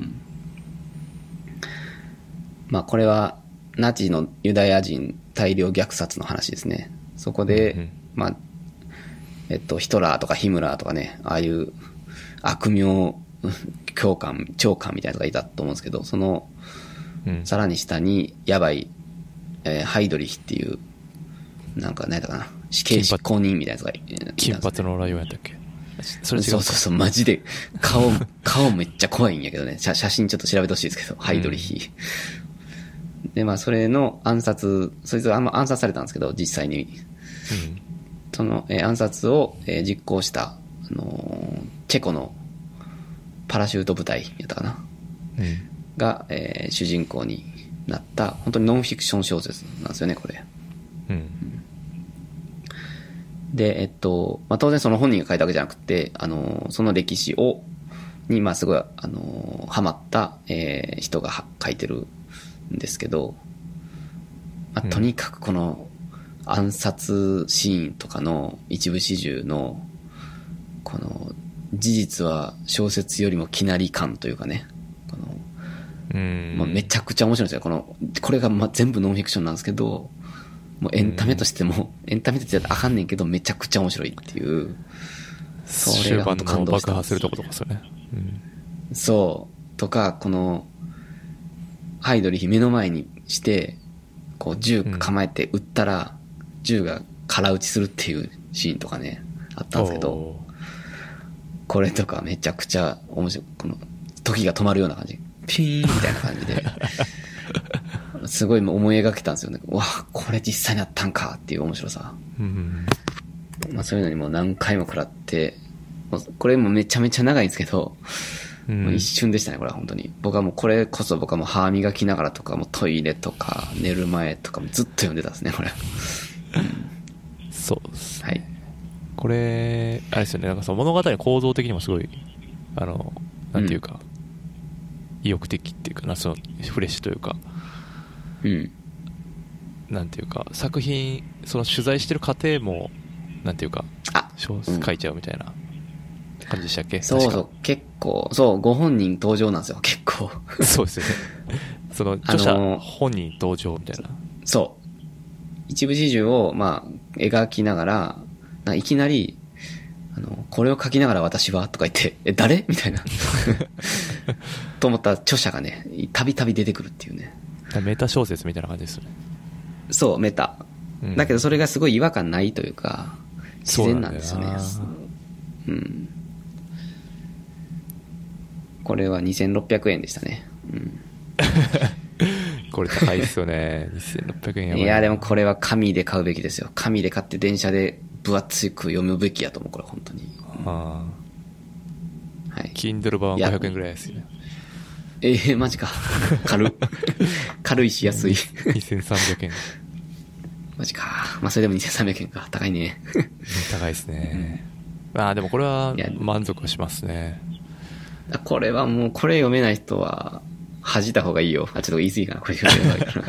まあこれはナチのユダヤ人大量虐殺の話ですね。そこで、うんうん、まあえっとヒトラーとかヒムラーとかね、ああいう悪名教官長官みたいなのがいたと思うんですけど、その、うん、さらに下にやばい、えー、ハイドリヒっていうなんか何だかな、死刑執行人みたいなやつがいたんですね。 金髪のライオンやったっけ。それ違う。 そうそうそう、マジで顔顔めっちゃ怖いんやけどね。写真ちょっと調べてほしいですけど、ハイドリヒ、うん、でまあそれの暗殺、そいつがあんま暗殺されたんですけど実際に、うん、その、えー、暗殺を、えー、実行した、あのー、チェコのパラシュート部隊やったかな、うん、が、えー、主人公になった本当にノンフィクション小説なんですよねこれ。うん、で、えっと、まあ、当然その本人が書いたわけじゃなくて、あの、その歴史を、に、まあ、すごい、あの、ハマった、えー、人が書いてるんですけど、まあ、とにかくこの暗殺シーンとかの一部始終の、この、事実は小説よりもきなり感というかね、この、うんまあ、めちゃくちゃ面白いんですよ。この、これがまあ全部ノンフィクションなんですけど、もうエンタメとしても、エンタメとしてはあかんねんけど、めちゃくちゃ面白いっていう。 それが本当感動した。終盤の爆破するとことかですよね。 うん、そう。とか、この、ハイドリヒ目の前にして、こう銃構えて撃ったら、うん、銃が空撃ちするっていうシーンとかね、あったんですけど、これとかめちゃくちゃ面白い。この、時が止まるような感じ。ピーンみたいな感じで。すごい思い描けたんですよね。わあ、これ実際にあったんかっていう面白さ。うんまあ、そういうのにもう何回も食らって、これもめちゃめちゃ長いんですけど、うん、もう一瞬でしたね、これは本当に。僕はもうこれこそ僕はもう歯磨きながらとか、もうトイレとか寝る前とかもずっと読んでたんですね、これ。 うん、そうですね。 はい。 これ、あれですよね、なんかその物語の構造的にもすごい、あの、なんていうか、うん、意欲的っていうかな、そのフレッシュというか、 うん、 なんていうか作品その取材してる過程もなんていうかあ、 小うん説書いちゃうみたいな感じでしたっけ？ そうそう確か結構そうご本人登場なんですよ結構そうですよね。その著者あのー本人登場みたいな。 そう一部始終をまあ描きながらなんかいきなりあのこれを書きながら私はとか言ってえ誰みたいなと思った著者がねたびたび出てくるっていうね。 メタ小説みたいな感じですよね。 そうメタ、うん、だけどそれがすごい違和感ないというか自然なんですよね。ううんこれはにせんろっぴゃくえんでしたね。うん、 これ高いですよね。にせんろっぴゃくえんやばい。 いやでもこれは紙で買うべきですよ。紙で買って電車で分厚く読むべきやと思うこれ本当に。 ああ。はい。 Kindle 版はごひゃくえんぐらいですよね。 ええー、マジか。軽い軽いし安い。 にせんさんびゃくえん。 マジか。まあそれでもにせんさんびゃくえんか。高いね。 高いですね。ああでもこれは満足しますね。 これはもうこれ読めない人は恥じた方がいいよ。あ、ちょっと言い過ぎかな。これ読めないから。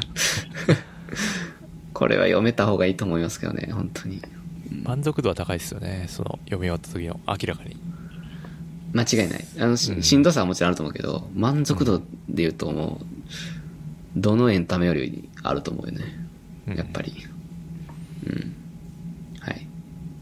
これは読めた方がいいと思いますけどね、本当に。 うん、満足度は高いですよね。その読み終わった時の明らかに。 間違いない。あの、うん、しんどさはもちろんあると思うけど、満足度で言うともう、どのエンタメよりあると思うよね。やっぱり。うん。うん、はい。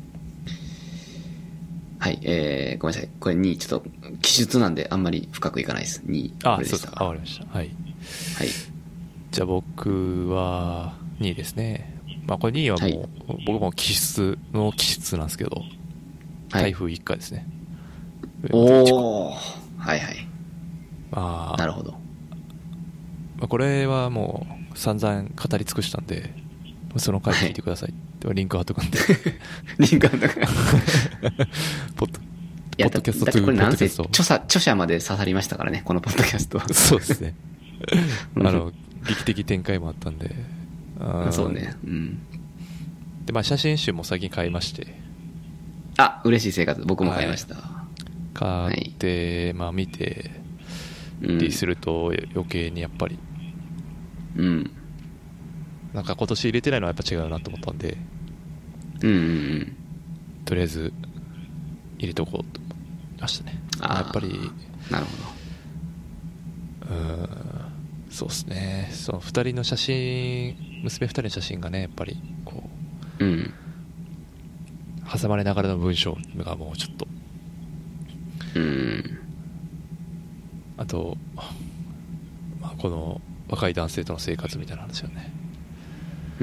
はい、えー、ごめんなさい。これにい、ちょっと、記述なんであんまり深くいかないです。にい。 あ、そうですか。わかりました。はい。 はい。 じゃあ僕はにいですね。まあこれにいはもう、はい、僕も気質の気質なんですけど、台風一過ですね。 おー。はいはい。 まあ、 なるほど。 まあ、これはもう散々語り尽くしたんで、その回聞いてください。はい、リンク貼っとくんで。 リンク貼っとく。 ポッド、ポッドキャストだってこれなんせ著者、著者まで刺さりましたからね、このポッドキャストは。 そうですね。あの、劇的展開もあったんで。 あそうね。うん。 で、まあ写真集も最近買いまして。 あ、嬉しい生活。僕も買いました。はい、 買って、はい、まあ見て、リすると余計にやっぱり。 うん。 なんか今年入れてないのはやっぱ違うなと思ったんで、 うんうんうん、 とりあえず入れとこうと思いましたね。やっぱりなるほど。 うーんそうですね。そのふたりの写真、娘ふたりの写真がねやっぱりこう、うん、 挟まれながらの文章がもうちょっと、 うん、 あと、まあ、この若い男性との生活みたいな話よね。 うん、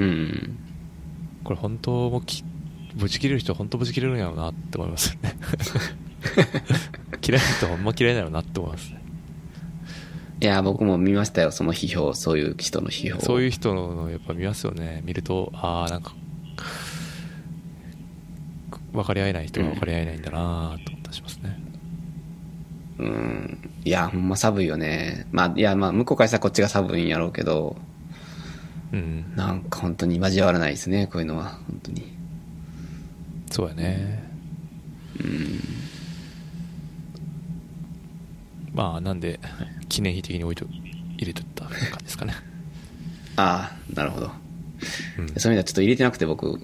これ本当もうきぶち切れる人は本当ぶち切れるんやろうなって思いますよね。嫌いな人はほんま嫌いなのなって思いますね。 いや僕も見ましたよその批評、そういう人の批評。 そういう人のやっぱ見ますよね。見るとああなんか分かり合えない人は分かり合えないんだなと思ったりしますね。 うん、うん、いやほんま寒いよね。まあいやまあ向こうからしたらこっちが寒いんやろうけど。うん、なんか本当に交わらないですねこういうのは本当に。 そうやね。 うん。 まあなんで記念碑的に置いと入れとった感じですかね。 ああなるほど。うん、そういう意味ではちょっと入れてなくて僕。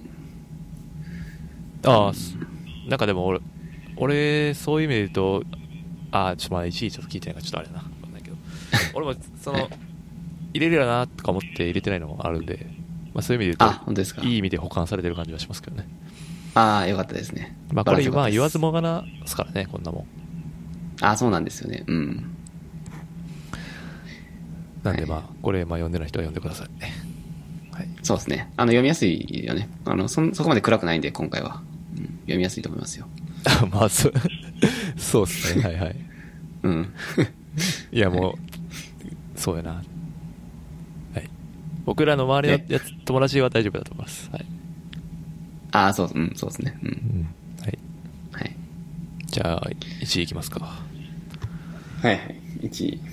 ああ、うん、なんかでも俺俺そういう意味で言うとああちょっとまあいちいちょっと聞いてないからちょっとあれだな分かんないけど俺もその。入れるよなとか思って入れてないのもあるんで、まあ、そういう意味で言うとあ本当ですか。 いい意味で保管されてる感じはしますけどね。 ああよかったですね。 まあこれまあ言わずもがなですからねこんなもん。 ああそうなんですよね。うんなんでまあこれまあ読んでない人は読んでください。 はい、そうですね。あの読みやすいよね。あの そ, そこまで暗くないんで今回は、うん、読みやすいと思いますよ。 まあそそうですねはいはい。 うんいやもう、はい、そうやな。僕らの周りのやつ友達は大丈夫だと思います。はい。 ああそううんそうですね。うん、うん、 はいはい。 じゃあいちいいきますか。 はいはいいちい。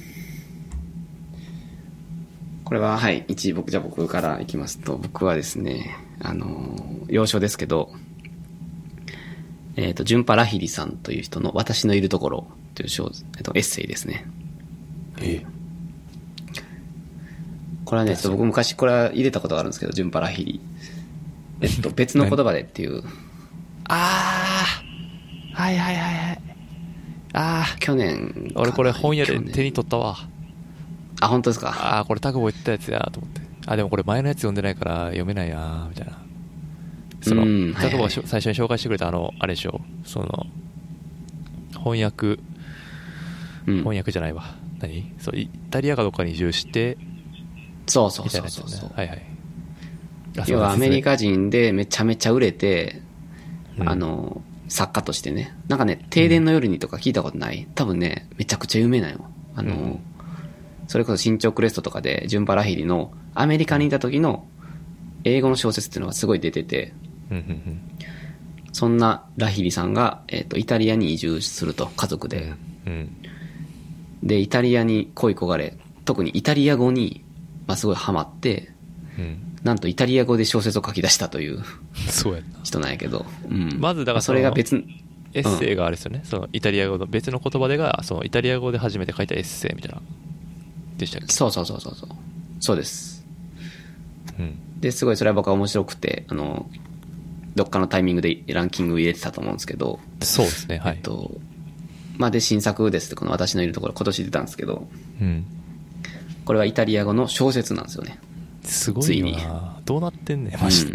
これははいいちい僕じゃあ僕からいきますと僕はですねあの要所ですけどえっ、ー、とジュンパラヒリさんという人の私のいるところという小、えー、とエッセイですね。 ええ。 これはね、ちょっと僕昔これは入れたことがあるんですけど、ジュンパラヒリ。えっと、別の言葉でっていう。 あー、はいはいはいはい。あー、 去年。 俺これ本屋で手に取ったわ。 あ、本当ですか。 あー、これタクボ言ったやつやと思って。あ、でもこれ前のやつ読んでないから読めないなみたいな。その、 うんタクボが最初に紹介してくれたあの、あれでしょ。その、翻訳、 うん、 翻訳じゃないわ。何そう、イタリアかどっかに移住して、 そうそうみたいそうそう、 なやつね。はいはい。 要はアメリカ人でめちゃめちゃ売れて、 うん、 あの、作家としてね。なんかね、停電の夜にとか聞いたことない、うん、多分ね、めちゃくちゃ有名なよ。あの、うん、それこそ新潮クレストとかで、ジュンパラヒリのアメリカにいた時の英語の小説っていうのがすごい出てて、 うんうんうん、 そんなラヒリさんが、えっと、イタリアに移住すると、家族で。 うんうん、 で、イタリアに恋焦がれ、特にイタリア語に、まあ、すごいハマって、うん、なんとイタリア語で小説を書き出したというそうや人なんやけど、うん、 まずだからそれが別にエッセイがあれですよね、うん、そのイタリア語の別の言葉でがそのイタリア語で初めて書いたエッセイみたいなでしたっけ。 そうそうそうそうそうそうです、 うん、 ですごいそれは僕は面白くて、あのどっかのタイミングでランキング入れてたと思うんですけど、 そうですね、はい、 えっとまあで新作ですってこの私のいるところ今年出たんですけど、うん、これはイタリア語の小説なんですよね。 すごいよな。どうなってんねんマジで、うん、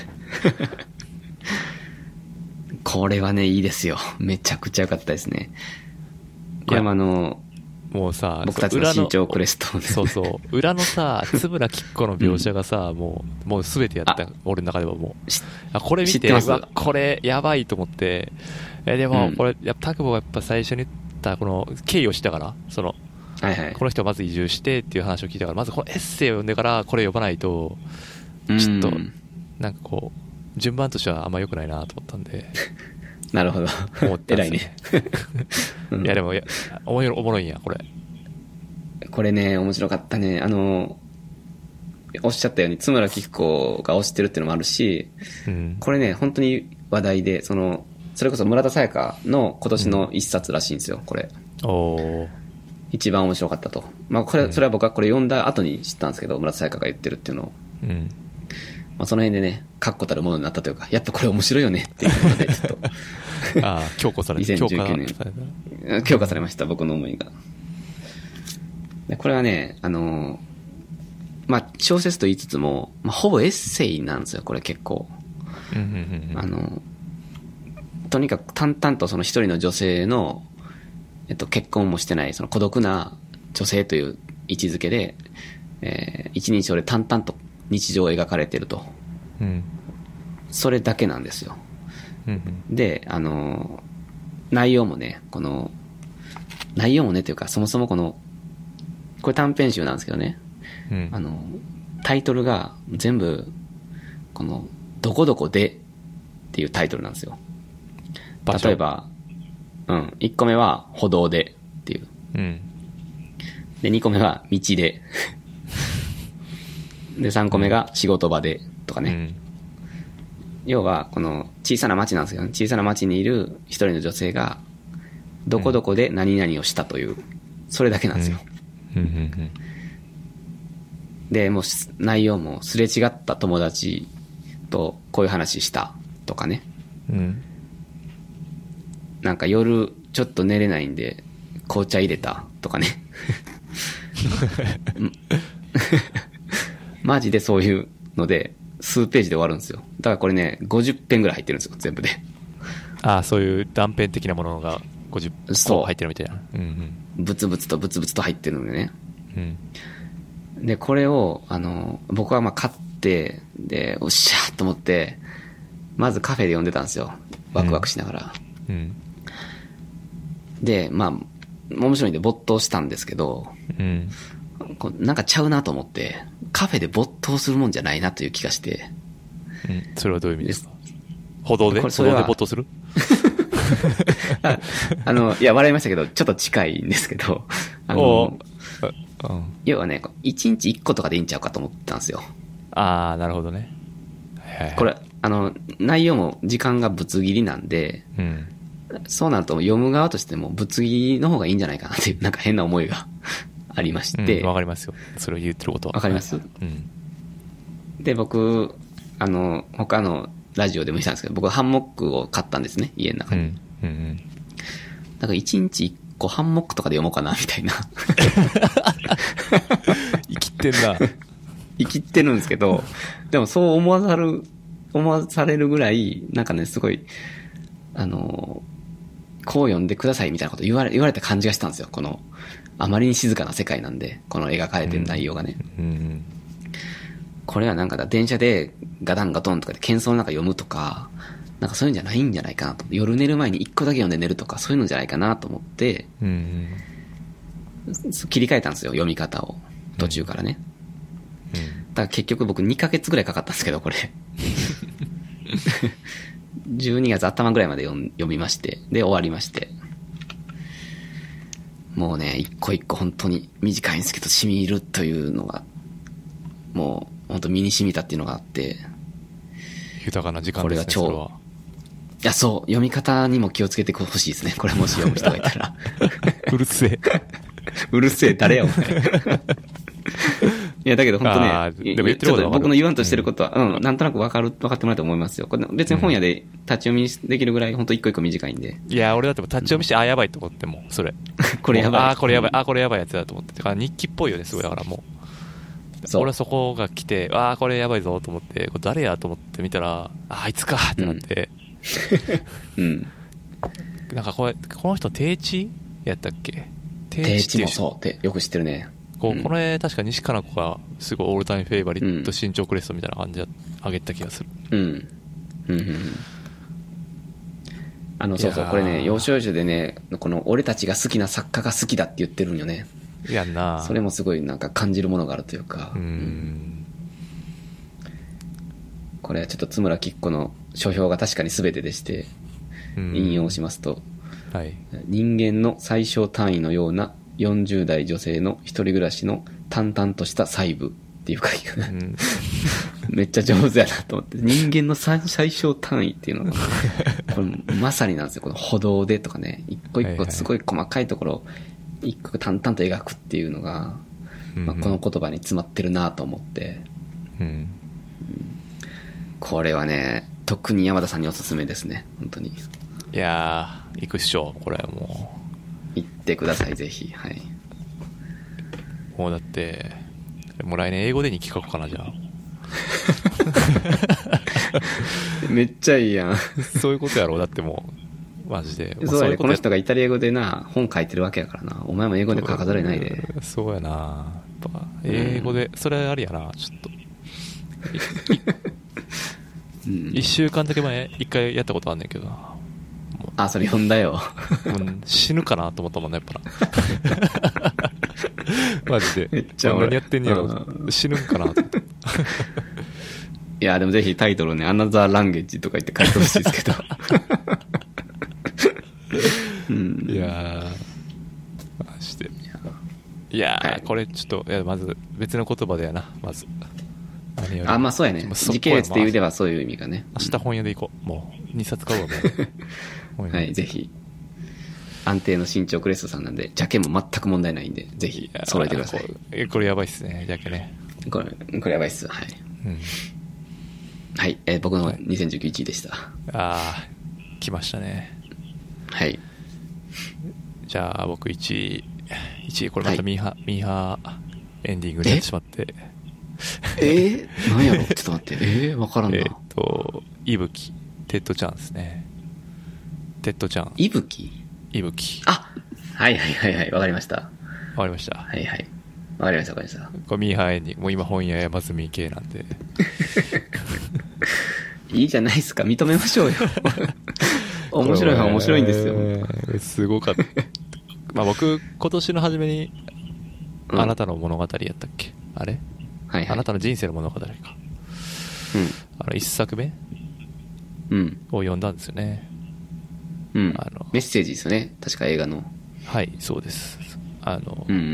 これはねいいですよ。めちゃくちゃ良かったですね。これもあのもうさ僕たちの身長クレスト、 ね、そうそう裏のさ津村きっ子の描写がさ、うん、もうもう全てやった俺の中ではもうあこれ見てうわこれやばいと思って、えでもこれ、うん、やっぱタクボがやっぱ最初に言ったこの経緯を知ったからそのはいはい、 この人はまず移住してっていう話を聞いたからまずこのエッセイを読んでからこれ読まないとちょっとなんかこう順番としてはあんま良くないなと思ったんでなるほど思ったんです、ね、偉いねいやでもいやおもろいおもろいんやこれこれね面白かったね。あのおっしゃったように津村きっ子が推してるっていうのもあるし、うん、これね本当に話題でそのそれこそ村田沙耶香の今年の一冊らしいんですよ、うん、これおー一番面白かったと。まあこれ、それは僕はこれ読んだ後に知ったんですけど、村田沙耶香が言ってるっていうのを。うん。まあその辺でね、確固たるものになったというか、やっぱこれ面白いよねっていうことで、ちょっと。ああ、強化された。 にせんじゅうきゅうねん。強化されました、僕の思いが。でこれはね、あのー、まあ小説と言いつつも、まあほぼエッセイなんですよ、これ結構。 うんうんうん、 あのー、とにかく淡々とその一人の女性の、えっと、結婚もしてない、その孤独な女性という位置づけで、えー、一人称で淡々と日常を描かれていると。 うん。 それだけなんですよ。 うんうん、 で、あの、内容もね、この、内容もねというか、そもそもこの、これ短編集なんですけどね、 うん、 あの、タイトルが全部、この、どこどこでっていうタイトルなんですよ。例えば、うん。いっこめは歩道でっていう。 うん。 で、にこめは道で。で、さんこめが仕事場でとかね。うん、要は、この小さな町なんですよね。小さな町にいる一人の女性が、どこどこで何々をしたという、それだけなんですよ。 うんうんうん、 で、もう内容もすれ違った友達とこういう話したとかね。 うんなんか夜ちょっと寝れないんで紅茶入れたとかねマジでそういうので数ページで終わるんですよ。だからこれねごじゅっぺんぐらい入ってるんですよ全部で。 ああそういう断片的なものがごじゅっこ入ってるみたいな。うんうん、 ブツブツとブツブツと入ってるのでね、 うん、 でこれをあの僕はまあ買ってでおっしゃーと思ってまずカフェで読んでたんですよワクワクしながら、 うんうんで、まあ、面白いんで没頭したんですけど、 うん、 こうなんかちゃうなと思って、カフェで没頭するもんじゃないなという気がして。 うん、それはどういう意味ですか？歩道で歩道で没頭するあ, あの、いや、笑いましたけど、ちょっと近いんですけど、あの、 あうん、 要はね、いちにちいっことかでいいんちゃうかと思ったんですよ。 ああ、なるほどね。はいはい、 これ、あの、内容も時間がぶつ切りなんで、 うんそうなると読む側としてもぶつ切りの方がいいんじゃないかなっていうなんか変な思いがありまして、 うん、わかりますよ。それを言ってることは。 わかります、 うん、 で、僕、あの、他のラジオでも言ったんですけど、僕はハンモックを買ったんですね、家の中に。うんうんうん、だからいちにちいっこハンモックとかで読もうかな、みたいな。 生きってんな。 生きってるんですけど、でもそう思わざる、思わされるぐらい、なんかね、すごい、あの、こう読んでくださいみたいなこと言われ、言われた感じがしたんですよ。この、あまりに静かな世界なんで、この描かれてる内容がね。 うんうん、 これはなんかだ、電車でガタンガトンとかで喧騒の中読むとか、なんかそういうんじゃないんじゃないかなと。夜寝る前に一個だけ読んで寝るとか、そういうのじゃないかなと思って、 うんうん、切り替えたんですよ、読み方を。途中からね。うん、だから結局僕にかげつぐらいかかったんですけど、これ。じゅうにがつ頭ぐらいまで読みまして、で終わりまして。もうね、一個一個本当に短いんですけど染み入るというのが、もう本当身に染みたっていうのがあって。 豊かな時間ですね、これは超。それは。 いや、そう、読み方にも気をつけてほしいですね。これもし読む人がいたら。 うるせえ。 うるせえ、誰やお前。いや、だけど本当ね、でも言ってることは僕の言わんとしてることは、うん、うん、なんとなく分かる、分かってもらえると思いますよ。これ別に本屋で立ち読みできるぐらい、本当一個一個短いんで。 いや、俺だっても立ち読みして、うん、あ、やばいと思っても、それ。 これやばい。 あ、これやばい、あ、これやばいやつだと思って。だから日記っぽいよね、すごい。だからもう。俺はそこが来て、あ、これやばいぞと思って、これ誰やと思って見たら、あ、あいつかってなって。 うん。うん、 なんかこれ、この人定置やったっけ？ 定置もそうってよく知ってるね。 こう、うん、これ確か西加奈子がすごいオールタイムフェイバリット新潮クレストみたいな感じで上げた気がする。 うん。うんうんうん。あの、そうそう、これね、要所要所でね、この俺たちが好きな作家が好きだって言ってるんよね。 いやんな。 それもすごいなんか感じるものがあるというか。 うん。うん、 これはちょっと津村きっ子の書評が確かに全てでして、引用しますと、 はい、 人間の最小単位のようなよんじゅう代女性の一人暮らしの淡々とした細部っていう書き方、うん、めっちゃ上手やなと思って、人間の最小単位っていうのがこれまさになんですよ。この歩道でとかね、一個一個すごい細かいところを一個淡々と描くっていうのが、まあ、この言葉に詰まってるなと思って、 うんうん、 これはね、特に山田さんにおすすめですね、本当に。 いやー、行くっしょ、これはもう。 行ってください、ぜひ。はい。 もうだって、もう来年英語で日記書こうかな、じゃあ。 めっちゃいいやん。 そういうことやろ、だってもう、マジで。 そうやね、この人がイタリア語でな、本書いてるわけやからな。お前も英語で書かざるを得ないで。 そうやな。やっぱ英語で、うん、それありやな、ちょっと。うん、一週間だけ前、一回やったことあんねんけどな。 あ、それ読んだよ。 うん、死ぬかなと思ったもんね、やっぱな。マジで。 めっちゃ何やってんねやろ、うん、死ぬんかなと思った。いや、でもぜひタイトルね、アナザーランゲージとか言って書いてほしいですけど。 うん、いやー、マジで。いやー、はい、これちょっと、いやまず別の言葉でやな、まず。 あ、まあそうやね。時系列っていう意味ではそういう意味がね。 明日本屋で行こう。もう、にさつ買おうもう。 はい、ぜひ。安定の新潮クレストさんなんで、ジャケも全く問題ないんで、ぜひ揃えてください。 これ、これやばいっすね、ジャケね。 これ、これやばいっす。はい。うん、はい、えー、僕のにせんじゅうきゅういちいでした。はい、 あー、来ましたね。 はい。 じゃあ、僕いちい、いちい、これまたミーハー、はい、ミーハーエンディングになってしまって。 えー、何やろちょっと待って。えー、わからんな。 えっと、いぶき、テッドちゃんですね。テッドちゃん。 いぶきいぶき。 あ、はいはいはいはい、わかりました。わかりました。 はいはい。わかりましたわかりました。 これミーハーエンディング、もう今本屋山積み系なんで。 いいじゃないですか、認めましょうよ。面白いは面白いんですよ。 すごかった。まあ僕、今年の初めに、うん、あなたの物語やったっけあれはいはい、 あなたの人生の物語か。 うん。 あの、一作目うん。 を読んだんですよね。 うん。あの、メッセージですよね。確か映画の。 はい、そうです。あの、 うん、うん。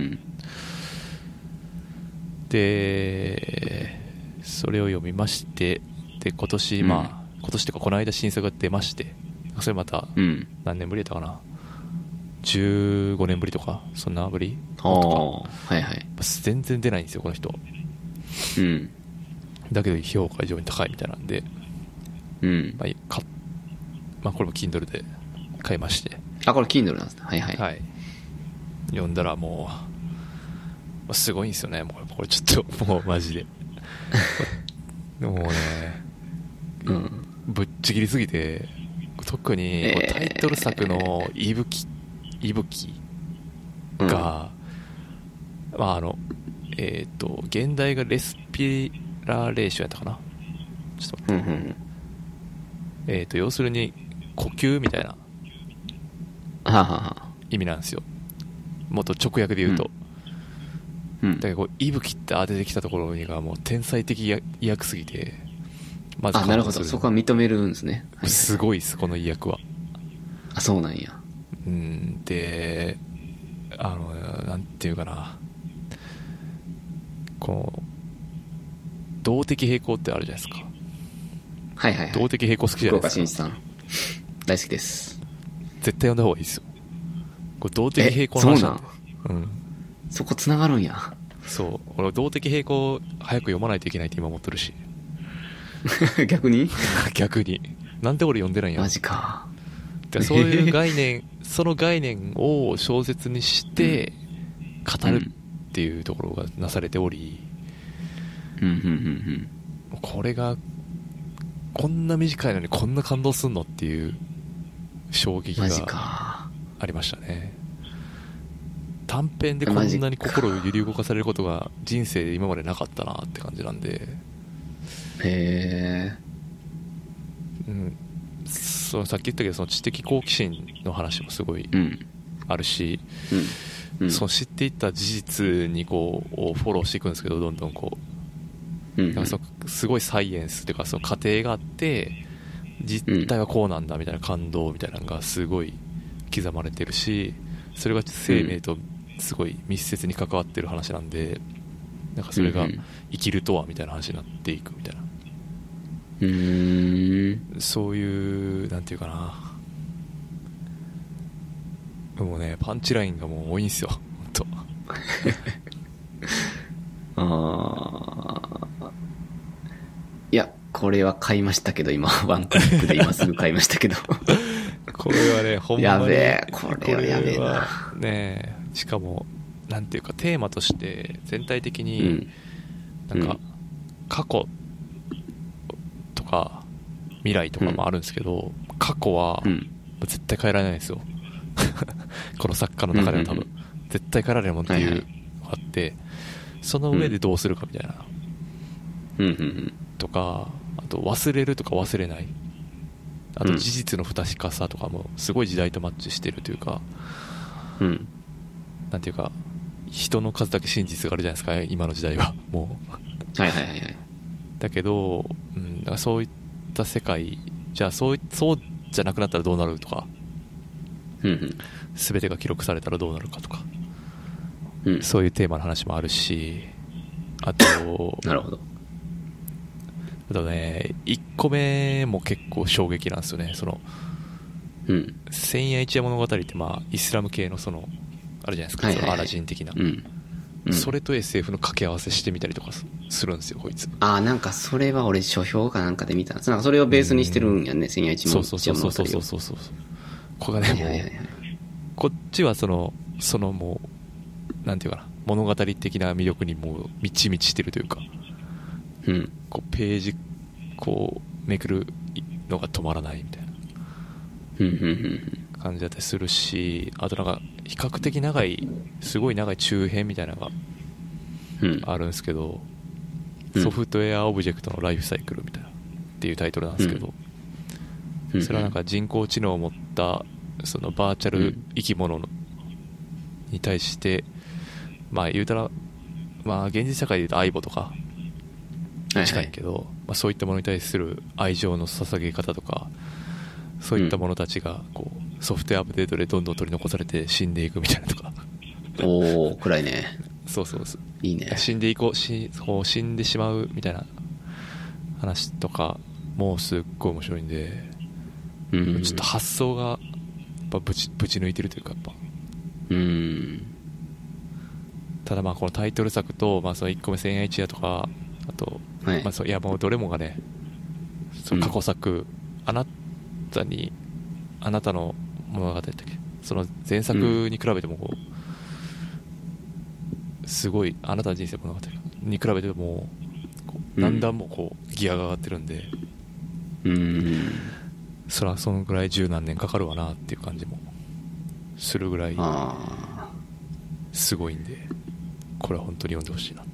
で、それを読みまして、で、今年、うん、まあ、今年というかこの間新作が出まして、それまた、何年ぶりやったかな。 じゅうごねんぶりとかそんなぶりああ、はいはい。 全然出ないんですよこの人。 うん。 だけど評価以上に高いみたいなんで、 うん。 まあかまあ、これも Kindle で買いまして、 あ、これ Kindle なんですね。はいはい。 はい、読んだらもう、まあ、すごいんですよね。もうこれちょっともうマジでもうね、 うん、 ぶっちぎりすぎて、特にえー、 タイトル作の息吹息吹が、うん、まああのえっ、ー、と現代がレスピラレーションやったかな。ちょっと待って、うんうん、えっ、ー、と要するに呼吸みたいな意味なんですよ。もっと直訳で言うと、うんうん、だからこう息吹って当ててきたところにがもう天才的意訳すぎて、まずあ、なるほど、そこは認めるんですね。 はい、すごいですこの意訳は。 あ、そうなんや。 うんで、あのなんていうかな、こう動的平衡ってあるじゃないですか。 はいはいはい。 動的平衡好きじゃないですか。福岡伸一さん大好きです。 絶対読んだ方がいいですよ。これ動的平衡の話なんで。 そうなん、うん、そこ繋がるんや。 そう、俺動的平衡早く読まないといけないって今思ってるし逆に逆になんで俺読んでないんや。 マジか。 そういう概念その概念を小説にして語るっていうところがなされており、 うんうんうんうん、 これがこんな短いのにこんな感動すんのっていう衝撃がありましたね。短編でこんなに心を揺り動かされることが人生で今までなかったなって感じなんで。 へー、うん、そうさっき言ったけどその知的好奇心の話もすごいあるし、うんうん、その知っていった事実にこうフォローしていくんですけど、どんどんこう、うんうん、なんかそすごいサイエンスというかその過程があって実態はこうなんだみたいな感動みたいなのがすごい刻まれてるし、それが生命とすごい密接に関わってる話なんで、なんかそれが生きるとはみたいな話になっていくみたいな、 うーん、 そういうなんていうかな、もうねパンチラインがもう多いんですよ本当ああ、いやこれは買いましたけど、今ワンクリックで今すぐ買いましたけどこれはねほんまにやべえ、これはやべえなね。しかもなんていうかテーマとして全体的になんか過去とか未来とかもあるんですけど、過去は絶対変えられないんですよこの作家の中では多分絶対変えられるもんっていうのがあって、その上でどうするかみたいなとか、あと忘れるとか忘れない、あと事実の不確かさとかもすごい時代とマッチしてるというか、うん、なんていうか人の数だけ真実があるじゃないですか今の時代はもうはいはいはいはい。 だけど、うん、だからそういった世界じゃあそうそうじゃなくなったらどうなるとか、うんうん、全てが記録されたらどうなるかとか、うん、そういうテーマの話もあるし、あとなるほど。 あとねいっこめも結構衝撃なんですよね。その、うん、千夜一夜物語ってまあイスラム系のそのあるじゃないですか、はいはいはい、そのアラジン的な、うんうん、それと エスエフ の掛け合わせしてみたりとかするんですよこいつ。 ああ、なんかそれは俺書評かなんかで見たんです。なんかそれをベースにしてるんやね、千夜一夜物語。 そうそうそうそうそうそうそう。これがね、もう、はいはいはい、こっちはそのそのもうなんていうかな、物語的な魅力にもう満ち満ちしてるというか、うん、こうページこうめくるのが止まらないみたいな感じだったりするし、あとなんか比較的長いすごい長い中編みたいなのがあるんですけど、うん、ソフトウェアオブジェクトのライフサイクルみたいなっていうタイトルなんですけど、うん、それはなんか人工知能を持ったそのバーチャル生き物に対して、まあ言うたらまあ現実社会で言うと相棒とか近いけど、はいはい、まあ、そういったものに対する愛情の捧げ方とか、そういった者たちがこうソフトウェアアップデートでどんどん取り残されて死んでいくみたいなとか。 おお、暗いね。 そうそうそう、 いいね。 死んでいこう、しこう死んでしまうみたいな話とかもうすっごい面白いんで、うんうんうん、ちょっと発想がやっぱぶちぶち抜いてるというか、やっぱうーん。 ただまあこのタイトル作と、まあ、そのいっこめ千夜一夜とかあと、 はい。 まあ、そういやもうどれもがねその過去作、うん、あなたにあなたの物語だったっけその前作に比べてもこう、すごいあなたの人生物語に比べてもこうだんだんもうこうギアが上がってるんで、 うーん、 そらそのぐらい十何年かかるわなっていう感じもするぐらいすごいんで、これは本当に読んでほしいなと。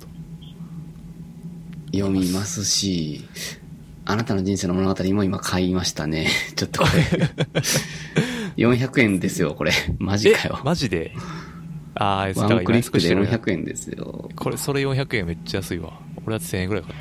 読みますし、あなたの人生の物語も今買いましたね。ちょっとこれよんひゃくえんですよこれ。マジかよ。 マジで。ああ、 ワンクリックでよんひゃくえんですよ。 これそれよんひゃくえんめっちゃ安いわ。俺だってせんえんぐらい買った。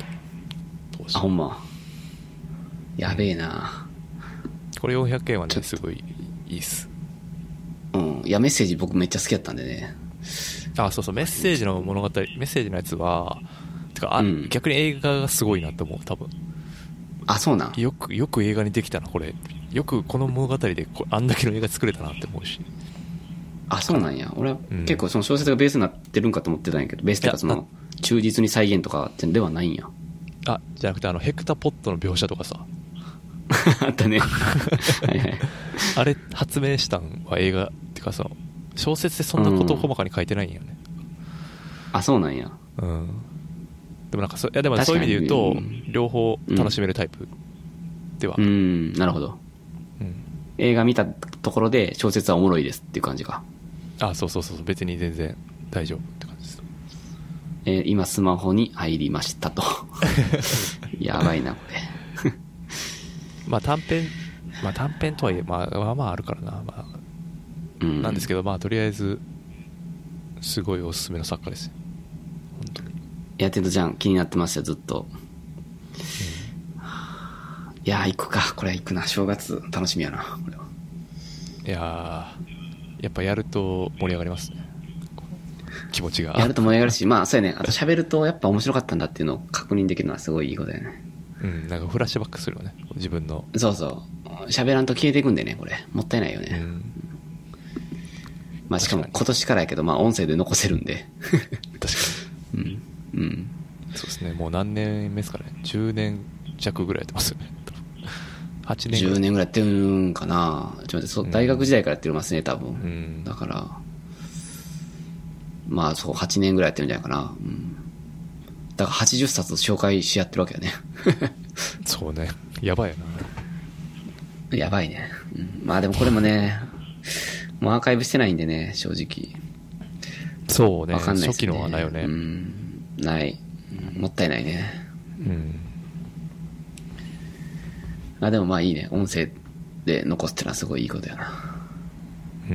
あ、ほんま。やべえな。 これよんひゃくえんはねすごいいいっす。 うん。いやメッセージ僕めっちゃ好きだったんでね。 あ、そうそう、メッセージの物語、メッセージのやつはてかあ、うん、逆に映画がすごいなと思う多分。 あ、そうなん。 よくよく映画にできたなこれ。よくこの物語でこあんだけの映画作れたなって思うし。 あ、そうなんや。俺は結構その小説がベースになってるんかと思ってたんやけど、ベースというかその忠実に再現とかってではないんや。 あ、じゃなくてあのヘクタポットの描写とかさあったねはいはい。 あれ発明したんは映画ってかその小説でそんなことを細かに書いてないんよね、 うん、あ、そうなんや。 うん。でもなんかそいやでもそういう意味で言うと、うん、両方楽しめるタイプでは、 うん、うん、なるほど、うん、映画見たところで小説はおもろいですっていう感じか。 あ、そうそうそう、別に全然大丈夫って感じです。 えー、今スマホに入りましたとやばいなこれまあ短編まあ短編とはいえまあまあまああるからな、まあ、うん、なんですけどまあとりあえずすごいおすすめの作家ですよ本当に。 いやテントちゃん気になってましたずっと、うん、いやー行くか、これ行くな、正月楽しみやなこれは。 いやーやっぱやると盛り上がりますね気持ちが。 やると盛り上がるし、まあそうやね、あと喋るとやっぱ面白かったんだっていうのを確認できるのはすごいいいことだよね。 うん、なんかフラッシュバックするよね自分の。 そうそう喋らんと消えていくんでねこれもったいないよね、うん、まあしかも今年からやけどまあ音声で残せるんで確かにうん、うん、 そうですね。もう何年目ですかね、じゅうねん弱ぐらいやってますよねはちねんぐらいじゅうねんぐらいやってるんかな。ちょっと待って、大学時代からやってますね多分、うん、だからまあそうはちねんぐらいやってるんじゃないかな、うん、だからはちじゅっさつ紹介し合ってるわけよねそうね、やばいよな。やばいね、うん、まあでもこれもねもうアーカイブしてないんでね正直。 そうね、 わかんないですね、初期のはないよね、 うん、ない、うん、もったいないね。うんあでもまあいいね、音声で残すってのはすごいいいことやな。うん、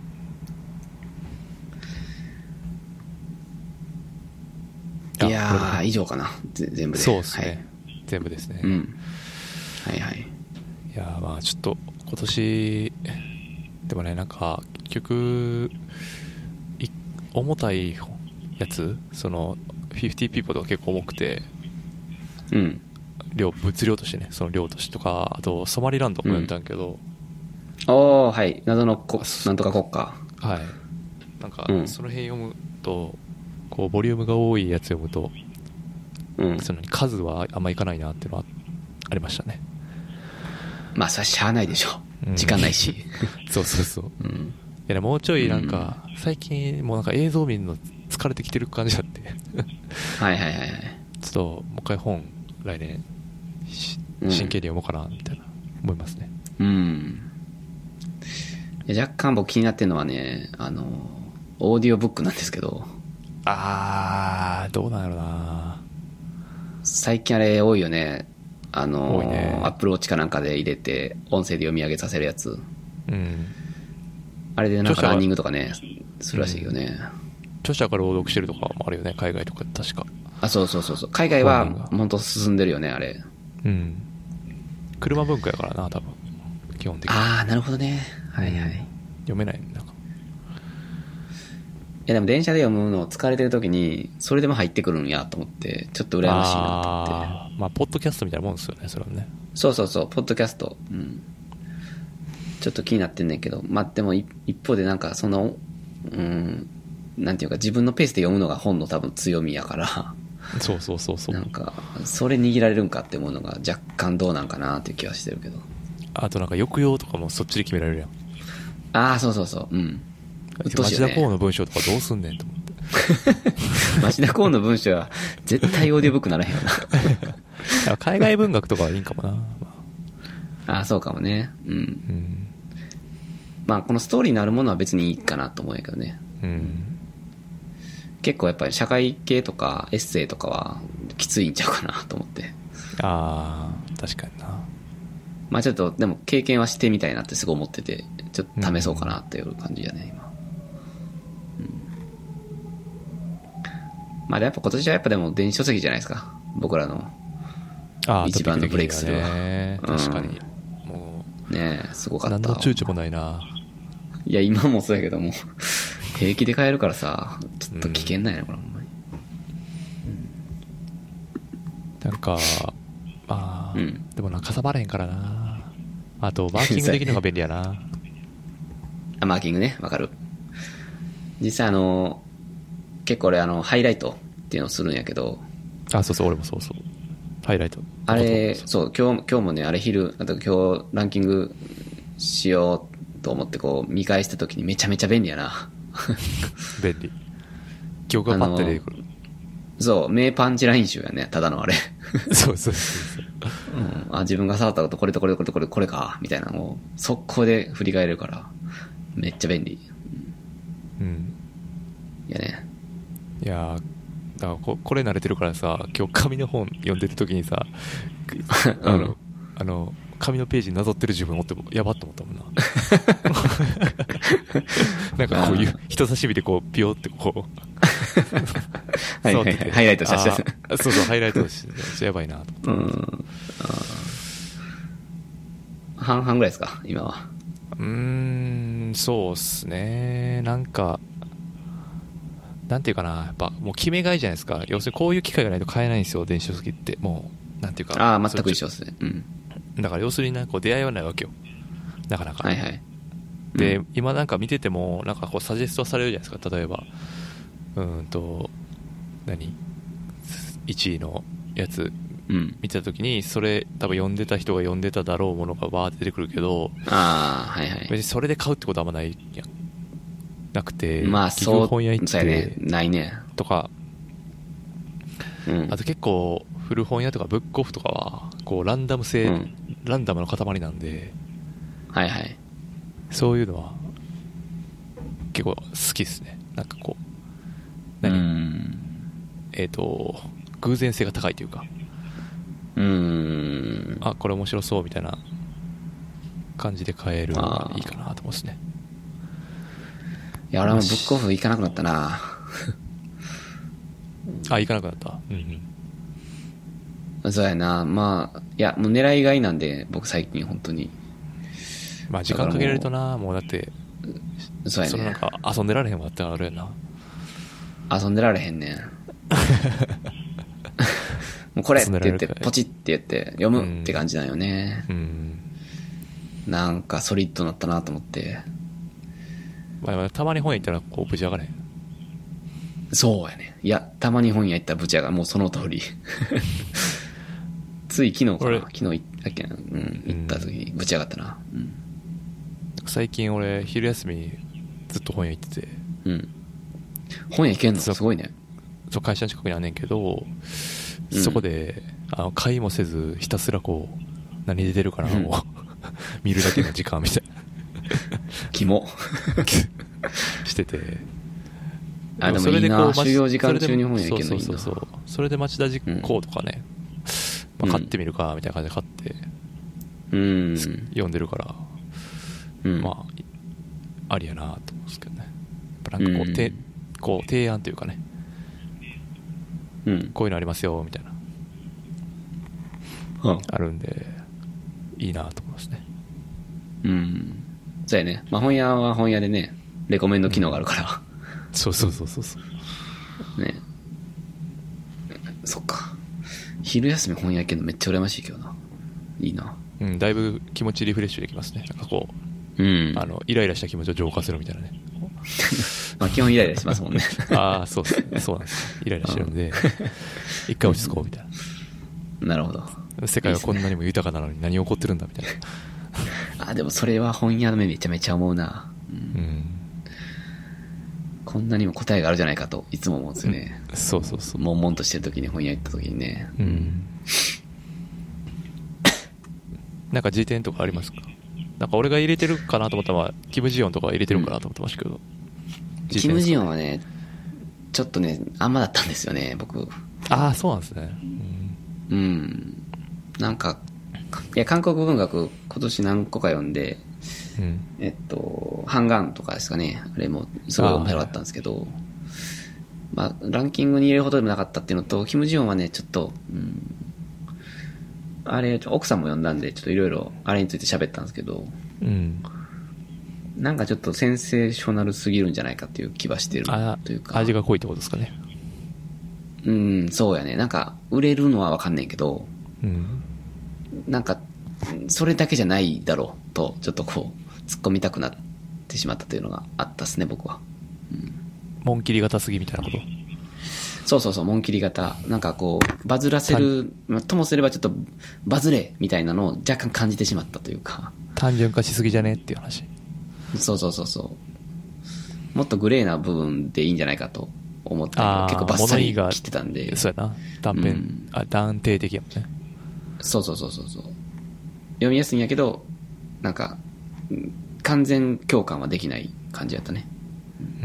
いやー以上かな全部で。 そうですね、 はい、 全部ですね、 うん、はいはい。 いやーまあちょっと今年でもねなんか結局重たいやつそのフィフティーピーポーとか結構重くて、 うん量物量としてねその量としてとか、あとソマリランドも読んだんけど、 うん、おーはい謎のこなんとか国家はいなんかその辺読むと、こうボリュームが多いやつ読むと、うん、その数はあんまいかないなっていうのはありましたね。 まあそれはしゃあないでしょ、うん、時間ないしそうそうそう、うん、いやでももうちょいなんか、うん、最近もうなんか映像見るの疲れてきてる感じだってはいはいはいはい。 ちょっともう一回本来年真剣に読もうかなみたいな思いますね。 うん。若干僕気になってるのはね、あのオーディオブックなんですけど。 あーどうなんやろな。 最近あれ多いよね。あの多いね。アップルウォッチかなんかで入れて音声で読み上げさせるやつ。うん。あれでなんかランニングとかねするらしいよね。 著者が朗読してるとかもあるよね海外とか確か。 あそうそうそうそう。海外は本当進んでるよねあれ。うん。 車文化やからな多分基本的に。 ああなるほどね。はいはい、うん、 読めないなんか。 いやでも電車で読むの疲れてる時にそれでも入ってくるんやと思ってちょっと羨ましいなと思って。 あまあポッドキャストみたいなもんですよねそれはね。 そうそうそうポッドキャスト、うん、ちょっと気になってんねんけど、まあでも一方でなんかそのうん、なんていうか自分のペースで読むのが本の多分強みやから、 そうそうそうそう。 なんか、それ握られるんかって思うのが若干どうなんかなっていう気はしてるけど。 あとなんか抑揚とかもそっちで決められるやん。 ああ、そうそうそう。うん。 町田公の文章とかどうすんねんと思って。 町田公の文章は絶対オーディオブックならへんよな。海外文学とかはいいんかもな。 ああ、そうかもね。うん。 うん。 まあ、このストーリーになるものは別にいいかなと思うんやけどね。 うん。 結構やっぱり社会系とかエッセイとかはきついんちゃうかなと思って。 ああ、確かにな。 まあちょっとでも経験はしてみたいなってすごい思ってて、ちょっと試そうかなっていう感じやね、今。うん、まあやっぱ今年はやっぱでも電子書籍じゃないですか。僕らの一番のブレイクスルーは。 ね、確かに。もうねえ、すごかった。 何の躊躇もないな。 いや、今もそうやけども、平気で買えるからさ、ちょっと危険なんやね、これほんまに。 なんか、まあ、 うん、 でもな、かさばれへんからな。あと、マーキングできるのが便利やな。 あ、マーキングね、わかる。実際あの、結構俺あの、ハイライトっていうのをするんやけど。 あ、そうそう、俺もそうそう。ハイライト。 あれ、そう、今日、今日もね、あれ昼、あと今日ランキングしようと思ってこう、見返した時にめちゃめちゃ便利やな。 便利。記憶がパッて出てくる。 そう、名パンチライン集やね、ただのあれ。 そうそうそうそう。 うん、あ、自分が触ったことこれとこれとこれとこれこれか、みたいなのを速攻で振り返れるから、めっちゃ便利。 うん。 いやね。 いやー、だからここれ慣れてるからさ、今日紙の本読んでる時にさ、あの、うん、あの、紙のページになぞってる自分をってやばっと思ったもんな。なんかこういう人差し指でこうピヨってこうはいはいはい、ハイライトしたした。 そうそう、ハイライトしてやばいなと思って。うん。 半々ぐらいですか今は。 うーん、そうっすね。なんかなんていうかな、やっぱもう決めがいじゃないですか。要するにこういう機会がないと買えないんですよ、電子書籍って。もうなんていうか。 ああ、全く一緒ですね。うん。 だから要するになんかこう出会いはないわけよ、なかなか。 はいはい。 で、 うん、 今なんか見ててもなんかこうサジェストされるじゃないですか。例えばうーんと何いちいのやつ見てた時に、それ多分読んでた人が読んでただろうものがバーって出てくるけど、 ああ、はいはい。 別にそれで買うってことはあんまないやん。なくて、 まあそう、 本屋行ってそうやね、ないね。 とか、 うん、 あと結構古本屋とかブックオフとかはこうランダム性、うん、ランダムの塊なんで、 はいはい。 そういうのは結構好きですね。なんかこう何、うん、えっ、ー、と偶然性が高いというか、 うーん、 あ、これ面白そうみたいな感じで買えるのがいいかなと思うんですね。 いや、俺もブックオフ行かなくなったな。 あ、行かなくなった。うんうん。そうやな。まあ、いや、もう狙いがいなんで、僕最近本当に。 まあ時間かけられるとな、もうだって、 そうやね。 そのなんか遊んでられへんわってあるやな。 遊んでられへんねん。もうこれって言って、ポチって言って読むって感じなんよね。うん。うん、なんかソリッドなったなと思って。 まあ、たまに本屋行ったらこうぶち上がれへん。 そうやね。いや、たまに本屋行ったらぶち上がる。もうその通り。つい昨日かな。昨日行ったっけな。うん。行った時にぶち上がったな。うん。 最近俺、昼休みずっと本屋行ってて。 うん。本屋行けんのすごいね。 そう、会社の近くにあんねんけど、うん、そこで、あの、買いもせず、ひたすらこう、何で出るかな、もう、うん、見るだけの時間みたいな。 キモしてて、 あ、でもいいな、就業時間中に本屋行けんのいいな。 そうそうそう、それで町田実行とかね、うん、まあ、買ってみるかみたいな感じで買って、うん、読んでるから、うん、まあありやなと思うんですけどね。やっぱなんかこう、うん、てこう提案というかね、うん、こういうのありますよみたいな、うん、あるんでいいなと思いますね。 うん。そうやね。まあ、本屋は本屋でね、レコメンド機能があるから。 うん、そうそうそうそうそう。 ね。そっか。昼休み本屋行けるのめっちゃ羨ましいけどな。いいな。 うん、だいぶ気持ちリフレッシュできますね。なんかこう、うん、あのイライラした気持ちを浄化するみたいなね。 まあ基本イライラしますもんね。 ああ、そうですね。そうなんですよ。イライラしてるんで、一回落ち着こうみたいな。 なるほど。 世界はこんなにも豊かなのに何起こってるんだみたいな。 あ、でもそれは本屋の目めちゃめちゃ思うな。うん。 うん。 こんなにも答えがあるじゃないかといつも思うんですよね。 うん、そうそうそう。 悶々としてる時に本屋行った時にね。 うん。なんか辞典とかありますか？なんか俺が入れてるかなと思ったのは、キム・ジヨンとか入れてるかなと思ってましたけど。 うん、キム・ジヨンはね、ちょっとね、あんまだったんですよね、僕。 ああ、そうなんですね。 うん。うん、なんか、いや、韓国文学今年何個か読んで、うん、えっと、ハンガンとかですかね。あれもすごい面白かったんですけど、まあ、ランキングに入れるほどでもなかったっていうのと、キム・ジヨンはね、ちょっと、うん、あれ、奥さんも読んだんで、ちょっといろいろあれについて喋ったんですけど、 うん、 なんかちょっとセンセーショナルすぎるんじゃないかっていう気はしてるというか。 味が濃いってことですかね。 うん、そうやね。なんか、売れるのはわかんないけど、 うん、 なんか、それだけじゃないだろうと、ちょっとこう、突っ込みたくなってしまったというのがあったっすね、僕は。うん、 紋切り型すぎみたいなこと？ そうそうそう、紋切り型。なんかこう、バズらせる、ともすればちょっと、バズれみたいなのを若干感じてしまったというか。 単純化しすぎじゃねっていう話。 そうそうそうそう。もっとグレーな部分でいいんじゃないかと思ったけど、結構バッサリ切ってたんで。 そうやな。断片、うん、あ、断定的やもんね。 そうそうそうそうそう。読みやすいんやけど、なんか、完全共感はできない感じやったね。 うん。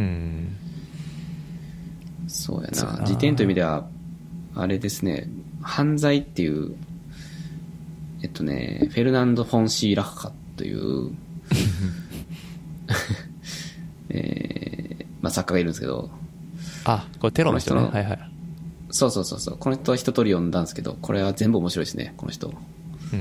そうやな。辞典という意味では、あれですね、犯罪っていう、えっとね、フェルナンド・フォン・シー・ラッハという、えー、まあ作家がいるんですけど。 あ、これテロの人ね。はいはい。 そうそうそうそう。この人は一通り読んだんですけど、これは全部面白いですね、この人。 うん。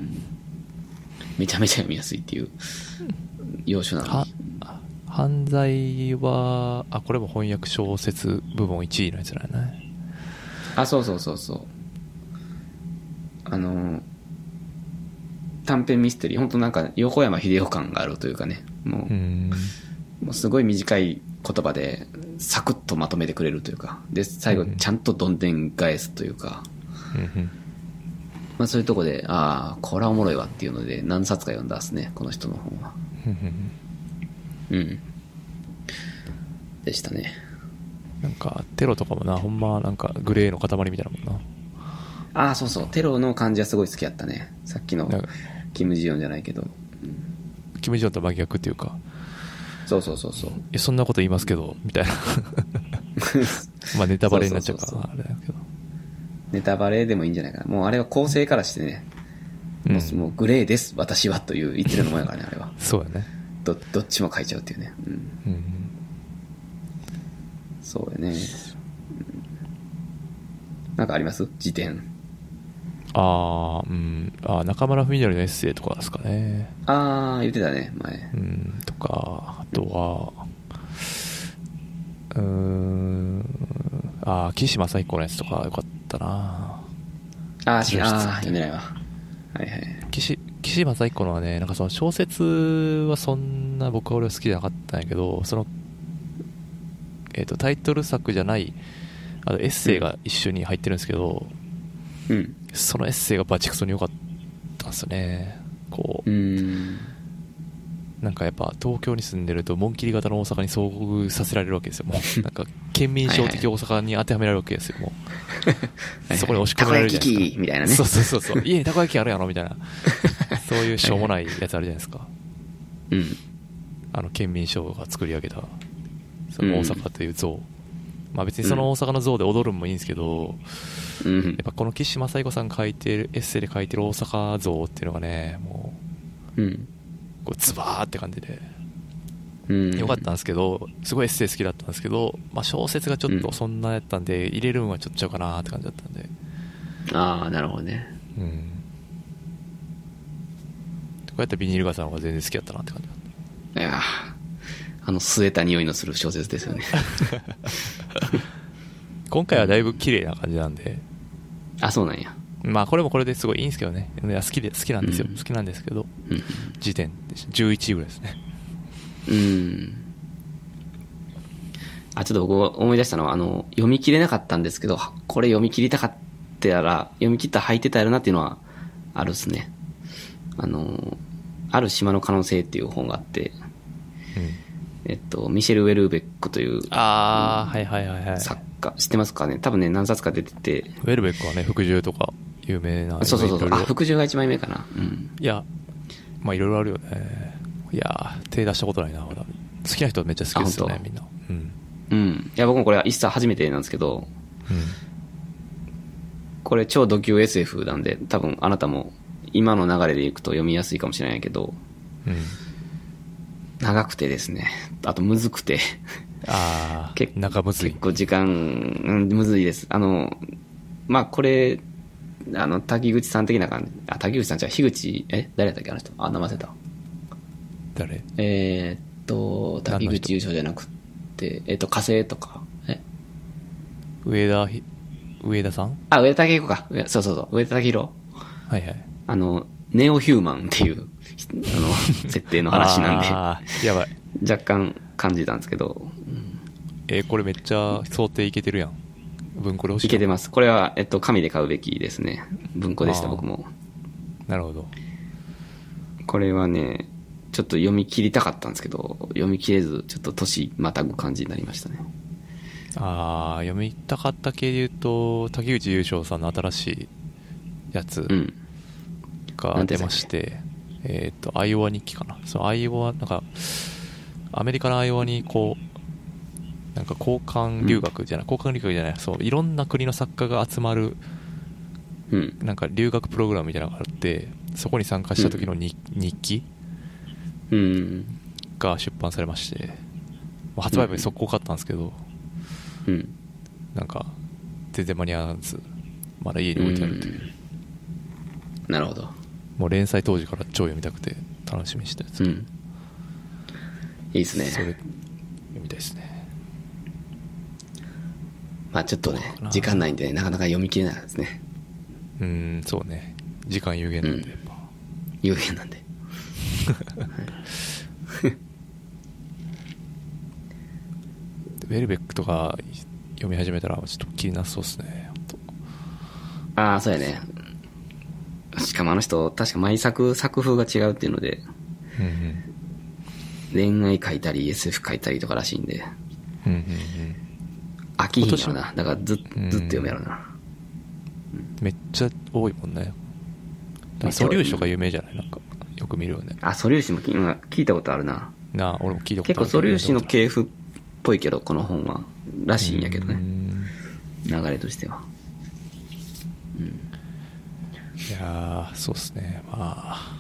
めちゃめちゃ読みやすいっていう要所なのに。 犯罪は、あ、これも翻訳小説部門いちいのやつだよね。 あ、そうそうそうそう。あの、短編ミステリー、本当なんか横山秀夫感があるというかね、もう、うんもうすごい短い言葉でサクッとまとめてくれるというか、で、最後ちゃんとどんでん返すというか、うん、まあそういうとこで、ああ、これはおもろいわっていうので何冊か読んだっすね、この人の本は。うん。でしたね。 なんか、テロとかもな、ほんまなんかグレーの塊みたいなもんな。 ああ、そうそう。テロの感じはすごい好きやったね。さっきのキム・ジヨンじゃないけど。 うん、キム・ジヨンと真逆っていうか。 そうそうそうそう。 え、そんなこと言いますけど、みたいな。まあネタバレになっちゃうから、あれだけど。 ネタバレでもいいんじゃないかな。もうあれは構成からしてね、うん、もう、もうグレーです、私はという言ってるのもんやからね、あれは。 そうやね。 ど、どっちも書いちゃうっていうね。うん。うん、そうやね、うん。なんかあります辞典。 ああ、うん。あ、中村文則のエッセイとかですかね。 ああ、言ってたね、前。 うん、とか、あとは、うーん、ああ、岸正彦のやつとかよかったな。 ああ、知らん。ああ、読んでないわ。はいはい。 岸、岸正彦のはね、なんかその小説はそんな僕は俺は好きじゃなかったんやけど、その、えっと、タイトル作じゃない、あとエッセイが一緒に入ってるんですけど、 うん。 そのエッセイがバチクソに良かったんですよね。こう。 うーん。 なんかやっぱ東京に住んでると紋切り型の大阪に遭遇させられるわけですよ。もうなんか県民賞的大阪に当てはめられるわけですよ。もうそこに押し込められるじゃないですか。 たこ焼き器みたいなね。 そうそうそうそう。家にたこ焼きあるやろみたいな。そういうしょうもないやつあるじゃないですか。 うん。 あの県民賞が作り上げたその大阪という像。うん、まあ別にその大阪の像で踊るのもいいんですけど、うん、やっぱこの岸正彦さん書いてるエッセイで書いてる大阪像っていうのがね、もう。うん。こうズバーって感じで、うん、よかったんですけど、すごいエッセイ好きだったんですけど、まあ、小説がちょっとそんなやったんで、うん、入れるんはちょっとちゃうかなって感じだったんで。 ああ、なるほどね。 うん。こうやったらビニール傘の方が全然好きだったなって感じだった。 いやあの据えた匂いのする小説ですよね。 今回はだいぶ綺麗な感じなんで。 あ、そうなんや。 まあこれもこれですごいいいんですけどね。いや好きで好きなんですよ、うん、好きなんですけど、うん、時点でじゅういちいぐらいですね。 うん。 あ、ちょっと僕思い出したのは、あの、読み切れなかったんですけど、これ読み切りたかったら、読み切ったら入ってたやろなっていうのはあるっすね。あの、ある島の可能性っていう本があって、 うん、 えっと、ミシェル・ウェルベックというああ、はいはいはいはい。 作家、知ってますかね？多分ね、何冊か出てて。 ウェルベックはね、服従とか有名な。 そうそうそうそう。あ、服従が一枚目かな。うん。 いや、まあいろいろあるよね。いや、手出したことないな、まだ。好きな人はめっちゃ好きですよね、みんな。うん。 うん。いや、僕もこれは一冊初めてなんですけど、 うん。 これ超ド級 エスエフ なんで、多分あなたも今の流れでいくと読みやすいかもしれないけど、 うん。 長くてですね、あとむずくてああ、 結中むずい。 結構時間、うん、むずいです。あの、まあ、これ、あの、滝口さん的な感じ、あ、滝口さんじゃ樋口、え誰だったっけあの人。あ、名前忘れた。 誰？ えー、っと、滝口優勝じゃなくて、えー、っと、火星とか、え上田ひ、上田さん？ あ、上田武彦か。そうそうそう、上田武宏。 はいはい。 あの、ネオヒューマンっていう、あの、設定の話なんで。 ああ、やばい。 若干感じたんですけど。うん、 えー、これめっちゃ想定いけてるやん。文庫で欲しい。 いけてます。これは、えっと、紙で買うべきですね。文庫でした、僕も。 なるほど。 これはね、ちょっと読み切りたかったんですけど、読み切れず、ちょっと年またぐ感じになりましたね。 ああ、読みたかった系で言うと、竹内優勝さんの新しいやつが出まして、うん、えっ、ー、と、アイオワ日記かな。そのアイオワ、なんか、アメリカのアイオワにこう、なんか交換留学じゃない、うん、交換留学じゃない、そう、いろんな国の作家が集まる、 うん、 なんか留学プログラムみたいなのがあって、そこに参加した時のに、うん、日記が出版されまして、うん、発売日に速攻買ったんですけど、 うん、 なんか全然間に合わずまだ家に置いてあるという、 うん、なるほど。 もう連載当時から超読みたくて楽しみにしてたやつ、 うん、いいですね。 それ読みたいですね。 まあちょっとね時間ないんでなかなか読み切れないですね。 うーん、そうね、時間有限なんで、うん、 有限なんでウェルベックとか読み始めたらちょっと気になそうですね。 ああ、そうやね。しかもあの人確か毎作作風が違うっていうので、うんうん、恋愛書いたり エスエフ 書いたりとからしいんで、 うんうんうん、 飽きひんやろな。だからずずっと読めやろな、 うん、めっちゃ多いもんね。素粒子とか有名じゃない？なんかよく見るよね。 あ、素粒子も聞いたことあるな。 なあ、俺も聞いたことある。 結構素粒子の系譜っぽいけどこの本はらしいんやけどね、流れとしては、うん、 いやー、そうっすね。まあ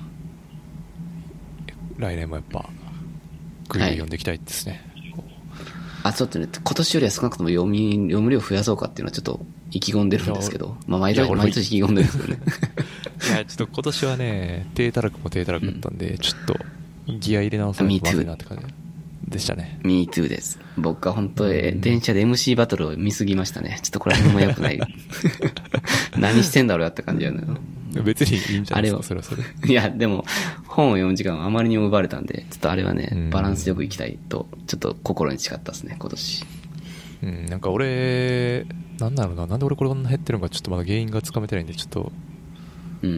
来年もやっぱグリグリ読んでいきたいですね、はい、 あ、ちょっとね、今年よりは少なくとも読み読む量増やそうかっていうのはちょっと意気込んでるんですけど、まあ毎年毎年意気込んでるんですけどねいや、ちょっと今年はね、低たらくも低たらくだったんで、うん、ちょっとギア入れ直さないとまずいなって感じでしたね。 Me too です。僕は本当に電車で エムシー バトルを見すぎましたね。ちょっとこれはほんま良くない何してんだろうやって感じやな。 別にいいんじゃないですか、それはそれ。 いや、でも本を読む時間はあまりにも奪われたんで、ちょっとあれはね、バランスよくいきたいとちょっと心に誓ったですね、今年。 うん、なんか俺なんだろうな、なんで俺これこんな減ってるのかちょっとまだ原因がつかめてないんで、ちょっと、うん、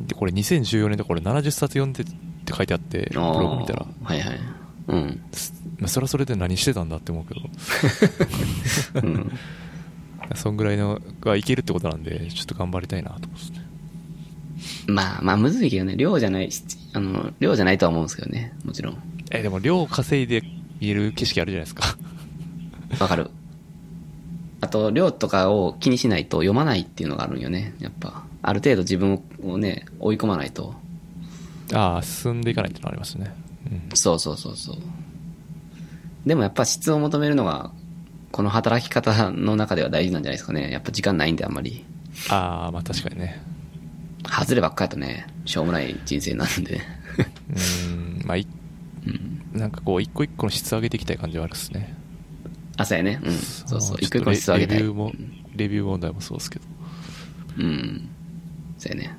でこれにせんじゅうよねんでこれななじゅっさつ読んでって書いてあって、ブログ見たら、 はいはい、うん、 まあ、それはそれで何してたんだって思うけど、うん、そんぐらいのがいけるってことなんで、ちょっと頑張りたいなと思うんですね。 まあまあむずいけどね、量じゃない、あの量じゃないとは思うんですけどね、もちろん。 えでも量稼いで見える景色あるじゃないですか。 わかる。あと量とかを気にしないと読まないっていうのがあるんよね。やっぱある程度自分をね追い込まないと。 ああ、進んでいかないってのありますね、 うん、そうそうそうそう。でもやっぱ質を求めるのがこの働き方の中では大事なんじゃないですかね。やっぱ時間ないんであんまり。 ああ、まあ確かにね。 外ればっかりとね、しょうもない人生になるんでね。 うーん、まあい、うん、なんかこう一個一個の質上げていきたい感じはあるっすね。 あ、そうやね。うん。そうそう。一個一個の質上げたい。 レビューも、レビュー問題もそうですけど。 うん。そうやね。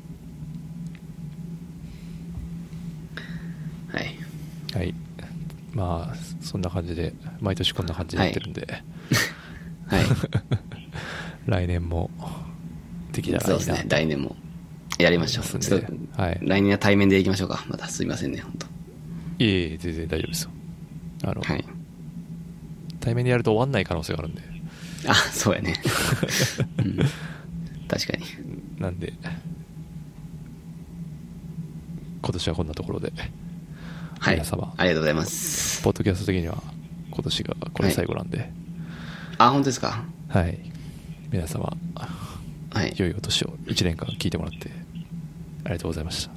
はい。 はい。 まあそんな感じで毎年こんな感じでやってるんで、 はい。 来年もできたらいいな。 そうですね。来年もやりましょう。ちょっと、はい、来年は対面でいきましょうか。またすいませんね、本当。 いえいえ、全然大丈夫ですよ。あの、 はい、 対面でやると終わんない可能性があるんで。 あ、そうやね。うん、確かに。 なんで、今年はこんなところで。 はい。 皆様。 ありがとうございます。 ポッドキャスト的には今年がこれ最後なんで。はい、 あ、本当ですか。 はい。皆様、 はい。 良いお年をいちねんかん聞いてもらってありがとうございました。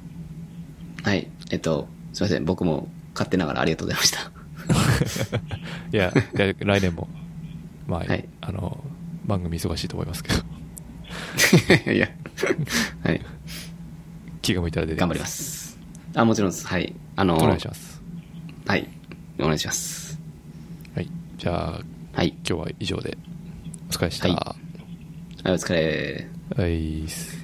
はい。えっと、すいません。僕も勝手ながらありがとうございました。 いや、来年も、まあ、 はい、 あの、番組忙しいと思いますけど。いや、はい。 気が向いたら出て頑張ります。あ、もちろんです。はい。あの、 お願いします。 はい。お願いします。 はい。じゃあ、 はい。 今日は以上で、お疲れした。 はい。はい、お疲れ。 はい。